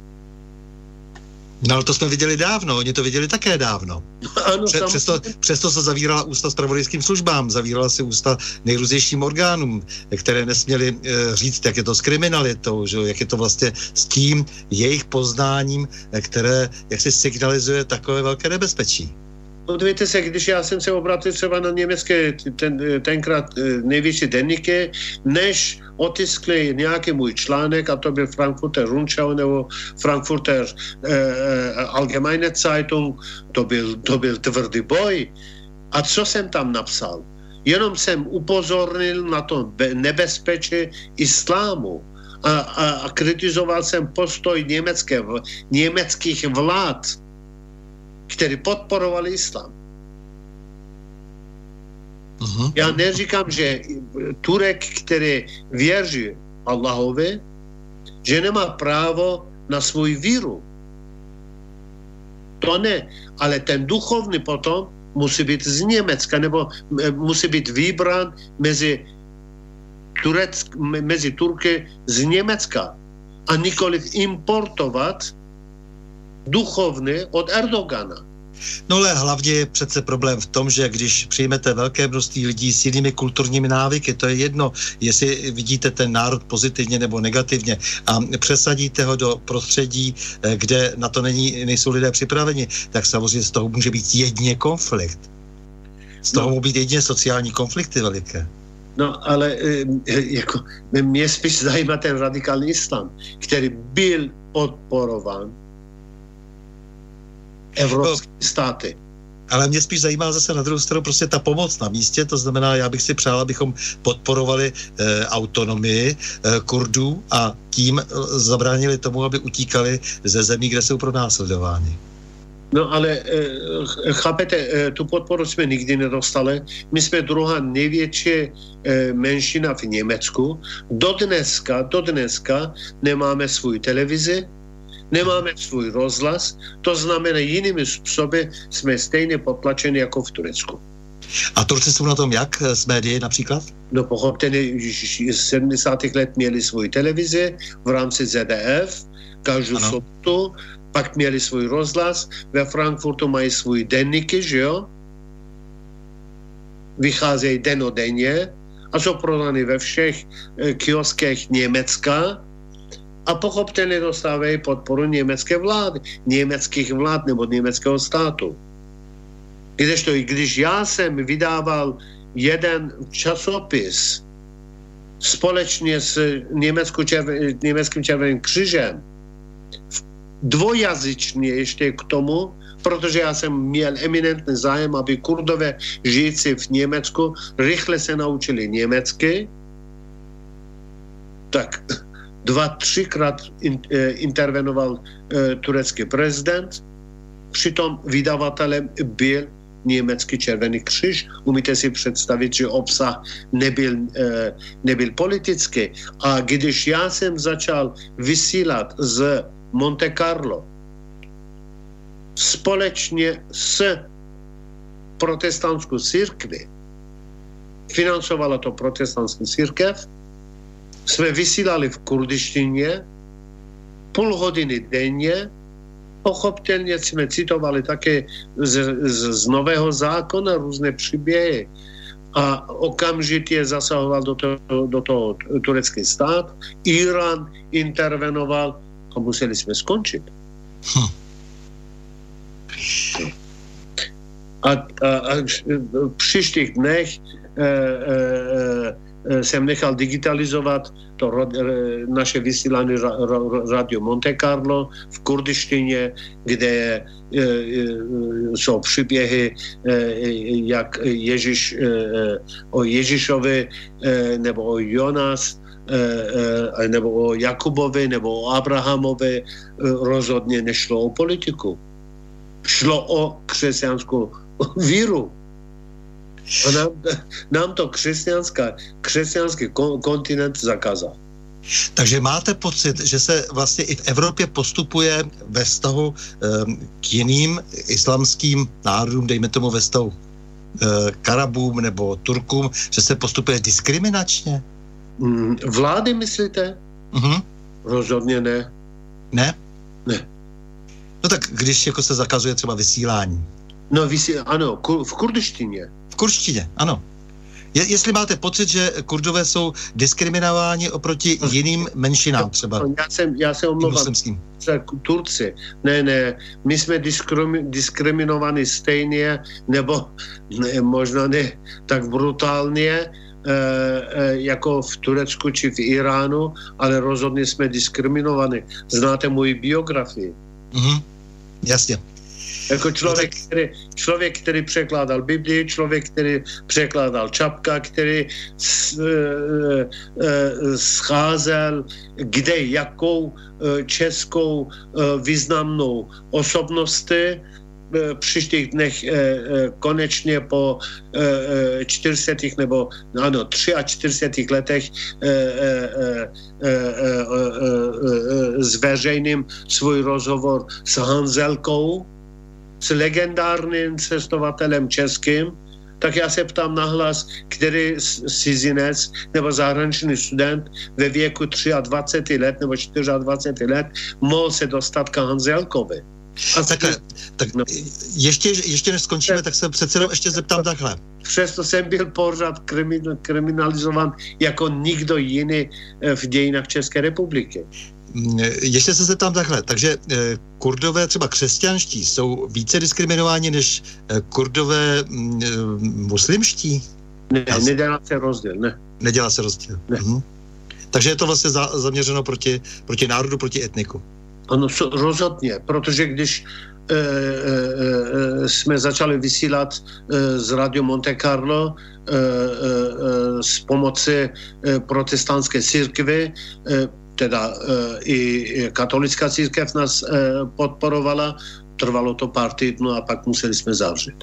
No ale to jsme viděli dávno, oni to viděli také dávno. Ano, Pře- přesto, přesto se zavírala ústa zpravodajským službám, zavírala se ústa nejrůznějším orgánům, které nesměly e, říct, jak je to s kriminalitou, že, jak je to vlastně s tím jejich poznáním, které jak si signalizuje takové velké nebezpečí. Podívejte se, když já jsem se obrátil třeba na německé ten, tenkrát největší denníky, než otiskli nějaký můj článek, a to byl Frankfurter Rundschau nebo Frankfurter eh, Allgemeine Zeitung, to byl, to byl tvrdý boj. A co jsem tam napsal? Jenom jsem upozornil na to nebezpečí islámu a, a, a kritizoval jsem postoj německé, německých vlád, kteří podporovali islám. Uh-huh. Já neříkám, že Turek, který věří Allahovi, že nemá právo na svou víru. To ne, ale ten duchovní potom musí být z Německa, nebo musí být vybrán mezi, Tureck, mezi Turky z Německa a nikoliv importovat duchovny od Erdogana. No ale hlavně je přece problém v tom, že když přijmete velké množství lidí s jinými kulturními návyky, to je jedno, jestli vidíte ten národ pozitivně nebo negativně a přesadíte ho do prostředí, kde na to není, nejsou lidé připraveni, tak samozřejmě z toho může být jedině konflikt. Z toho no. můžou být jedině sociální konflikty veliké. No, ale jako, mě spíš zajímá ten radikální islám, který byl podporován evropské no, státy. Ale mě spíš zajímá zase na druhou stranu prostě ta pomoc na místě, to znamená, já bych si přál, abychom podporovali e, autonomii e, Kurdů a tím e, zabránili tomu, aby utíkali ze zemí, kde jsou pronásledováni. No ale e, chápete, e, tu podporu jsme nikdy nedostali. My jsme druhá největší e, menšina v Německu. Do dneska, do dneska nemáme svou televizi, nemáme svůj rozhlas, to znamená jinými způsoby jsme stejně potlačeni jako v Turecku. A Turci jsou na tom jak s médii například? No pochopitelně, z sedmdesátých let měli svou televizi v rámci Z D F, každou sobotu, pak měli svůj rozhlas, ve Frankfurtu mají svůj denníky, že jo? Vycházejí denodenně a jsou prodány ve všech e, kioskech Německa a pochopitelně dostávají podporu německé vlády, německých vlád nebo německého státu. Kdežto, když já jsem vydával jeden časopis společně s červen, německým Červeným křížem, dvojazyčně ještě k tomu, protože já jsem měl eminentní zájem, aby Kurdové žijící v Německu rychle se naučili německy, tak dva, třikrát in, eh, intervenoval eh, turecký prezident, přitom vydavatelem byl německý Červený kříž. Umíte si představit, že obsah nebyl, eh, nebyl politický. A když já jsem začal vysílat z Monte Carlo společně s protestantskou církví, financovala to protestantskou církev, jsme vysílali v kurdištině půl hodiny denně. Pochopitelně jsme citovali také z, z, z Nového zákona různé příběhy a okamžitě zasahoval do toho, do toho turecký stát. Irán intervenoval a museli jsme skončit. Hm. A, a, a v příštích dnech e, e, jsem nechal digitalizovat to naše vysílání Radio Monte Carlo v kurdištině, kde e, e, jsou příběhy e, jak Ježíš, e, o Ježíšovi e, nebo o Jonas, e, e, nebo o Jakubovi nebo o Abrahamovi. E, rozhodně nešlo o politiku. Šlo o křesťanskou víru. A nám, nám to křesťanská, křesťanský kontinent zakázal. Takže máte pocit, že se vlastně i v Evropě postupuje ve vztahu um, k jiným islamským národům, dejme tomu ve vztahu uh, k Arabům nebo Turkům, že se postupuje diskriminačně? Mm, vlády myslíte? Uh-huh. Rozhodně ne. Ne? Ne. No tak když jako se zakazuje třeba vysílání. No vysí, ano, kur, v kurdištině. V kurdištině, ano. Je, jestli máte pocit, že Kurdové jsou diskriminováni oproti jiným menšinám třeba. Já jsem, já se omlouvám. Turci. Ne, ne, my jsme diskrimi, diskriminovaní stejně, nebo ne, možná ne tak brutálně, e, e, jako v Turecku či v Iránu, ale rozhodně jsme diskriminovaní. Znáte moji biografii? Mhm, jasně. Jako člověk, který, člověk, který překládal Biblii, člověk, který překládal Čapka, který s, e, e, scházel kde jakou e, českou e, významnou osobnosti. V příštích dnech e, e, konečně po e, čtyřiceti nebo ano, čtyřiceti letech e, e, e, e, e, zveřejním svůj rozhovor s Hanzelkou, s legendárním cestovatelem českým, tak já se ptám nahlas, který cizinec nebo zahraniční student ve věku dvacet tři let nebo dvacet čtyři let mohl se dostat k Hanzelkovi. A takhle, tak no. ještě, ještě než skončíme, tak se přece jenom ještě zeptám takhle. Přesto jsem byl pořád krimin, kriminalizovan jako nikdo jiný v dějinách České republiky. Ještě se zeptám takhle, takže eh, Kurdové třeba křesťanští jsou více diskriminováni než eh, Kurdové eh, muslimští? Ne, Já nedělá se rozdíl, ne. Nedělá se rozdíl. Ne. Mhm. Takže je to vlastně za, zaměřeno proti, proti národu, proti etniku. Ano, rozhodně, protože když e, e, e, jsme začali vysílat e, z Radio Monte Carlo e, e, s pomocí e, protestantské církvy, e, teda e, i katolická církev nás e, podporovala, trvalo to pár týdnů a pak museli jsme zavřít.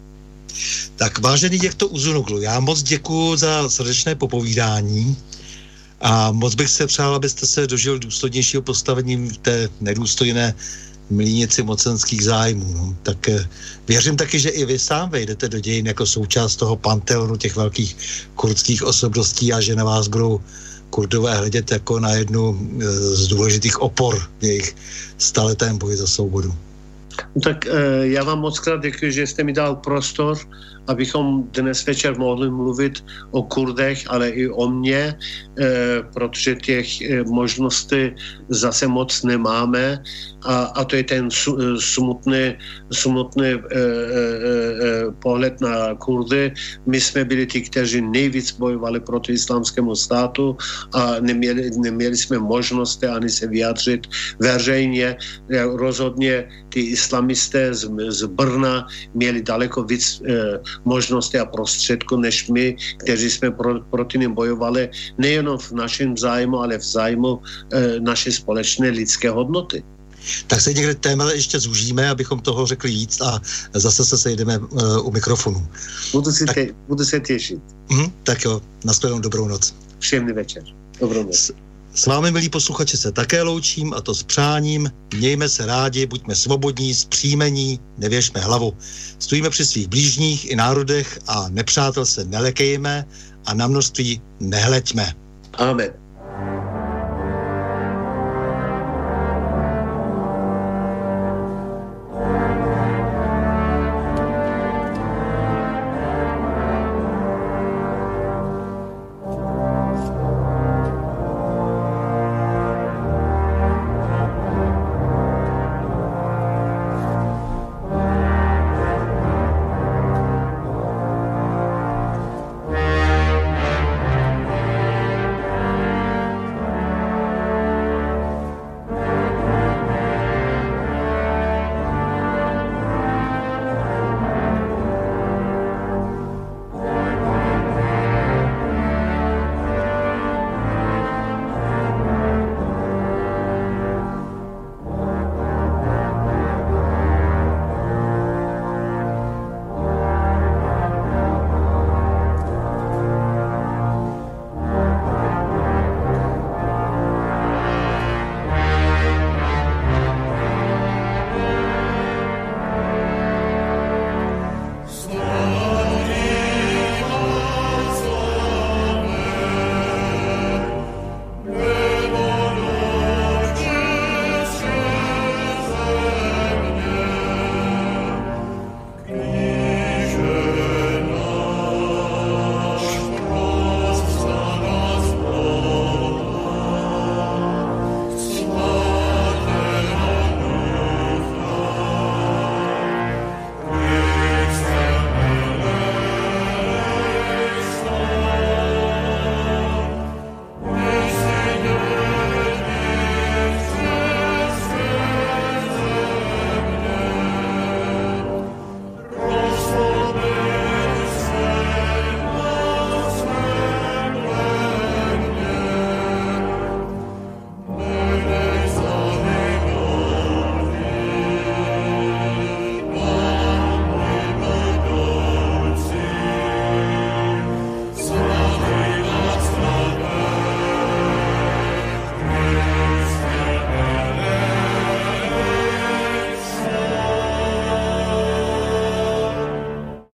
Tak vážený Jehto Uzunoglu, já moc děkuju za srdečné popovídání. A moc bych se přál, abyste se dožil důstojnějšího postavení v té nedůstojné mlýnici mocenských zájmů. No. Tak eh, věřím taky, že i vy sám vejdete do dějin jako součást toho panteonu těch velkých kurdských osobností a že na vás budou Kurdové hledět jako na jednu eh, z důležitých opor v jejich staletém boji za svobodu. Tak eh, já vám moc krát děkuji, že jste mi dal prostor, abychom dnes večer mohli mluvit o Kurdech, ale i o mně, e, protože těch e, možností zase moc nemáme a, a to je ten su, smutný, smutný e, e, e, pohled na Kurdy. My jsme byli ti, kteří nejvíc bojovali proti islámskému státu a neměli, neměli jsme možnosti ani se vyjádřit veřejně. Rozhodně ty islamisté z, z Brna měli daleko víc e, možnosti a prostředku než my, kteří jsme pro, proti ním bojovali nejenom v našem zájmu, ale v zájmu e, naší společné lidské hodnoty. Tak se někde téma ještě zúžíme, abychom toho řekli víc a zase se sejdeme uh, u mikrofonu. Budu, si tak, te, budu se těšit. Uh, tak jo, nashledanou, dobrou noc. Příjemný večer. Dobrou noc. S, s vámi, milí posluchači, se také loučím a to s přáním. Mějme se rádi, buďme svobodní, zpříjmení, nevěšme hlavu. Stojíme při svých blížních i národech a nepřátel se nelekejme a na množství nehleďme. Amen.